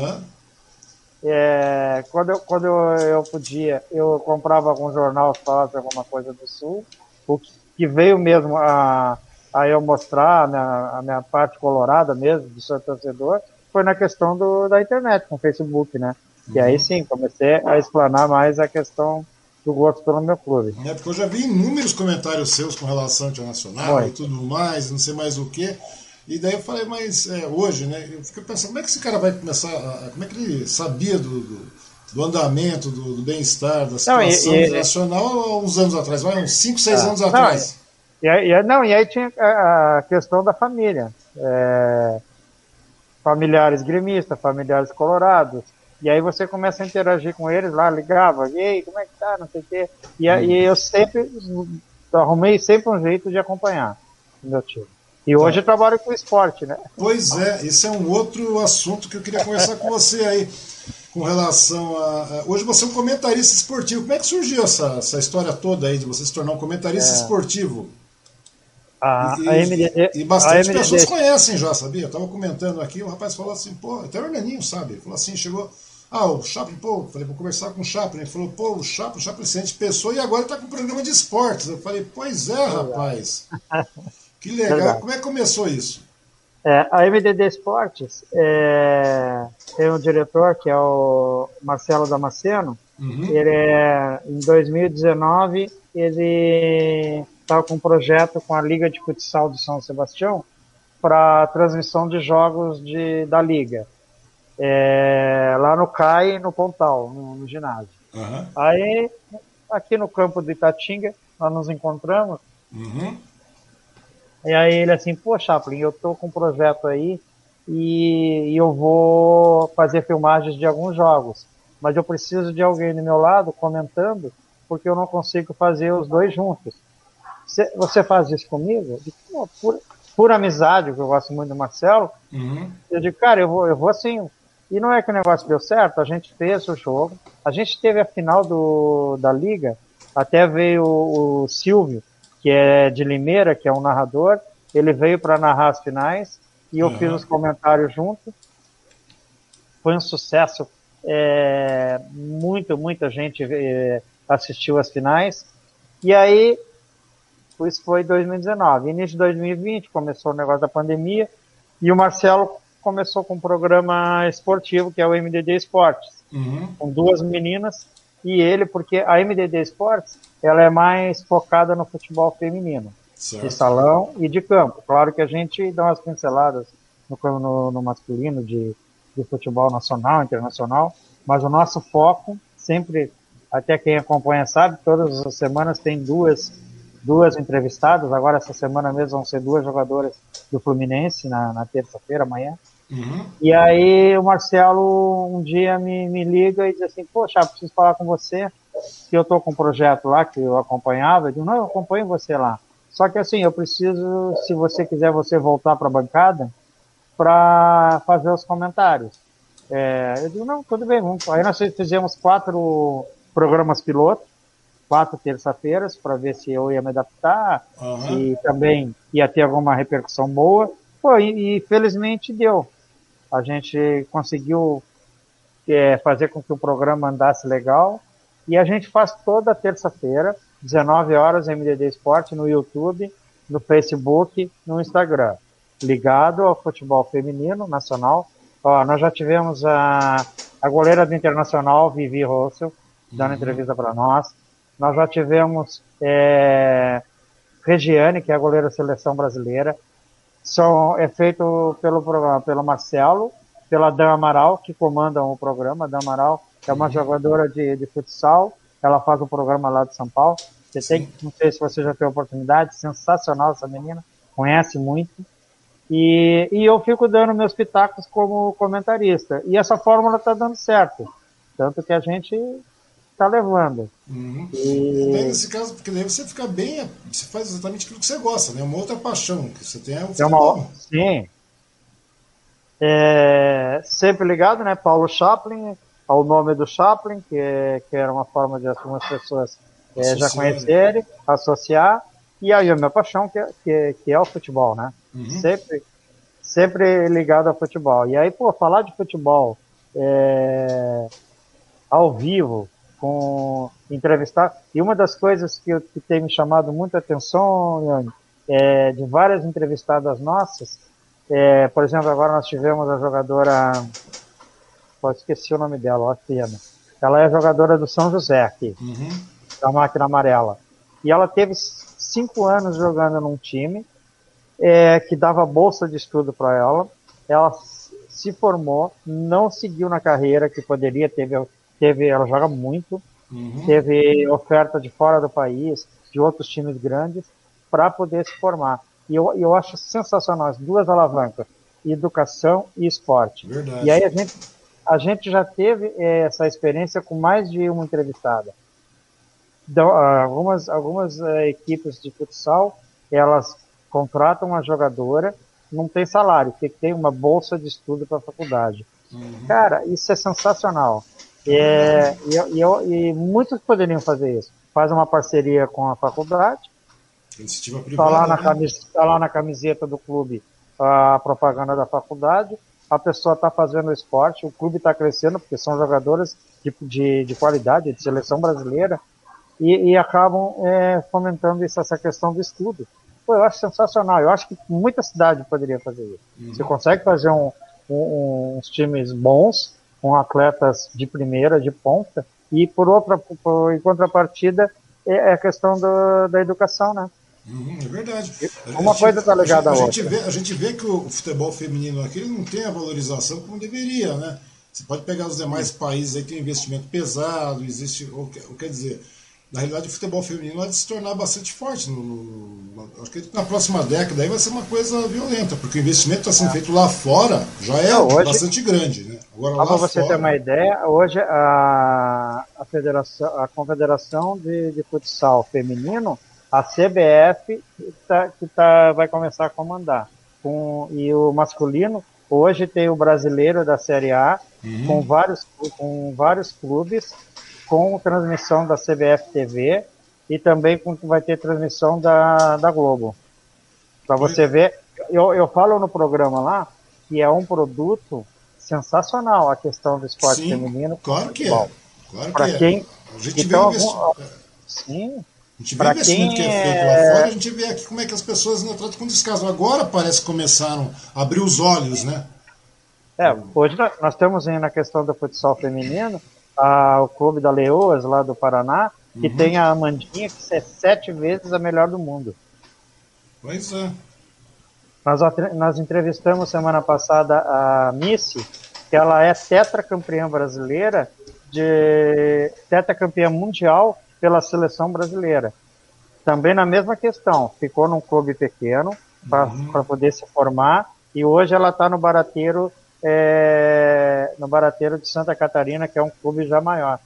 Quando eu podia, eu comprava algum jornal que falasse alguma coisa do Sul, o que veio mesmo a eu mostrar a minha parte colorada mesmo, de ser torcedor, foi na questão da internet, com o Facebook, né? E aí sim, comecei a explanar mais a questão do gosto pelo meu clube. Porque eu já vi inúmeros comentários seus com relação ao Internacional e tudo mais, não sei mais o que. E daí eu falei, mas hoje, né? Eu fiquei pensando, como é que esse cara vai começar como é que ele sabia do andamento, do bem-estar, da situação internacional há uns anos atrás, uns 5, 6 anos atrás? E aí tinha a questão da família. Familiares gremistas, familiares colorados. E aí você começa a interagir com eles lá, ligava, e aí, como é que tá, não sei o quê. E eu sempre arrumei sempre um jeito de acompanhar o meu time. E hoje eu trabalho com esporte, né? Pois esse é um outro assunto que eu queria conversar com você aí, com relação a... Hoje você é um comentarista esportivo. Como é que surgiu essa história toda aí de você se tornar um comentarista esportivo? E bastante pessoas conhecem já, sabia? Eu tava comentando aqui, o rapaz falou assim, pô, até o Hernaninho sabe, ele falou assim, chegou... o Chaplin, pô, falei, vou conversar com o Chaplin. Ele falou, pô, o Chaplin excelente pessoa e agora tá com um programa de esportes. Eu falei, pois rapaz... Que legal. Verdade. Como é que começou isso? A MDD Esportes tem um diretor que é o Marcelo Damasceno. Ele em 2019 ele estava com um projeto com a Liga de Futsal de São Sebastião para transmissão de jogos da Liga. Lá no CAI, no Pontal, no ginásio. Aí, aqui no campo de Itatinga, nós nos encontramos. E aí ele assim, pô, Chaplin, eu tô com um projeto aí e eu vou fazer filmagens de alguns jogos, mas eu preciso de alguém do meu lado comentando, porque eu não consigo fazer os dois juntos. Você faz isso comigo? Eu digo, por amizade, que eu gosto muito do Marcelo, eu digo, cara, eu vou assim. E não é que o negócio deu certo, a gente fez o jogo, a gente teve a final da Liga, até veio o Silvio, que é de Limeira, que é um narrador, ele veio para narrar as finais e eu fiz os comentários junto. Foi um sucesso, muita gente assistiu as finais. E aí, isso foi 2019. Início de 2020, começou o negócio da pandemia e o Marcelo começou com um programa esportivo, que é o MDD Esportes, com duas meninas e ele, porque a MDD Esportes ela é mais focada no futebol feminino, de salão e de campo. Claro que a gente dá umas pinceladas no masculino de futebol nacional, internacional, mas o nosso foco sempre, até quem acompanha sabe, todas as semanas tem duas duas entrevistadas. Agora, essa semana mesmo, vão ser duas jogadoras do Fluminense na terça-feira, amanhã. Uhum. E aí o Marcelo um dia me liga e diz assim, poxa, preciso falar com você, que eu estou com um projeto lá que eu acompanhava. Eu digo, não, eu acompanho você lá. Só que assim, eu preciso, se você quiser, você voltar para a bancada para fazer os comentários. Eu digo, não, tudo bem, vamos. Aí nós fizemos 4 programas pilotos, 4 terça-feiras, para ver se eu ia me adaptar, Uhum. e também ia ter alguma repercussão boa. Pô, e felizmente deu. A gente conseguiu fazer com que o programa andasse legal, e a gente faz toda terça-feira, 19 horas, MDD Esporte, no YouTube, no Facebook, no Instagram, ligado ao futebol feminino nacional. Ó, nós já tivemos a goleira do Internacional, Vivi Rossel, dando entrevista para nós. Nós já tivemos Regiane, que é a goleira da seleção brasileira. É feito pelo Marcelo, pela Dan Amaral, que comanda o programa. A Dan Amaral é uma jogadora de futsal, ela faz o programa lá de São Paulo. Não sei se você já teve a oportunidade, sensacional essa menina, conhece muito. E eu fico dando meus pitacos como comentarista. E essa fórmula está dando certo. Tanto que a gente está levando. Uhum. E daí, nesse caso, porque daí você fica bem, você faz exatamente aquilo que você gosta, né? Uma outra paixão que você tem é o futebol. Sim. Sempre ligado, né? Paulo Chaplin, ao nome do Chaplin, que era uma forma de algumas pessoas já conhecerem, associar. E aí a minha paixão, que é o futebol, né? Uhum. Sempre ligado ao futebol. E aí, pô, falar de futebol ao vivo, com entrevistar. E uma das coisas que tem me chamado muita atenção, Iane, de várias entrevistadas nossas, por exemplo, agora nós tivemos a jogadora, esqueci o nome dela, ó, pena. Ela é jogadora do São José aqui, da Máquina Amarela. E ela teve 5 anos jogando num time que dava bolsa de estudo para ela. Ela se formou, não seguiu na carreira que poderia, ela joga muito, teve oferta de fora do país, de outros times grandes, para poder se formar. E eu acho sensacional as duas alavancas, educação e esporte. Verdade. E aí a gente já teve essa experiência com mais de uma entrevistada. Então, algumas equipes de futsal, elas contratam uma jogadora, não tem salário, tem uma bolsa de estudo para a faculdade. Cara, isso é sensacional. E muitos poderiam fazer isso. Faz uma parceria com a faculdade, está lá na camiseta do clube a propaganda da faculdade, a pessoa está fazendo o esporte, o clube está crescendo, porque são jogadoras de qualidade, de seleção brasileira, e acabam fomentando essa questão do estudo. Pô, eu acho sensacional. Eu acho que muita cidade poderia fazer isso. Você consegue fazer uns times bons, com atletas de primeira, de ponta, e em contrapartida é a questão da educação, né? É verdade. Uma coisa está ligada à outra. A gente vê que o futebol feminino aqui não tem a valorização como deveria, né? Você pode pegar os demais países aí que tem investimento pesado, existe, ou quer dizer, na realidade o futebol feminino vai se tornar bastante forte. Acho que na próxima década aí vai ser uma coisa violenta, porque o investimento está sendo feito lá fora já é bastante grande, né? Agora para você ter uma ideia, hoje a Confederação de Futsal Feminino, a CBF, vai começar a comandar. E o masculino, hoje tem o brasileiro da Série A, com vários clubes, com transmissão da CBF TV e também vai ter transmissão da Globo. Para você ver, eu falo no programa lá que é um produto sensacional a questão do esporte feminino. Claro que é. Claro que quem, a gente então, vê sim. A gente vê o investimento que é feito lá fora, a gente vê aqui como é que as pessoas não tratam com descaso. Agora parece que começaram a abrir os olhos, né? Hoje nós temos aí na questão do futsal feminino o clube da Leoas, lá do Paraná, que tem a Amandinha, que é 7 vezes a melhor do mundo. Pois é. Nós entrevistamos semana passada a Missy, que ela é tetracampeã brasileira, tetracampeã mundial pela seleção brasileira. também na mesma questão, ficou num clube pequeno para poder se formar, e hoje ela está no Barateiro de Santa Catarina, que é um clube já maior.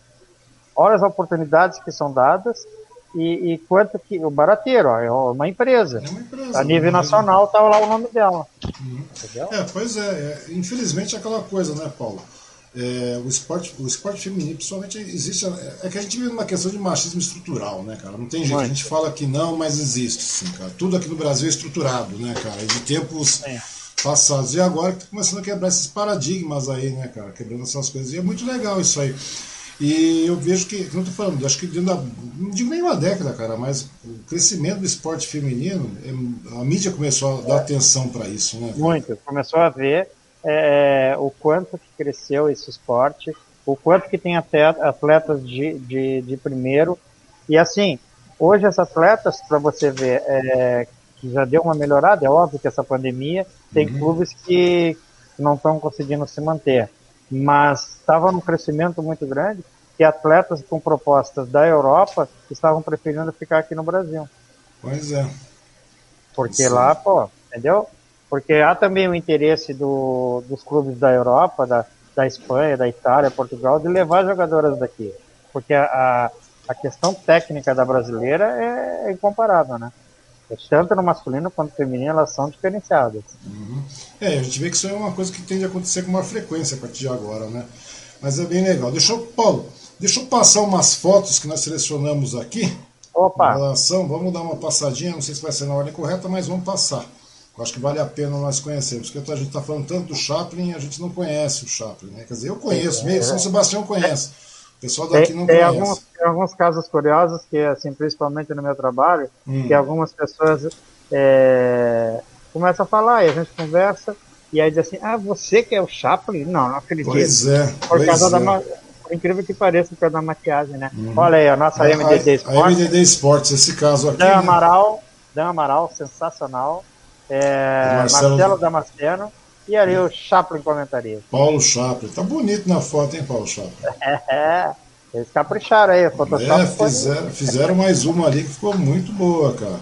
Olha as oportunidades que são dadas e quanto que o Barateiro, ó, é uma empresa. A nível nacional está lá o nome dela. Entendeu? Pois é. Infelizmente é aquela coisa, né, Paulo? O esporte feminino, principalmente, existe. É que a gente vive uma questão de machismo estrutural, né, cara? Não tem jeito. A gente fala que não, mas existe, sim, cara. Tudo aqui no Brasil é estruturado, né, cara? De tempos passados. E agora que tá começando a quebrar esses paradigmas aí, né, cara? Quebrando essas coisas. E é muito legal isso aí. E eu vejo que, não estou falando, acho que dentro da, não digo nem uma década, cara, mas o crescimento do esporte feminino, a mídia começou a dar atenção para isso, né? Muito, começou a ver o quanto que cresceu esse esporte, o quanto que tem atletas de primeiro, e assim, hoje esses atletas, para você ver, que já deu uma melhorada, é óbvio que essa pandemia, tem clubes que não estão conseguindo se manter, mas estava num crescimento muito grande que atletas com propostas da Europa estavam preferindo ficar aqui no Brasil. Pois é. Porque lá, entendeu? Porque há também o interesse dos clubes da Europa, da Espanha, da Itália, Portugal, de levar jogadoras daqui. Porque a questão técnica da brasileira é incomparável, né? Tanto no masculino quanto no feminino, elas são diferenciadas. A gente vê que isso é uma coisa que tende a acontecer com uma frequência a partir de agora, né? Mas é bem legal. Paulo, deixa eu passar umas fotos que nós selecionamos aqui. Opa! Vamos dar uma passadinha, não sei se vai ser na ordem correta, mas vamos passar. Eu acho que vale a pena nós conhecermos, porque a gente está falando tanto do Chaplin, a gente não conhece o Chaplin, né? Quer dizer, eu conheço, meio São Sebastião conhece. O pessoal daqui não conhece. Tem alguns casos curiosos que, assim, principalmente no meu trabalho, que algumas pessoas começam a falar e a gente conversa e aí diz assim, você que é o Chaplin? Não acredito. Pois é. Por incrível que pareça, por causa da maquiagem, né? Olha aí, a nossa MDD Sports. A MDD Sports, esse caso aqui. Dan Amaral, sensacional. Marcelo Damasceno. E ali o Chaplin comentaria. Paulo Chaplin. Tá bonito na foto, hein, Paulo Chaplin? Eles capricharam aí. Fizeram mais uma ali que ficou muito boa, cara.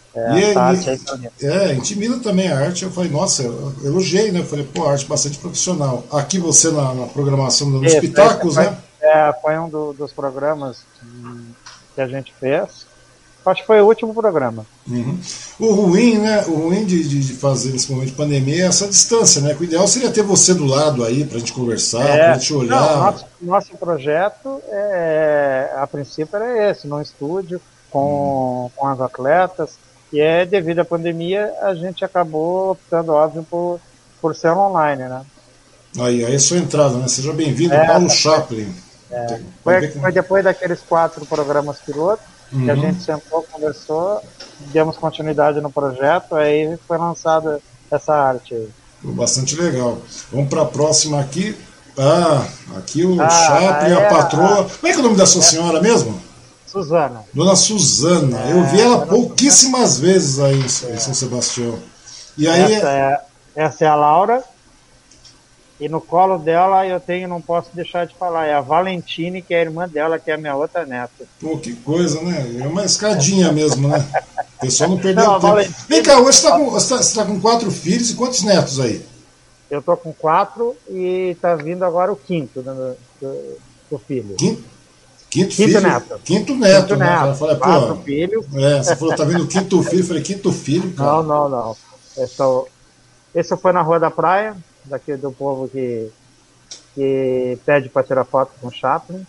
Intimida também a arte. Eu falei, nossa, eu elogiei, né? Eu falei, arte bastante profissional. Aqui você na programação dos Pitacos, né? Foi um dos programas que a gente fez. Acho que foi o último programa. O ruim, né? O ruim de fazer nesse momento de pandemia é essa distância, né? O ideal seria ter você do lado aí pra gente conversar, pra gente olhar. Nosso projeto, a princípio, era esse, num estúdio, com as atletas. E devido à pandemia, a gente acabou optando, óbvio, por ser online, né? Aí é sua entrada, né? Seja bem-vindo, Paulo Chaplin. Foi depois daqueles 4 programas pilotos que a gente sentou, conversou, demos continuidade no projeto, aí foi lançada essa arte aí. Bastante legal. Vamos para a próxima aqui. Aqui o Chaplin, a patroa. Como é que é o nome da sua senhora mesmo? Suzana. Dona Suzana. Eu vi ela pouquíssimas vezes aí em São Sebastião. E aí... Essa é a Laura. E no colo dela não posso deixar de falar, é a Valentine, que é a irmã dela, que é a minha outra neta. Pô, que coisa, né? É uma escadinha mesmo, né? O pessoal não perdeu tempo. Vem cá, hoje você tá com 4 filhos e quantos netos aí? Eu tô com 4 e tá vindo agora o 5º do filho. Quinto filho? Neto. Quinto neto, né? Eu falei, 4 filhos. Você falou, tá vendo o 5º filho? Eu falei, 5º filho, cara. Não. Esse foi na Rua da Praia, daqui do povo que pede para tirar foto com o Chaplin.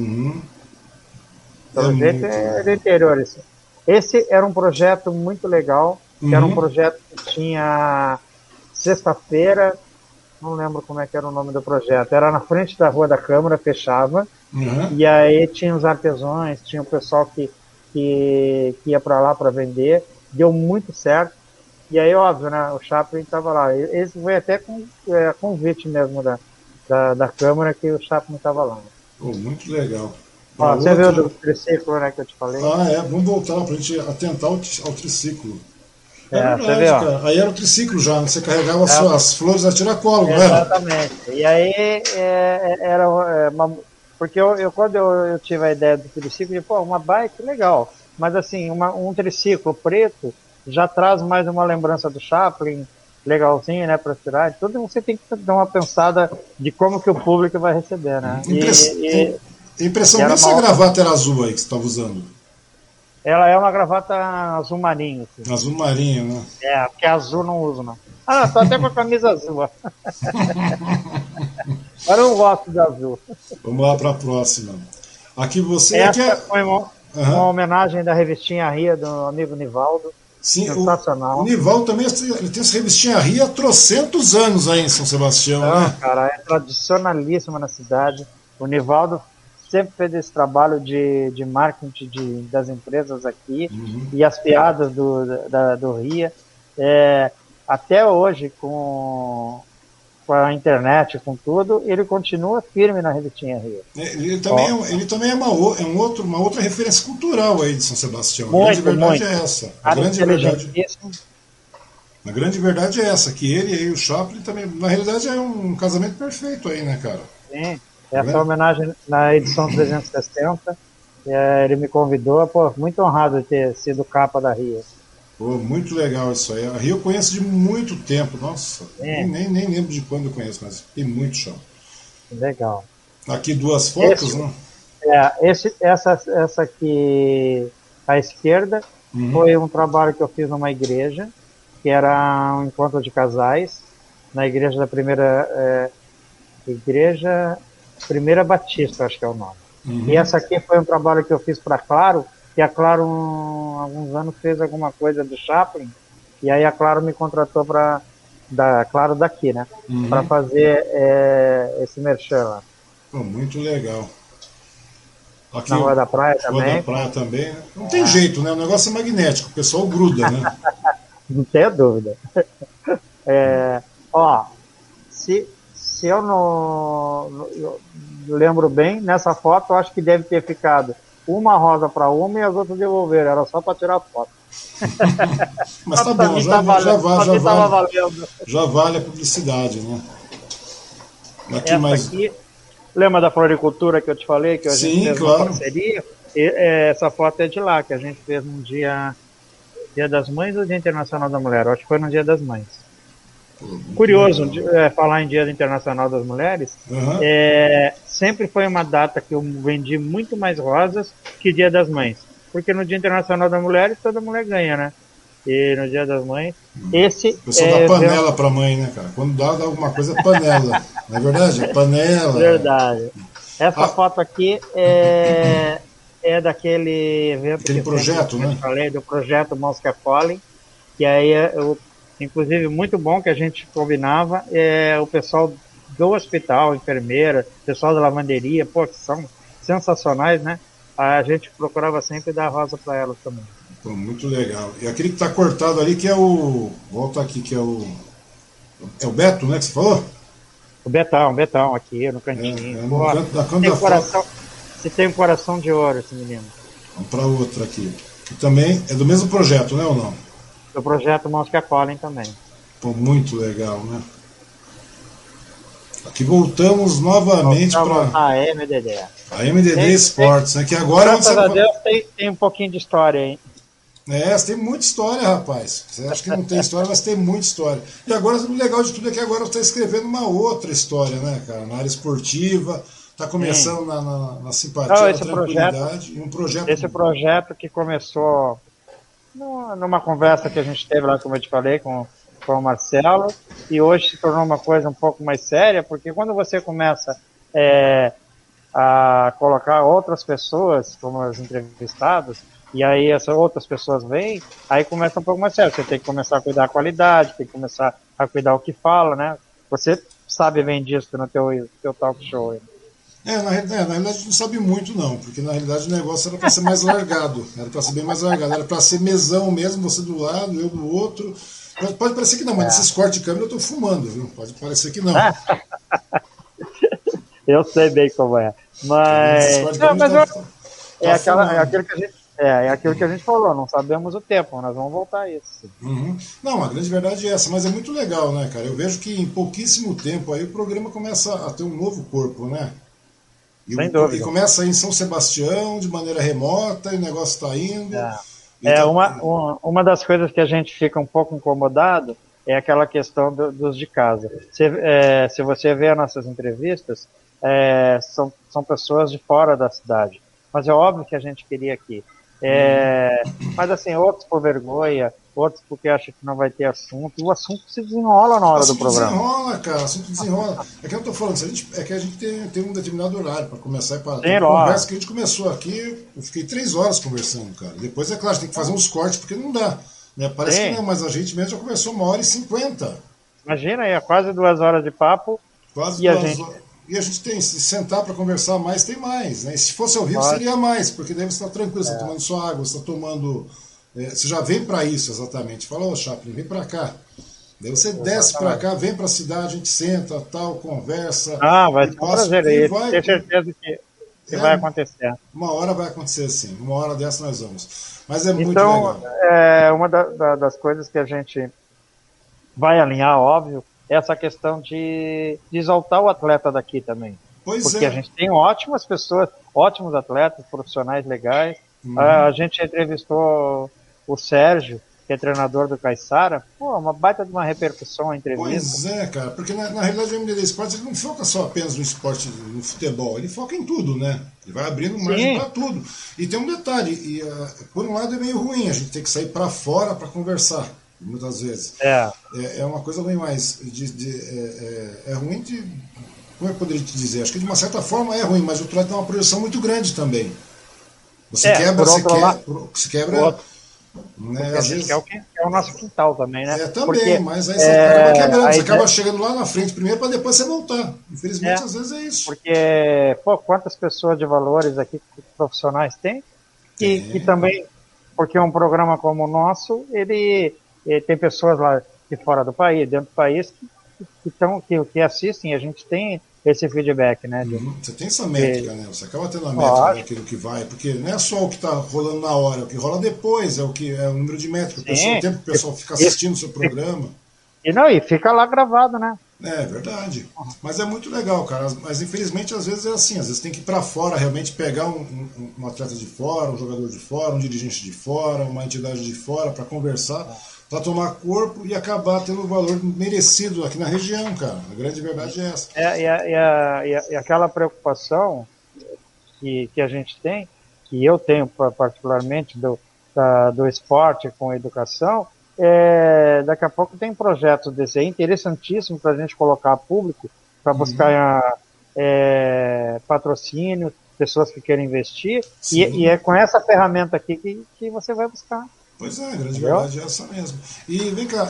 Pelo jeito é do interior isso. Esse era um projeto muito legal, que era um projeto que tinha sexta-feira, não lembro como é que era o nome do projeto, era na frente da Rua da Câmara, fechava, e aí tinha os artesãos, tinha o pessoal que ia para lá para vender, deu muito certo. E aí, óbvio, né, o Chaplin estava lá. Esse foi até com convite mesmo da Câmara que o Chaplin estava lá. Muito legal. Você viu do triciclo, né, que eu te falei? Vamos voltar para a gente atentar ao triciclo. Verdade, cara. Aí era o triciclo já, você carregava as flores a tiracolo, não era? Exatamente. E aí porque quando eu tive a ideia do triciclo, eu falei, uma bike, legal. mas assim, um triciclo preto já traz mais uma lembrança do Chaplin, legalzinho, né, para tirar. Tudo você tem que dar uma pensada de como que o público vai receber, né? Impressão minha, essa gravata era azul aí que você estava usando. Ela é uma gravata azul marinho. Assim. Azul marinho, né? É, porque azul não uso, não. Ah, tô até com a camisa azul. Agora eu não gosto de azul. Vamos lá para a próxima. Aqui você... Essa foi uma homenagem da revistinha Ria do amigo Nivaldo. Sim, sensacional. O Nivaldo também ele tem essa revistinha Ria há trocentos anos aí em São Sebastião, né? Cara, é tradicionalíssima na cidade. O Nivaldo sempre fez esse trabalho de marketing das empresas aqui, e as piadas do Ria. Até hoje, com a internet, com tudo, ele continua firme na revistinha Ria. Ele também é uma outra referência cultural aí de São Sebastião. Muito, a grande verdade muito. é essa. A grande verdade é essa, que ele e o Chaplin também, na realidade, é um casamento perfeito aí, né, cara? Sim. Essa homenagem na edição 360, ele me convidou, muito honrado de ter sido capa da Ria. Pô, muito legal isso aí. A Ria eu conheço de muito tempo, nossa, nem lembro de quando eu conheço, mas tem muito chão. Legal. Aqui duas fotos, né? Essa aqui à esquerda foi um trabalho que eu fiz numa igreja, que era um encontro de casais, na igreja da Primeira Batista, acho que é o nome. E essa aqui foi um trabalho que eu fiz para Claro, que a Claro, há alguns anos, fez alguma coisa do Chaplin, e aí a Claro me contratou Claro daqui, né? Para fazer esse merchan lá. Pô, muito legal. Aqui, na Rua da Praia também. Rua da Praia também. Não tem jeito, né? O negócio é magnético, o pessoal gruda, né? Não tenho dúvida. Se eu não lembro bem, nessa foto eu acho que deve ter ficado uma rosa para uma e as outras devolveram, era só para tirar foto. Mas tá bom, já vale a publicidade, né? Aqui, lembra da floricultura que eu te falei, que a gente fez uma parceria? Essa foto é de lá, que a gente fez no Dia das Mães ou Dia Internacional da Mulher? Eu acho que foi no Dia das Mães. Curioso falar em Dia Internacional das Mulheres, sempre foi uma data que eu vendi muito mais rosas que Dia das Mães, porque no Dia Internacional das Mulheres toda mulher ganha, né? E no Dia das Mães, o pessoal dá panela pra mãe, né, cara? Quando dá alguma coisa, é panela. Não é verdade? Panela. Verdade. Essa foto aqui é daquele evento, aquele projeto, né? Eu falei, do projeto Mãos que Acolhem, que aí inclusive muito bom que a gente combinava, o pessoal do hospital, enfermeira, pessoal da lavanderia, que são sensacionais, né? A gente procurava sempre dar rosa para elas também. Pô, muito legal. E aquele que está cortado ali, que volta aqui, que é o Beto, né, que você falou? O Betão aqui no cantinho. Você tem um coração de ouro, esse menino. Vamos para outra aqui. Que também é do mesmo projeto, né, ou não? Do projeto Mãos que Acolhem também. Pô, muito legal, né? Aqui voltamos novamente para a MDD. A MDD Sports, né? Que agora graças a Deus tem um pouquinho de história aí. Você tem muita história, rapaz. Você acha que não tem história, mas tem muita história. E agora, o legal de tudo é que agora você está escrevendo uma outra história, né, cara? Na área esportiva, está começando na simpatia, na tranquilidade. Esse projeto que começou numa conversa que a gente teve lá, como eu te falei, com o Marcelo, e hoje se tornou uma coisa um pouco mais séria, porque quando você começa a colocar outras pessoas como as entrevistadas, e aí essas outras pessoas vêm, aí começa um pouco mais sério. Você tem que começar a cuidar da qualidade, tem que começar a cuidar o que fala, né? Você sabe bem disso no teu talk show aí. Na realidade não sabe muito não, porque na realidade o negócio era para ser mais largado, era para ser bem mais largado, era para ser mesão mesmo, você do lado, eu do outro. Pode parecer que não, mas nesses cortes de câmera eu tô fumando, viu? Pode parecer que não. Eu sei bem como é. Mas aquilo que a gente falou, não sabemos o tempo, nós vamos voltar a isso. Não, a grande verdade é essa, mas é muito legal, né, cara? Eu vejo que em pouquíssimo tempo aí o programa começa a ter um novo corpo, né? Sem dúvida. E começa aí em São Sebastião, de maneira remota, e o negócio está indo. Uma das coisas que a gente fica um pouco incomodado é aquela questão dos de casa. Se você vê as nossas entrevistas, são pessoas de fora da cidade. Mas é óbvio que a gente queria aqui. Mas assim, outros por vergonha, outros porque acham que não vai ter assunto. O assunto se desenrola na hora do programa. Desenrola, cara, o assunto desenrola. É que eu tô falando, é que a gente tem um determinado horário para começar e parar. Tem uma conversa que a gente começou aqui, eu fiquei 3 horas conversando, cara. Depois, é claro, tem que fazer uns cortes, porque não dá. Né? Parece que não, mas a gente mesmo já conversou 1h50. Imagina aí, é quase 2 horas de papo. Quase 2 horas. E a gente tem, se sentar para conversar mais, tem mais. Né? E se fosse ao vivo, seria mais, porque daí você está tranquilo, você está tomando sua água, você está tomando. Você já vem para isso exatamente. Fala, ô Chaplin, vem para cá. Daí você desce para cá, vem para a cidade, a gente senta, tal, conversa. Vai ser um prazer aí. Tenho certeza que vai acontecer. Uma hora vai acontecer, sim. Uma hora dessa nós vamos. Mas é muito legal. Então, uma das coisas que a gente vai alinhar, óbvio, é essa questão de exaltar o atleta daqui também. Porque a gente tem ótimas pessoas, ótimos atletas, profissionais legais. A gente entrevistou o Sérgio, que é treinador do Caiçara, uma baita de uma repercussão a entrevista. Pois é, cara, porque na realidade o MDD Esportes ele não foca só apenas no esporte, no futebol, ele foca em tudo, né? Ele vai abrindo margem para tudo. E tem um detalhe, por um lado é meio ruim, a gente tem que sair para fora para conversar, muitas vezes. É uma coisa ruim, mas é ruim de... Como eu poderia te dizer? Acho que de uma certa forma é ruim, mas o outro lado tem uma projeção muito grande também. Você quebra... Né, às vezes... que é o nosso quintal também, né? Também, mas aí você acaba quebrando, você acaba chegando lá na frente primeiro para depois você voltar. Infelizmente, às vezes é isso. Porque, quantas pessoas de valores aqui, profissionais tem, que também, porque um programa como o nosso, ele tem pessoas lá de fora do país, dentro do país, que assistem, a gente tem esse feedback, né? Você tem essa métrica, né? Você acaba tendo a métrica daquilo que vai, porque não é só o que está rolando na hora, o que rola depois, é o número de métricas, o tempo que o pessoal fica assistindo o seu programa. E fica lá gravado, né? É verdade. Mas é muito legal, cara. Mas infelizmente às vezes é assim, às vezes tem que ir para fora, realmente pegar um atleta de fora, um jogador de fora, um dirigente de fora, uma entidade de fora para conversar. Para tomar corpo e acabar tendo o valor merecido aqui na região, cara. A grande verdade é essa. E aquela preocupação que a gente tem, que eu tenho particularmente do esporte com a educação, daqui a pouco tem projetos desse aí, interessantíssimo para a gente colocar a público, para buscar patrocínio, pessoas que querem investir, e é com essa ferramenta aqui que você vai buscar. Pois é, a grande verdade é essa mesmo. E vem cá,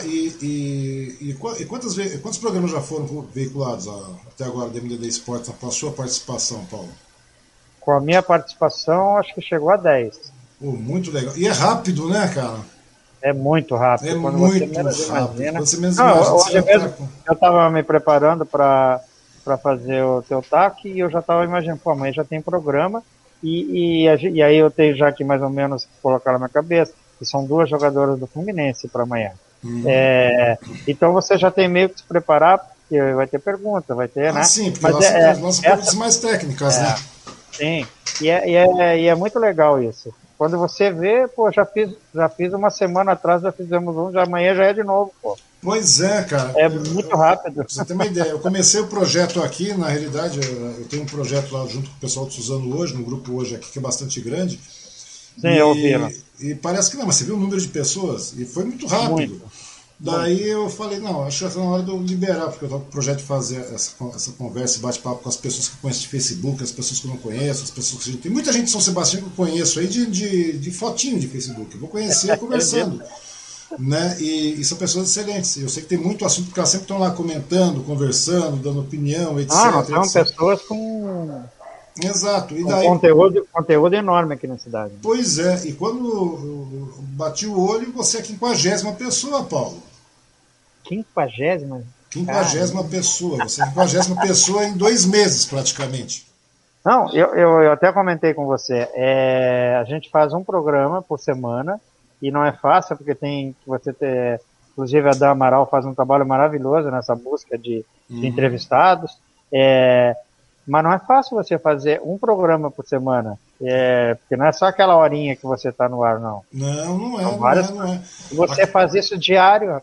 quantos programas já foram veiculados até agora do MDD Esportes com a sua participação, Paulo? Com a minha participação, acho que chegou a 10. Muito legal. E é rápido, né, cara? É muito rápido. É muito rápido. Quando você menos imagina, hoje mesmo eu estava me preparando para fazer o teu TAC e eu já estava imaginando, amanhã já tem programa e aí eu tenho já aqui mais ou menos colocar na minha cabeça que são 2 jogadoras do Fluminense para amanhã. Então você já tem meio que se preparar, porque vai ter pergunta, vai ter, né? Sim, porque nós nossas perguntas mais técnicas, né? Sim, e é muito legal isso. Quando você vê, já fiz uma semana atrás, já fizemos já amanhã já é de novo, pô. Pois é, cara. É muito rápido. Pra você ter uma ideia, eu comecei o projeto aqui, na realidade, eu tenho um projeto lá junto com o pessoal do Suzano hoje, no grupo hoje aqui, que é bastante grande. Sim, eu ouvi. E parece que não, mas você viu o número de pessoas? E foi muito rápido. Muito. Daí eu falei, não, acho que já está na hora de eu liberar, porque eu estava com o projeto de fazer essa conversa, bate-papo com as pessoas que eu conheço de Facebook, as pessoas que eu não conheço, as pessoas que a gente tem. Muita gente de São Sebastião que eu conheço aí de fotinho de Facebook. Eu vou conhecer conversando. Né? E são pessoas excelentes. Eu sei que tem muito assunto, porque elas sempre estão lá comentando, conversando, dando opinião, etc. São pessoas com. Exato. E daí, conteúdo enorme aqui na cidade. Pois é, e quando eu bati o olho, você é a 50ª pessoa, Paulo. 50ª? 50ª pessoa. Você é a 50ª pessoa em 2 meses, praticamente. Não, eu até comentei com você. A gente faz um programa por semana, e não é fácil, porque tem que você ter. Inclusive, a Dan Amaral faz um trabalho maravilhoso nessa busca de entrevistados. Mas não é fácil você fazer um programa por semana. Porque não é só aquela horinha que você está no ar, não. Não, não é, São não várias. é, não é. Você faz isso diário.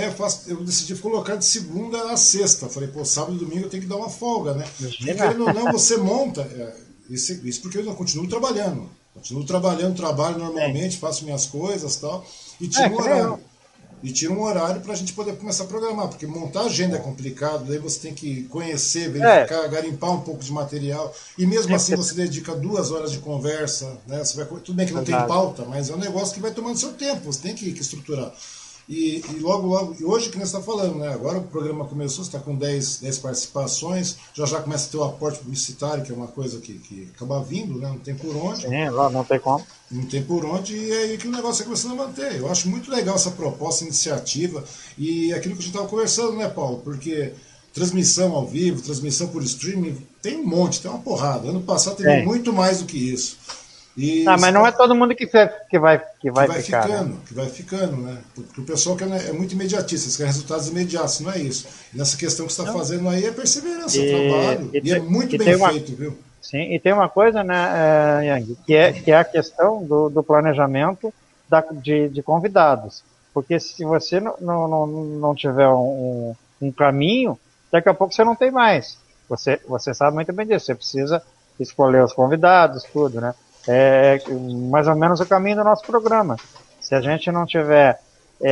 Eu decidi colocar de segunda a sexta. Falei, pô, sábado e domingo eu tenho que dar uma folga, né? Porque Imagina. querendo ou não, você monta. Isso porque eu não continuo trabalhando. Trabalho normalmente, faço minhas coisas e tal. E tiro um que nem horário. eu. E tira um horário para a gente poder começar a programar, porque montar agenda é complicado, daí você tem que conhecer, verificar, garimpar um pouco de material, e mesmo assim você dedica 2 horas de conversa, né? Tudo bem que não tem pauta, mas é um negócio que vai tomando seu tempo, você tem que estruturar. E logo, e hoje que nós está falando, né? Agora o programa começou, você está com 10 participações, já começa a ter o aporte publicitário, que é uma coisa que acaba vindo, né? Não tem por onde. Sim, não tem como. Não tem por onde, e é aí que o negócio está começando a manter. Eu acho muito legal essa proposta, iniciativa, e aquilo que a gente estava conversando, né, Paulo? Porque transmissão ao vivo, transmissão por streaming, tem um monte, tem uma porrada. Ano passado teve muito mais do que isso. Mas não é todo mundo que vai ficar. Que vai ficando, né? Porque o pessoal é muito imediatista, eles querem resultados imediatos, não é isso. E nessa questão que você está fazendo aí é perseverança, trabalho, e é muito bem feito, viu? Sim, e tem uma coisa, né, Yang, que é a questão do planejamento de convidados. Porque se você não tiver um caminho, daqui a pouco você não tem mais. Você sabe muito bem disso, você precisa escolher os convidados, tudo, né? É mais ou menos o caminho do nosso programa. Se a gente não tiver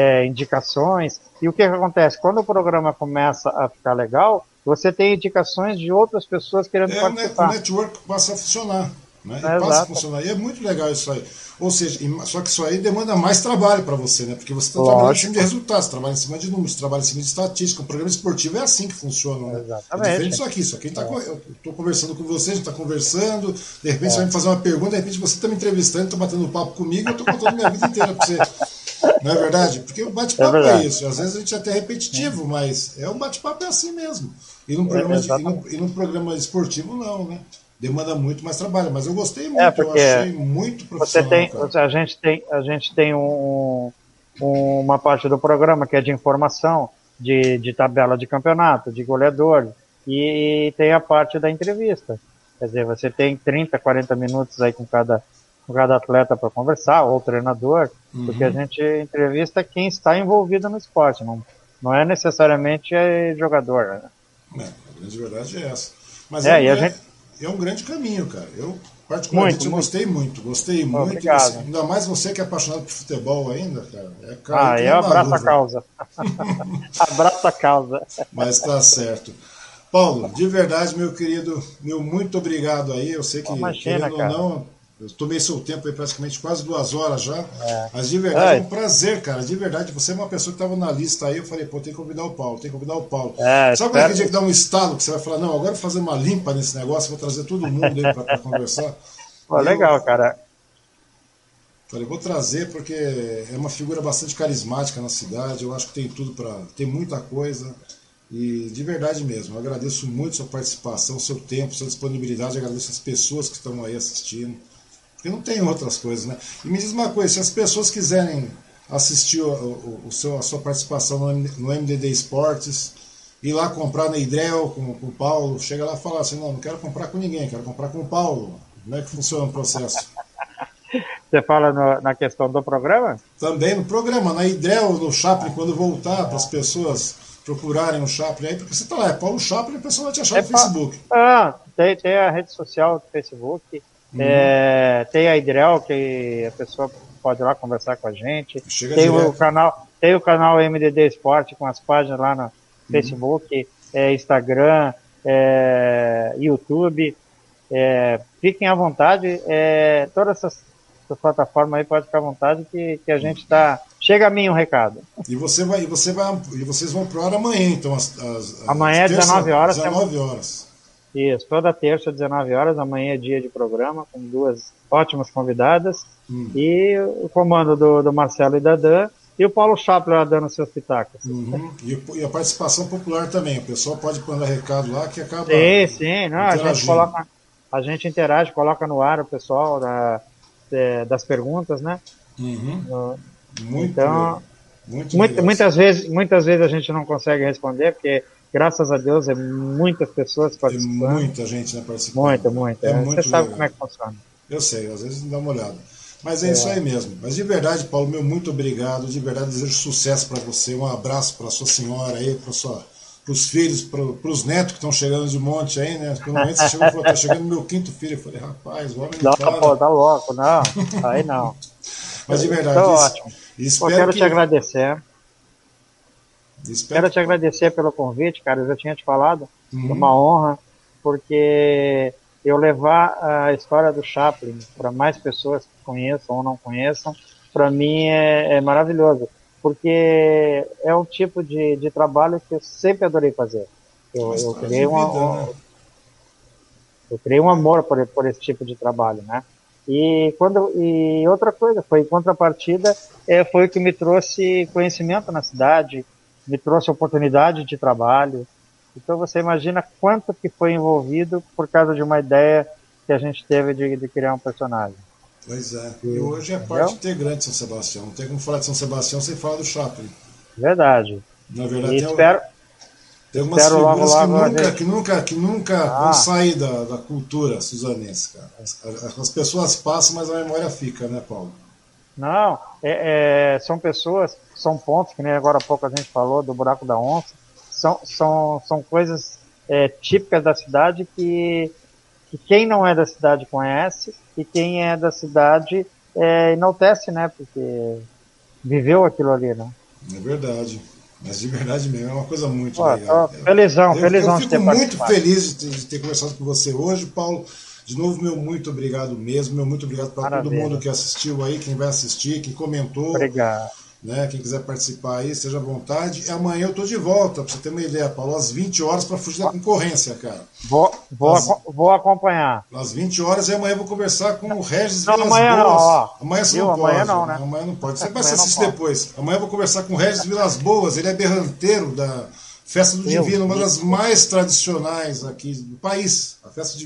indicações, e o que acontece? Quando o programa começa a ficar legal, você tem indicações de outras pessoas querendo participar. O network passa a funcionar. Né? E passa a funcionar. E é muito legal isso aí. Ou seja, só que isso aí demanda mais trabalho para você, né? Porque você está trabalhando em cima de resultados, você trabalha em cima de números, você trabalha em cima de estatística. Um programa esportivo é assim que funciona. Né? Exatamente. É diferente disso aqui. Eu estou conversando com você, a gente está conversando, de repente você vai me fazer uma pergunta, de repente você está me entrevistando, está batendo papo comigo, eu estou contando minha vida inteira para você. Não é verdade? Porque o bate-papo é isso. Às vezes a gente é até repetitivo, mas um bate-papo é assim mesmo. E num programa esportivo, não, né? Demanda muito mais trabalho, mas eu gostei muito, eu achei muito profissional. A gente tem uma parte do programa que é de informação, de tabela de campeonato, de goleador, e tem a parte da entrevista. Quer dizer, você tem 30, 40 minutos aí com cada atleta para conversar, ou treinador, porque a gente entrevista quem está envolvido no esporte, não é necessariamente jogador. Né? A grande verdade é essa. Mas é um grande caminho, cara. Eu, particularmente, gostei muito. Obrigado. Ainda mais você que é apaixonado por futebol ainda, cara. Eu abraço a causa. Abraço a causa. Mas tá certo. Paulo, de verdade, meu querido, muito obrigado aí. Eu sei que, querendo ou não, eu tomei seu tempo aí praticamente quase 2 horas já. Mas de verdade é um prazer, cara. De verdade, você é uma pessoa que estava na lista aí. Eu falei, pô, tem que convidar o Paulo. Sabe quando é aquele dia que dá um estalo, que você vai falar, não, agora eu vou fazer uma limpa nesse negócio, vou trazer todo mundo aí para conversar. Pô, legal, cara. Falei, vou trazer porque é uma figura bastante carismática na cidade. Eu acho que tem tudo tem muita coisa. E de verdade mesmo, eu agradeço muito sua participação, seu tempo, sua disponibilidade. Agradeço as pessoas que estão aí assistindo. Porque não tem outras coisas, né? E me diz uma coisa, se as pessoas quiserem assistir a sua participação no MDD Esportes, ir lá comprar na Idrel com o Paulo, chega lá e fala assim, não quero comprar com ninguém, quero comprar com o Paulo. Como é que funciona o processo? Você fala na questão do programa? Também no programa, na Idrel, no Chaplin, quando voltar, para as pessoas procurarem o Chaplin aí, porque você tá lá, é Paulo Chaplin, a pessoa vai te achar no Facebook. Tem a rede social do Facebook. Tem a Idrel, que a pessoa pode ir lá conversar com a gente. Tem o canal MDD Esporte com as páginas lá no Facebook, Instagram, YouTube. Fiquem à vontade. Todas essas plataformas aí pode ficar à vontade que a gente está. Chega a mim um recado. E vocês vão pro ar amanhã, então amanhã às 19 horas. 19 horas. Isso, toda terça, 19 horas, amanhã é dia de programa, com 2 ótimas convidadas, e o comando do Marcelo e da Dan, e o Paulo Chaplin lá dando seus pitacos. E a participação popular também, o pessoal pode mandar recado lá que acaba. Sim, a gente interage, coloca no ar o pessoal das perguntas, né? Muito legal. Muitas vezes a gente não consegue responder, porque graças a Deus, muitas pessoas Tem participando. muita gente, né, participando. Muita, muita. É Você muito sabe legal. como é que funciona. Eu sei, às vezes não dá uma olhada. Mas é isso É, aí mesmo. Mas de verdade, Paulo, meu muito obrigado. De verdade, desejo sucesso para você. Um abraço para sua senhora aí, para os filhos, para os netos que estão chegando de monte aí, né? Quando você chegou e falou, tá chegando meu quinto filho. Eu falei, rapaz, o homem não não, pô, para. tá louco, não. Aí não. Mas de Tá verdade, ótimo. Pô, espero quero te que. agradecer. Espero Quero que. te agradecer pelo convite, cara. Eu já tinha te falado. É Uhum. uma honra, porque eu levar a história do Chaplin para mais pessoas que conheçam ou não conheçam, para mim é maravilhoso. Porque é um tipo de trabalho que eu sempre adorei fazer. Uma Eu história de criei vida, né? eu criei um amor por esse tipo de trabalho, né? E outra coisa, foi em contrapartida, foi o que me trouxe conhecimento na cidade, me trouxe oportunidade de trabalho. Então você imagina quanto que foi envolvido por causa de uma ideia que a gente teve de criar um personagem. Pois é. E hoje é parte Entendeu? integrante de São Sebastião. Não tem como falar de São Sebastião sem falar do Chaplin. Verdade. Na verdade, E tem algumas espero logo, figuras logo a gente. que nunca vão Ah, sair da cultura suzanense, cara. As pessoas passam, mas a memória fica, né, Paulo? não, são pessoas, são pontos, que nem agora há pouco a gente falou do Buraco da Onça, são coisas típicas da cidade que quem não é da cidade conhece e quem é da cidade enaltece, né? Porque viveu aquilo ali, né? É verdade. Mas de verdade mesmo, é uma coisa muito Pô, legal. tô felizão, Eu felizão de fico ter muito participado. feliz de ter conversado com você hoje, Paulo. De novo, meu muito obrigado mesmo. Meu muito obrigado para todo mundo Maravilha. que assistiu aí, quem vai assistir, quem comentou. Obrigado. Né? Quem quiser participar aí, esteja à vontade. E amanhã eu estou de volta, para você ter uma ideia, Paulo, às 20 horas para fugir da concorrência, cara. Vou acompanhar. Às 20 horas e amanhã eu vou conversar com o Regis Não, Vilas amanhã não, Boas. ó. Amanhã você Viu? não Amanhã pode. não, né? Amanhã não pode. Você vai Amanhã não assistir posso. depois. Amanhã eu vou conversar com o Regis Vilas Boas. Ele é berranteiro da Festa do Eu Divino, uma vi. das mais tradicionais aqui do país. A Festa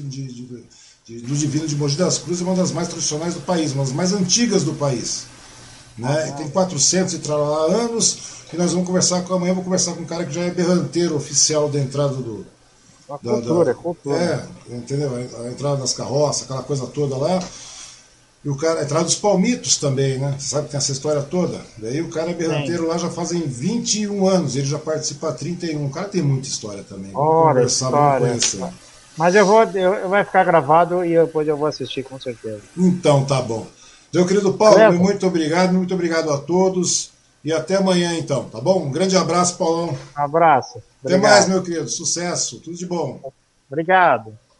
do Divino de Mogi das Cruzes é uma das mais tradicionais do país, uma das mais antigas do país. Né? E tem 400 e tralá anos. E nós vamos conversar amanhã eu vou conversar com um cara que já é berranteiro oficial da entrada Uma da, cultura, da, cultura. entendeu? A entrada das carroças, aquela coisa toda lá. E o cara, a entrada dos palmitos também, né? Você sabe que tem essa história toda. Daí o cara é berranteiro Sim. lá já fazem 21 anos, ele já participa há 31. O cara tem muita história também. Vamos Ora, conversar, vamos história. conhecer. Mas vai ficar gravado e depois eu vou assistir com certeza. Então tá bom. Meu querido Paulo, Beleza? muito obrigado a todos. E até amanhã, então, tá bom? Um grande abraço, Paulão. Um abraço. Até mais, Obrigado. meu querido. Sucesso. Tudo de bom. Obrigado.